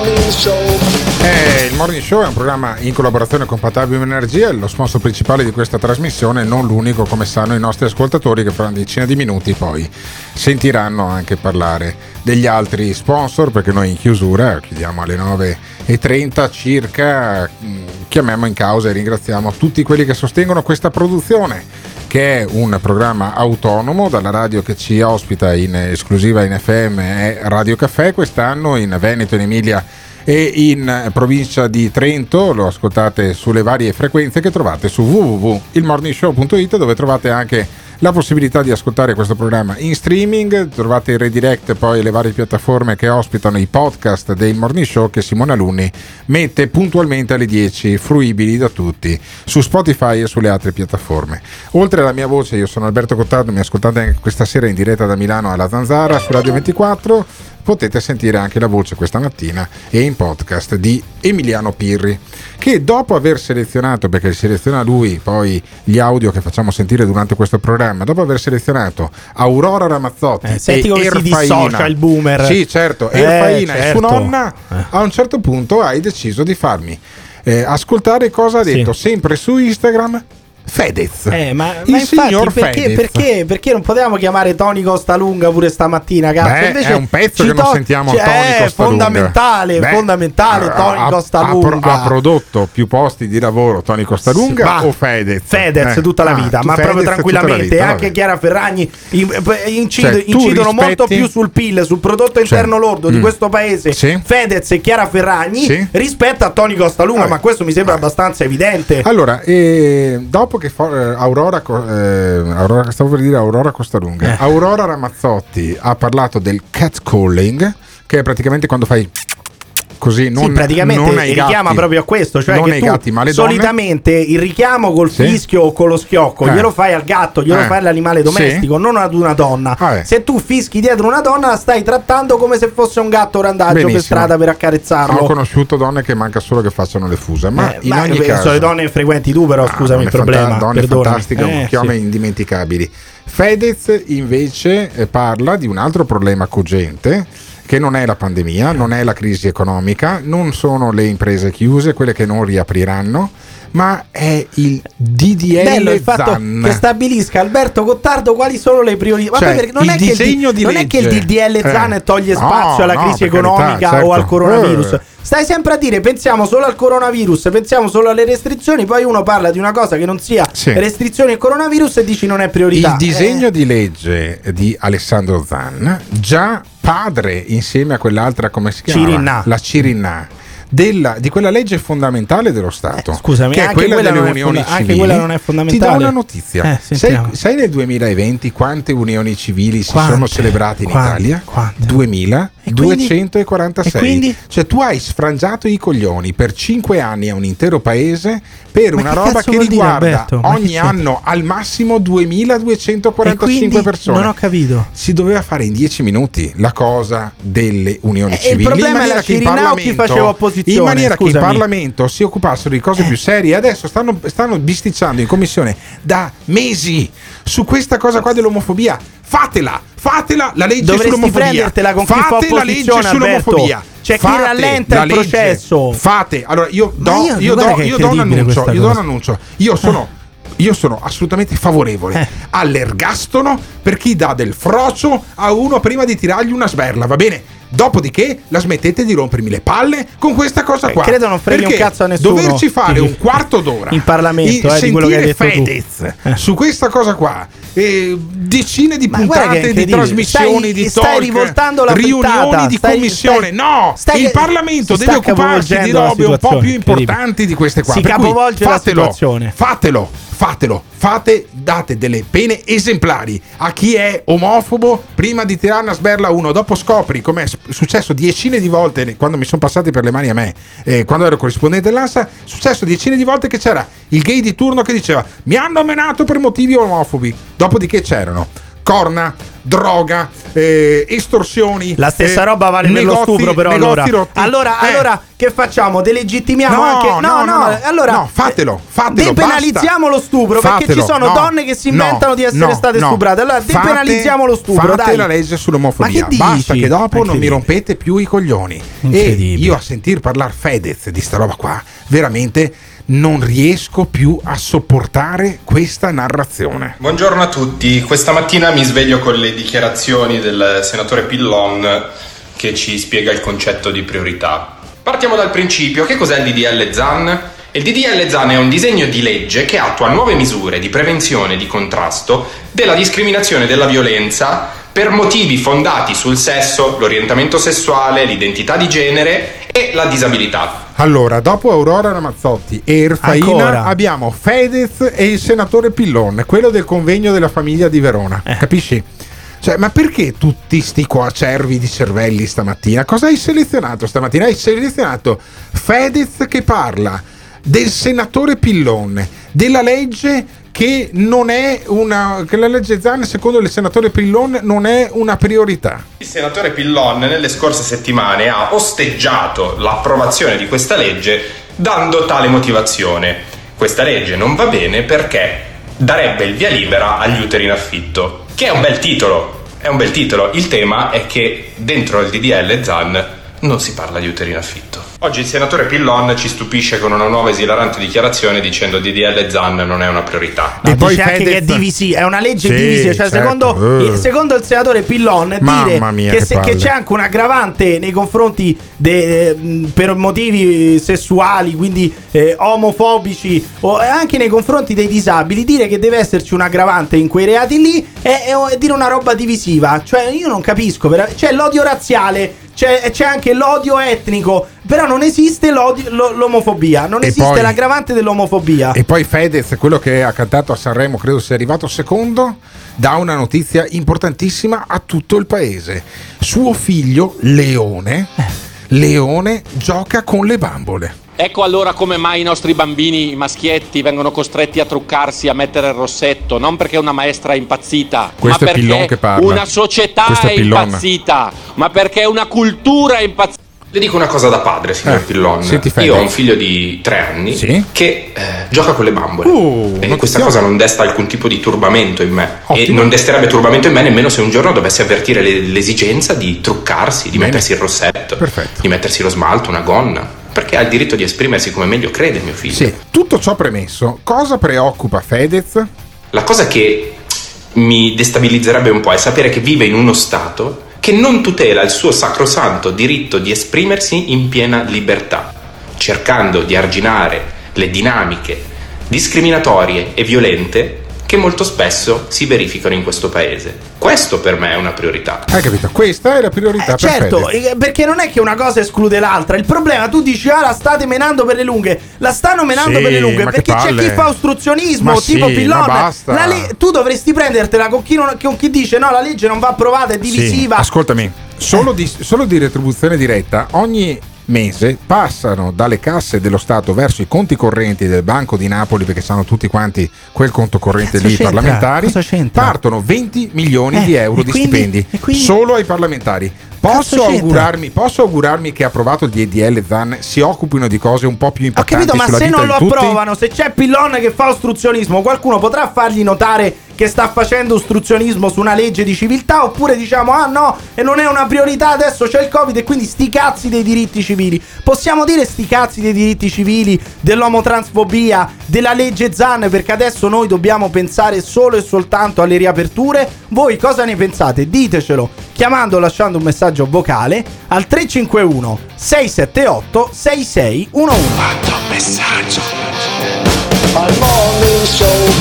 [SPEAKER 7] Il Morning Show è un programma in collaborazione con Batavium Energia, lo sponsor principale di questa trasmissione, non l'unico, come sanno i nostri ascoltatori, che fra una decina di minuti poi sentiranno anche parlare degli altri sponsor, perché noi in chiusura chiudiamo alle 9:30 circa, chiamiamo in causa e ringraziamo tutti quelli che sostengono questa produzione, che è un programma autonomo dalla radio che ci ospita in esclusiva in FM, è Radio Caffè, quest'anno in Veneto, in Emilia e in provincia di Trento. Lo ascoltate sulle varie frequenze che trovate su www.ilmorningshow.it, dove trovate anche la possibilità di ascoltare questo programma in streaming. Trovate il redirect, poi le varie piattaforme che ospitano i podcast del Morning Show che Simone Alunni mette puntualmente alle 10, fruibili da tutti su Spotify e sulle altre piattaforme. Oltre alla mia voce, io sono Alberto Gottardo, mi ascoltate anche questa sera in diretta da Milano alla Zanzara su Radio 24. Potete sentire anche la voce questa mattina e in podcast di Emiliano Pirri, che dopo aver selezionato, perché seleziona lui poi gli audio che facciamo sentire durante questo programma, dopo aver selezionato Aurora Ramazzotti
[SPEAKER 8] senti
[SPEAKER 7] e
[SPEAKER 8] come si dissocia il boomer.
[SPEAKER 7] Sì, certo, Erfaina
[SPEAKER 8] certo.
[SPEAKER 7] e sua nonna, a un certo punto hai deciso di farmi ascoltare cosa ha detto sempre su Instagram Fedez,
[SPEAKER 8] ma
[SPEAKER 7] il
[SPEAKER 8] infatti,
[SPEAKER 7] signor Fedez.
[SPEAKER 8] Perché non potevamo chiamare Tony Costalunga pure stamattina, cazzo? Invece
[SPEAKER 7] è un pezzo che non sentiamo Tony Costalunga.
[SPEAKER 8] Fondamentale Tony Costalunga.
[SPEAKER 7] Ha prodotto più posti di lavoro Tony Costalunga o Fedez?
[SPEAKER 8] Fedez tutta la vita, ma proprio tranquillamente. Vita, anche Chiara Ferragni incidono molto più sul PIL, sul prodotto interno lordo di questo paese, Fedez e Chiara Ferragni rispetto a Tony Costalunga, ma questo mi sembra abbastanza evidente.
[SPEAKER 7] Allora, dopo che Aurora Costalunga, Aurora Ramazzotti ha parlato del catcalling, che è praticamente quando fai così, non,
[SPEAKER 8] praticamente
[SPEAKER 7] non ai
[SPEAKER 8] richiama
[SPEAKER 7] gatti,
[SPEAKER 8] proprio a questo, cioè
[SPEAKER 7] non
[SPEAKER 8] che
[SPEAKER 7] ai
[SPEAKER 8] tu
[SPEAKER 7] gatti, ma alle
[SPEAKER 8] solitamente
[SPEAKER 7] donne?
[SPEAKER 8] Il richiamo col fischio o con lo schiocco glielo fai al gatto, glielo fai all'animale domestico, non ad una donna. Se tu fischi dietro una donna, la stai trattando come se fosse un gatto randaggio per strada per accarezzarlo.
[SPEAKER 7] Ho conosciuto donne che manca solo che facciano le fuse, ma in ogni caso
[SPEAKER 8] sono le donne frequenti tu, però scusami il problema.
[SPEAKER 7] Donne fantastiche, chiome indimenticabili. Fedez invece parla di un altro problema cogente, che non è la pandemia, non è la crisi economica, non sono le imprese chiuse, quelle che non riapriranno, ma è il DDL
[SPEAKER 8] bello il fatto
[SPEAKER 7] Zan.
[SPEAKER 8] Che stabilisca Alberto Gottardo quali sono le priorità.
[SPEAKER 7] Cioè,
[SPEAKER 8] non è che il DDL Zan toglie spazio alla crisi economica o al coronavirus. stai sempre a dire pensiamo solo al coronavirus, pensiamo solo alle restrizioni, poi uno parla di una cosa che non sia restrizioni e coronavirus e dici non è priorità.
[SPEAKER 7] Il disegno di legge di Alessandro Zan, già padre insieme a quell'altra, come si chiama?
[SPEAKER 8] Cirinà.
[SPEAKER 7] La Cirinà. Di quella legge fondamentale dello Stato,
[SPEAKER 8] scusami,
[SPEAKER 7] che è quella delle unioni civili.
[SPEAKER 8] Anche quella non è fondamentale.
[SPEAKER 7] Ti do una notizia. Sai nel 2020 quante unioni civili si sono celebrate in Italia? 2246. Cioè tu hai sfrangiato i coglioni per 5 anni a un intero paese per una roba che riguarda ogni anno al massimo 2245 persone.
[SPEAKER 8] Non ho capito.
[SPEAKER 7] Si doveva fare in 10 minuti la cosa delle unioni civili.
[SPEAKER 8] Il problema è la Cirinà o chi faceva opposizione?
[SPEAKER 7] In maniera che in Parlamento si occupassero di cose più serie. Adesso stanno bisticciando in commissione da mesi su questa cosa qua dell'omofobia. Fatela la legge
[SPEAKER 8] dovresti
[SPEAKER 7] sull'omofobia.
[SPEAKER 8] Prendertela con chi fa
[SPEAKER 7] fate la legge
[SPEAKER 8] opposizione,
[SPEAKER 7] sull'omofobia.
[SPEAKER 8] C'è chi rallenta il processo.
[SPEAKER 7] Fate. Allora io do un annuncio. Io sono assolutamente favorevole all'ergastolo per chi dà del frocio a uno prima di tirargli una sberla, va bene? Dopodiché la smettete di rompermi le palle con questa cosa qua.
[SPEAKER 8] Credo non freghi un cazzo a nessuno.
[SPEAKER 7] Doverci fare un quarto d'ora
[SPEAKER 8] in Parlamento di quello che hai detto
[SPEAKER 7] Fedez su questa cosa qua, decine di puntate di trasmissioni, di talk,
[SPEAKER 8] stai rivoltando la
[SPEAKER 7] riunioni di commissione. Il Parlamento deve occuparsi di robe un po' più importanti di queste qua.
[SPEAKER 8] Si capovolge la situazione.
[SPEAKER 7] Fatelo, date delle pene esemplari a chi è omofobo prima di tirare una sberla a uno. Dopo scopri, come è successo decine di volte quando mi sono passati per le mani a me, quando ero corrispondente dell'ANSA, è successo decine di volte che c'era il gay di turno che diceva mi hanno menato per motivi omofobi. Dopodiché c'erano corna, droga, estorsioni.
[SPEAKER 8] La stessa roba vale per lo stupro, però allora che facciamo? Delegittimiamo allora
[SPEAKER 7] fatelo.
[SPEAKER 8] Depenalizziamo lo stupro, perché ci sono donne che si inventano di essere state stuprate. Allora depenalizziamo lo stupro.
[SPEAKER 7] Fate la legge sull'omofobia. Basta che dopo non mi rompete più i coglioni. E io a sentir parlare Fedez di sta roba qua, veramente non riesco più a sopportare questa narrazione.
[SPEAKER 1] Buongiorno a tutti. Questa mattina mi sveglio con le dichiarazioni del senatore Pillon che ci spiega il concetto di priorità. Partiamo dal principio. Che cos'è il DDL Zan? Il DDL Zan è un disegno di legge che attua nuove misure di prevenzione e di contrasto della discriminazione e della violenza per motivi fondati sul sesso, l'orientamento sessuale, l'identità di genere e la disabilità.
[SPEAKER 7] Allora, dopo Aurora Ramazzotti e Erfaina abbiamo Fedez e il senatore Pillon, quello del convegno della famiglia di Verona, capisci? Cioè, ma perché tutti sti coacervi di cervelli stamattina? Cosa hai selezionato stamattina? Hai selezionato Fedez che parla del senatore Pillon, della legge che non è che la legge Zan, secondo il senatore Pillon, non è una priorità.
[SPEAKER 1] Il senatore Pillon nelle scorse settimane ha osteggiato l'approvazione di questa legge dando tale motivazione: questa legge non va bene perché darebbe il via libera agli uteri in affitto, che è un bel titolo. Il tema è che dentro il DDL Zan non si parla di uteri in affitto. Oggi il senatore Pillon ci stupisce con una nuova esilarante dichiarazione dicendo DDL Zan non è una priorità.
[SPEAKER 8] E poi anche che è divisiva, è una legge divisiva, cioè certo. secondo il senatore Pillon dire che c'è anche un aggravante nei confronti per motivi sessuali, quindi omofobici, o anche nei confronti dei disabili, dire che deve esserci un aggravante in quei reati lì è dire una roba divisiva. Cioè io non capisco, c'è l'odio razziale, c'è anche l'odio etnico, però non esiste l'omofobia, non esiste l'aggravante dell'omofobia.
[SPEAKER 7] E poi Fedez, quello che ha cantato a Sanremo, credo sia arrivato secondo, dà una notizia importantissima a tutto il paese. Suo figlio Leone gioca con le bambole.
[SPEAKER 9] Ecco allora come mai i nostri bambini maschietti vengono costretti a truccarsi, a mettere il rossetto, non perché una maestra è impazzita,
[SPEAKER 7] questo
[SPEAKER 9] ma perché una società è impazzita, ma perché una cultura è impazzita.
[SPEAKER 1] Le dico una cosa da padre, signor Pillon. Io ho un figlio di 3 anni che gioca con le bambole e questa cosa non desta alcun tipo di turbamento in me. E non desterebbe turbamento in me nemmeno se un giorno dovessi avvertire l'esigenza di truccarsi, di mettersi il rossetto, di mettersi lo smalto, una gonna, perché ha il diritto di esprimersi come meglio crede mio figlio.
[SPEAKER 7] Sì. Tutto ciò premesso, cosa preoccupa Fedez?
[SPEAKER 1] La cosa che mi destabilizzerebbe un po' è sapere che vive in uno stato che che non tutela il suo sacrosanto diritto di esprimersi in piena libertà, cercando di arginare le dinamiche discriminatorie e violente che molto spesso si verificano in questo paese. Questo per me è una priorità.
[SPEAKER 7] Hai capito? Questa è la priorità.
[SPEAKER 8] Certo, perché non è che una cosa esclude l'altra. Il problema, tu dici, la state menando per le lunghe. La stanno menando per le lunghe perché c'è chi fa ostruzionismo, tipo Pillon. Tu dovresti prendertela con chi dice no, la legge non va approvata, è divisiva.
[SPEAKER 7] Sì, ascoltami, solo di retribuzione diretta ogni mese passano dalle casse dello Stato verso i conti correnti del Banco di Napoli, perché sanno tutti quanti quel conto corrente lì, parlamentari, partono 20 milioni di euro di stipendi solo ai parlamentari. Posso augurarmi che approvato il DDL Zan si occupino di cose un po' più impattanti.
[SPEAKER 8] Ho capito, ma
[SPEAKER 7] sulla
[SPEAKER 8] se
[SPEAKER 7] vita
[SPEAKER 8] non lo
[SPEAKER 7] di tutti?
[SPEAKER 8] approvano, se c'è Pillon che fa ostruzionismo, qualcuno potrà fargli notare che sta facendo ostruzionismo su una legge di civiltà, oppure diciamo no, e non è una priorità, adesso c'è il Covid e quindi sti cazzi dei diritti civili. Possiamo dire sti cazzi dei diritti civili, dell'omotransfobia, della legge Zan, perché adesso noi dobbiamo pensare solo e soltanto alle riaperture? Voi cosa ne pensate? Ditecelo chiamando o lasciando un messaggio vocale al 351 678 6611.
[SPEAKER 21] Manda un messaggio al Morning Show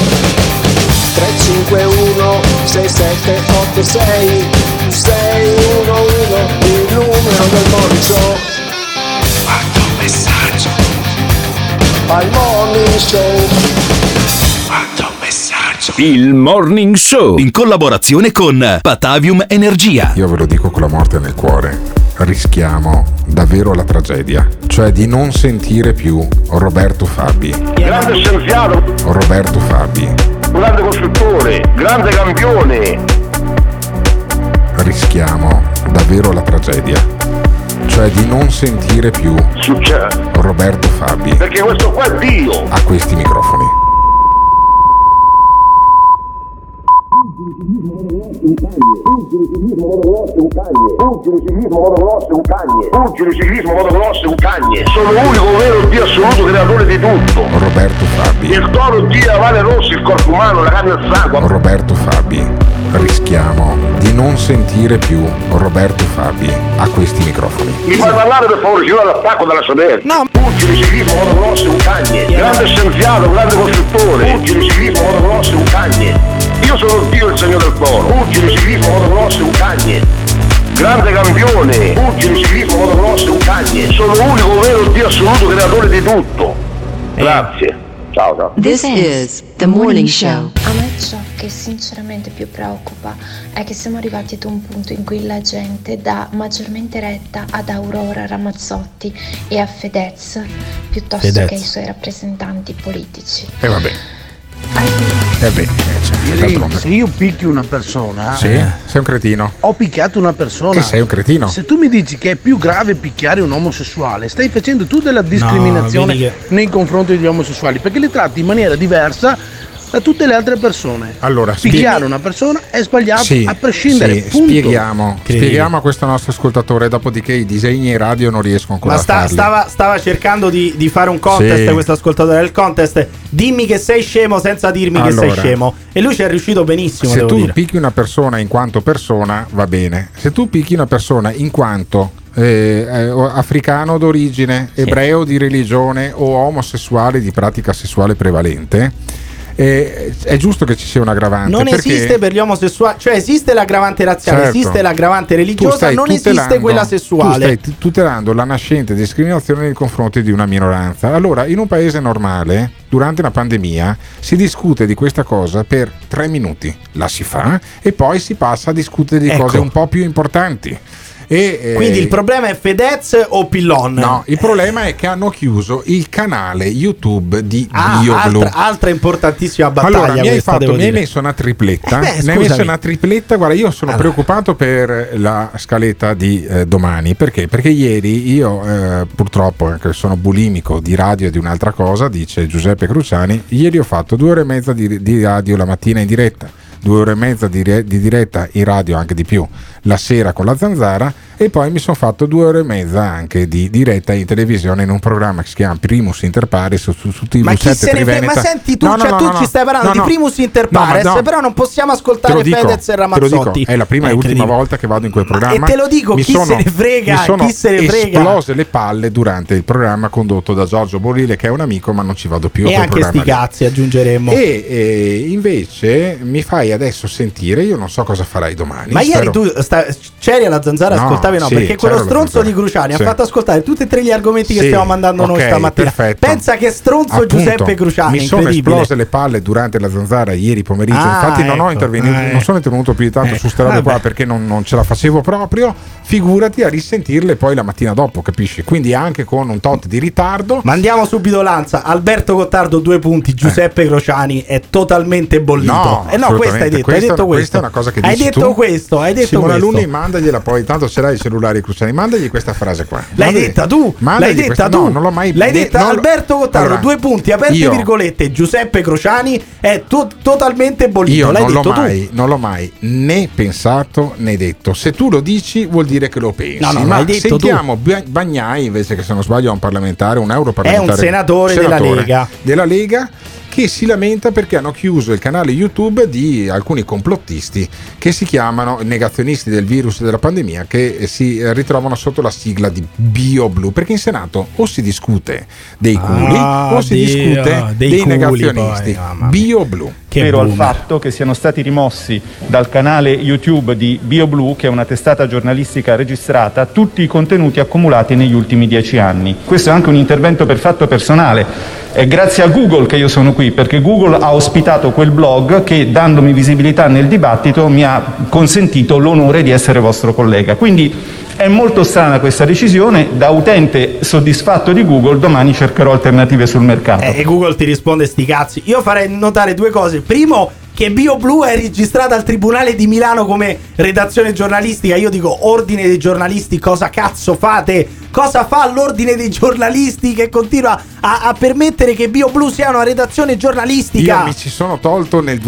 [SPEAKER 21] 351 6786 611, il numero del Morning Show. Manda un messaggio al Morning Show. Manda un messaggio.
[SPEAKER 2] Il Morning Show in collaborazione con Patavium Energia.
[SPEAKER 7] Io ve lo dico con la morte nel cuore, rischiamo davvero la tragedia, cioè di non sentire più Roberto Fabi.
[SPEAKER 20] Grande scienziato,
[SPEAKER 7] Roberto Fabi.
[SPEAKER 20] grande costruttore, grande campione.
[SPEAKER 7] Rischiamo davvero la tragedia, cioè di non sentire più Roberto Fabi.
[SPEAKER 20] Perché questo qua è Dio.
[SPEAKER 7] A questi microfoni.
[SPEAKER 20] Sono l'unico vero Dio assoluto creatore di tutto.
[SPEAKER 7] Roberto Fabi.
[SPEAKER 20] Il toro, Dio, la vale rossa, il corpo umano, la carne e il sangue.
[SPEAKER 7] Roberto Fabi. Rischiamo di non sentire più Roberto Fabi a questi microfoni.
[SPEAKER 20] Mi fai parlare per favore, ci vuole l'attacco dalla Sader. No. Pugili, ciclismo, motocross, un cagne. Grande scienziato, grande costruttore. Pugili, ciclismo, motocross, un cagne. Io sono Dio, il segno del toro. Pugili, ciclismo, motocross, un cagne. Grande campione. Pugili, ciclismo, motocross, un cagne. Sono l'unico vero Dio assoluto creatore di tutto. Grazie. Ciao, ciao.
[SPEAKER 3] This is the morning show.
[SPEAKER 17] A me ciò che sinceramente più preoccupa è che siamo arrivati ad un punto in cui la gente dà maggiormente retta ad Aurora Ramazzotti e a Fedez piuttosto che ai suoi rappresentanti politici.
[SPEAKER 7] E vabbè.
[SPEAKER 12] Se io picchi una persona,
[SPEAKER 7] sei un cretino.
[SPEAKER 12] Ho picchiato una persona.
[SPEAKER 7] Che sei un cretino.
[SPEAKER 12] Se tu mi dici che è più grave picchiare un omosessuale, stai facendo tu della discriminazione nei confronti degli omosessuali, perché li tratti in maniera diversa da tutte le altre persone.
[SPEAKER 7] Allora,
[SPEAKER 12] picchiare una persona è sbagliato a prescindere.
[SPEAKER 7] Spieghiamo a questo nostro ascoltatore, dopodiché i disegni radio non riesco ancora a farli.
[SPEAKER 8] Stava cercando di fare un contest, questo ascoltatore del contest. Dimmi che sei scemo senza dirmi che sei scemo. E lui ci è riuscito benissimo.
[SPEAKER 7] Se tu picchi una persona in quanto persona, va bene. Se tu picchi una persona in quanto africano d'origine, ebreo di religione o omosessuale di pratica sessuale prevalente, è giusto che ci sia un aggravante.
[SPEAKER 8] Non esiste per gli omosessuali, cioè esiste l'aggravante razziale, esiste l'aggravante religiosa, non esiste quella sessuale.
[SPEAKER 7] Tu stai tutelando la nascente discriminazione nei confronti di una minoranza. Allora, in un paese normale, durante una pandemia, si discute di questa cosa per 3 minuti, la si fa e poi si passa a discutere di cose un po' più importanti.
[SPEAKER 8] Quindi il problema è Fedez o Pillon?
[SPEAKER 7] No, il problema è che hanno chiuso il canale YouTube di BioBlue.
[SPEAKER 8] Altra importantissima battaglia.
[SPEAKER 7] Allora, mi hai messo una tripletta. Ne hai messo una tripletta. Guarda, io sono preoccupato per la scaletta di domani. Perché? Perché ieri io, purtroppo, anche sono bulimico di radio e di un'altra cosa, dice Giuseppe Cruciani. Ieri ho fatto 2 ore e mezza di radio la mattina in diretta. 2 ore e mezza di diretta in radio, anche di più, la sera con la Zanzara, e poi mi sono fatto 2 ore e mezza anche di diretta in televisione in un programma che si chiama Primus Inter Pares su TV7
[SPEAKER 8] ma chi se ne
[SPEAKER 7] Triveneta.
[SPEAKER 8] Ma senti tu, tu ci stai parlando di Primus Inter Pares, però non possiamo ascoltare Fedez e Ramazzotti.
[SPEAKER 7] È la prima e ultima volta che vado in quel programma.
[SPEAKER 8] E te lo dico, chi se ne frega, chi se ne frega.
[SPEAKER 7] Esplose le palle durante il programma condotto da Giorgio Borile, che è un amico, ma non ci vado più.
[SPEAKER 8] E anche sti cazzi aggiungeremo.
[SPEAKER 7] E invece mi fai adesso sentire, io non so cosa farai domani.
[SPEAKER 8] Ma ieri tu c'eri alla Zanzara, ascoltavi? No, perché quello stronzo di Cruciani ha fatto ascoltare tutti e 3 gli argomenti che stiamo mandando noi stamattina.
[SPEAKER 7] Perfetto.
[SPEAKER 8] Pensa che stronzo Giuseppe Cruciani.
[SPEAKER 7] Mi sono esplose le palle durante la Zanzara ieri pomeriggio. Infatti non sono intervenuto più di tanto su queste robe qua, perché non ce la facevo proprio. Figurati a risentirle poi la mattina dopo, capisci? Quindi anche con un tot di ritardo.
[SPEAKER 8] Mandiamo subito Lanza. Alberto Gottardo 2 punti, Giuseppe Cruciani è totalmente bollito. No, questo hai detto.
[SPEAKER 7] Questa è una cosa che dici tu.
[SPEAKER 8] Hai detto
[SPEAKER 7] Simona
[SPEAKER 8] questo.
[SPEAKER 7] Luni, mandagliela poi, tanto ce l'hai i cellulari Cruciani, mandagli questa frase qua.
[SPEAKER 8] L'hai detta tu?
[SPEAKER 7] No, non l'ho mai
[SPEAKER 8] L'hai detta Alberto Gottardo,
[SPEAKER 7] allora,
[SPEAKER 8] 2 punti, aperte virgolette, Giuseppe Cruciani è totalmente bollito.
[SPEAKER 7] Io
[SPEAKER 8] L'hai
[SPEAKER 7] non
[SPEAKER 8] detto
[SPEAKER 7] non l'ho mai né pensato né detto. Se tu lo dici vuol dire che lo pensi.
[SPEAKER 8] No,
[SPEAKER 7] ma sentiamo Bagnai, invece, che se non sbaglio è un parlamentare, un europarlamentare,
[SPEAKER 8] è un senatore
[SPEAKER 7] della Lega, che si lamenta perché hanno chiuso il canale YouTube di alcuni complottisti che si chiamano negazionisti del virus e della pandemia, che si ritrovano sotto la sigla di BioBlue, perché in Senato o si discute dei culi o si discute dei negazionisti. BioBlue.
[SPEAKER 10] Vero al fatto che siano stati rimossi dal canale YouTube di BioBlue, che è una testata giornalistica registrata, tutti i contenuti accumulati negli ultimi 10 anni. Questo è anche un intervento per fatto personale. È grazie a Google che io sono qui, perché Google ha ospitato quel blog che, dandomi visibilità nel dibattito, mi ha consentito l'onore di essere vostro collega. Quindi è molto strana questa decisione. Da utente soddisfatto di Google, domani cercherò alternative sul mercato.
[SPEAKER 8] E Google ti risponde sti cazzi. Io farei notare 2 cose. Primo, che BioBlue è registrata al Tribunale di Milano come redazione giornalistica. Io dico, ordine dei giornalisti, cosa cazzo fate? Cosa fa l'ordine dei giornalisti che continua a permettere che BioBlue sia una redazione giornalistica?
[SPEAKER 7] Io mi ci sono tolto nel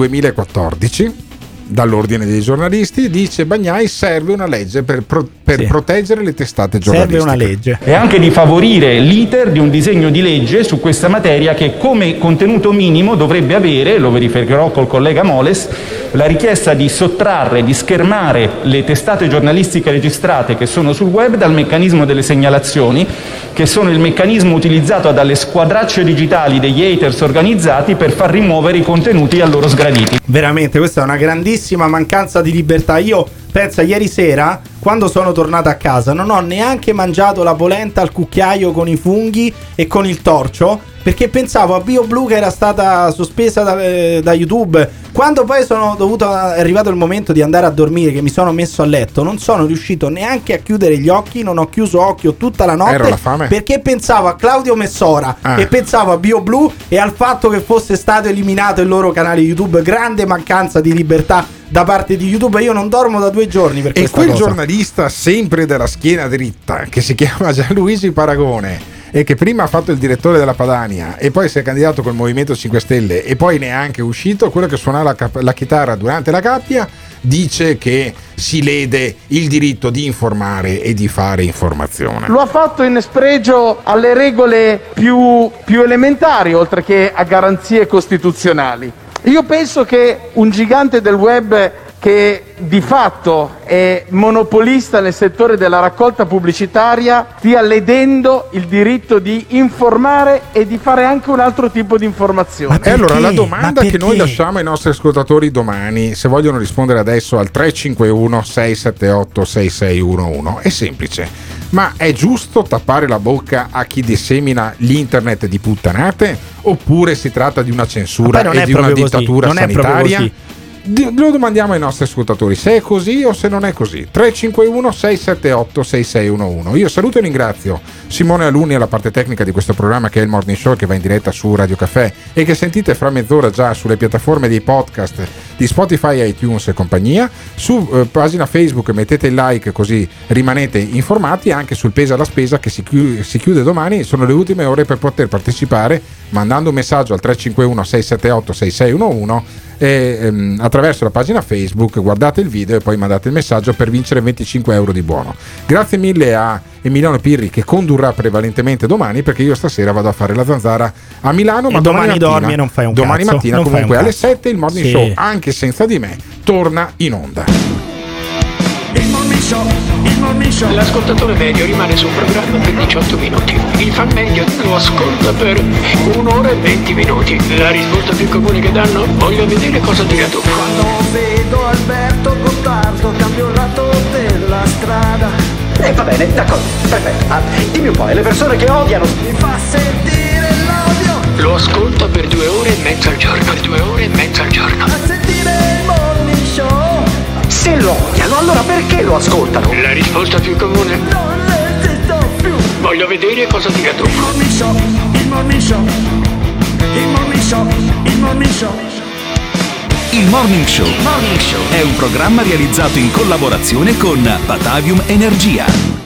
[SPEAKER 7] 2014 dall'ordine dei giornalisti. Dice Bagnai, serve una legge per proteggere le testate giornalistiche.
[SPEAKER 8] Serve una legge.
[SPEAKER 10] E anche di favorire l'iter di un disegno di legge su questa materia, che come contenuto minimo dovrebbe avere, lo verificherò col collega Moles, la richiesta di sottrarre, di schermare le testate giornalistiche registrate che sono sul web dal meccanismo delle segnalazioni, che sono il meccanismo utilizzato dalle squadracce digitali degli haters organizzati per far rimuovere i contenuti a loro sgraditi.
[SPEAKER 8] Veramente, questa è una grandissima mancanza di libertà. Io pensa, ieri sera, quando sono tornato a casa, non ho neanche mangiato la polenta al cucchiaio con i funghi e con il torcio, perché pensavo a BioBlue che era stata sospesa da YouTube. Quando poi è arrivato il momento di andare a dormire, che mi sono messo a letto, non sono riuscito neanche a chiudere gli occhi, non ho chiuso occhio tutta la notte.
[SPEAKER 7] Ero la fame.
[SPEAKER 8] Perché pensavo a Claudio Messora e pensavo a BioBlue e al fatto che fosse stato eliminato il loro canale YouTube. Grande mancanza di libertà da parte di YouTube. Io non dormo da 2 giorni per questa cosa.
[SPEAKER 7] E quel giornalista sempre della schiena dritta, che si chiama Gianluigi Paragone, e che prima ha fatto il direttore della Padania e poi si è candidato col Movimento 5 Stelle e poi neanche uscito, quello che suona la chitarra durante la gabbia, dice che si lede il diritto di informare e di fare informazione.
[SPEAKER 11] Lo ha fatto in spregio alle regole più elementari, oltre che a garanzie costituzionali. Io penso che un gigante del web, che di fatto è monopolista nel settore della raccolta pubblicitaria, stia ledendo il diritto di informare e di fare anche un altro tipo di informazione.
[SPEAKER 7] E allora la domanda che noi lasciamo ai nostri ascoltatori domani, se vogliono rispondere adesso al 351 678 6611, è semplice: ma è giusto tappare la bocca a chi dissemina l'internet di puttanate, oppure si tratta di una censura e di una dittatura sanitaria? Lo domandiamo ai nostri ascoltatori, se è così o se non è così. 351 678 6611. Io saluto e ringrazio Simone Alunni alla parte tecnica di questo programma, che è il Morning Show, che va in diretta su Radio Caffè e che sentite fra mezz'ora già sulle piattaforme dei podcast di Spotify, iTunes e compagnia. Su pagina Facebook mettete il like così rimanete informati. Anche sul Pesa la Spesa che si chiude domani. Sono le ultime ore per poter partecipare mandando un messaggio al 351 678 6611 e attraverso la pagina Facebook guardate il video e poi mandate il messaggio per vincere 25 euro di buono. Grazie mille a Emiliano Pirri che condurrà prevalentemente domani, perché io stasera vado a fare la zanzara a Milano,
[SPEAKER 8] e
[SPEAKER 7] ma
[SPEAKER 8] domani
[SPEAKER 7] mattina,
[SPEAKER 8] dormi e non fai un
[SPEAKER 7] domani
[SPEAKER 8] cazzo.
[SPEAKER 7] mattina
[SPEAKER 8] Non fai
[SPEAKER 7] comunque
[SPEAKER 8] un
[SPEAKER 7] alle
[SPEAKER 8] cazzo.
[SPEAKER 7] 7 il Morning
[SPEAKER 8] Sì.
[SPEAKER 7] Show anche senza di me torna in onda.
[SPEAKER 21] Il Morning Show. L'ascoltatore medio rimane sul programma per 18 minuti. Il fan medio lo ascolta per 1 ora e 20 minuti. La risposta più comune che danno: voglio vedere cosa dirà tu.
[SPEAKER 23] Quando vedo Alberto Gottardo cambio il lato della strada.
[SPEAKER 19] Va bene, d'accordo, perfetto. Dimmi un po', e le persone che odiano?
[SPEAKER 23] Mi fa sentire l'odio.
[SPEAKER 21] Lo ascolta per 2 ore e mezza al giorno. Per 2 ore e mezza al giorno.
[SPEAKER 23] A sentire il Morning Show.
[SPEAKER 19] Se lo odiano, allora perché lo ascoltano?
[SPEAKER 21] La risposta più comune:
[SPEAKER 23] non esisto più.
[SPEAKER 21] voglio vedere cosa dirà tu.
[SPEAKER 23] Il Morning Show, il Morning Show, il Morning Show, il Morning Show.
[SPEAKER 2] Il Morning Show è un programma realizzato in collaborazione con Batavium Energia.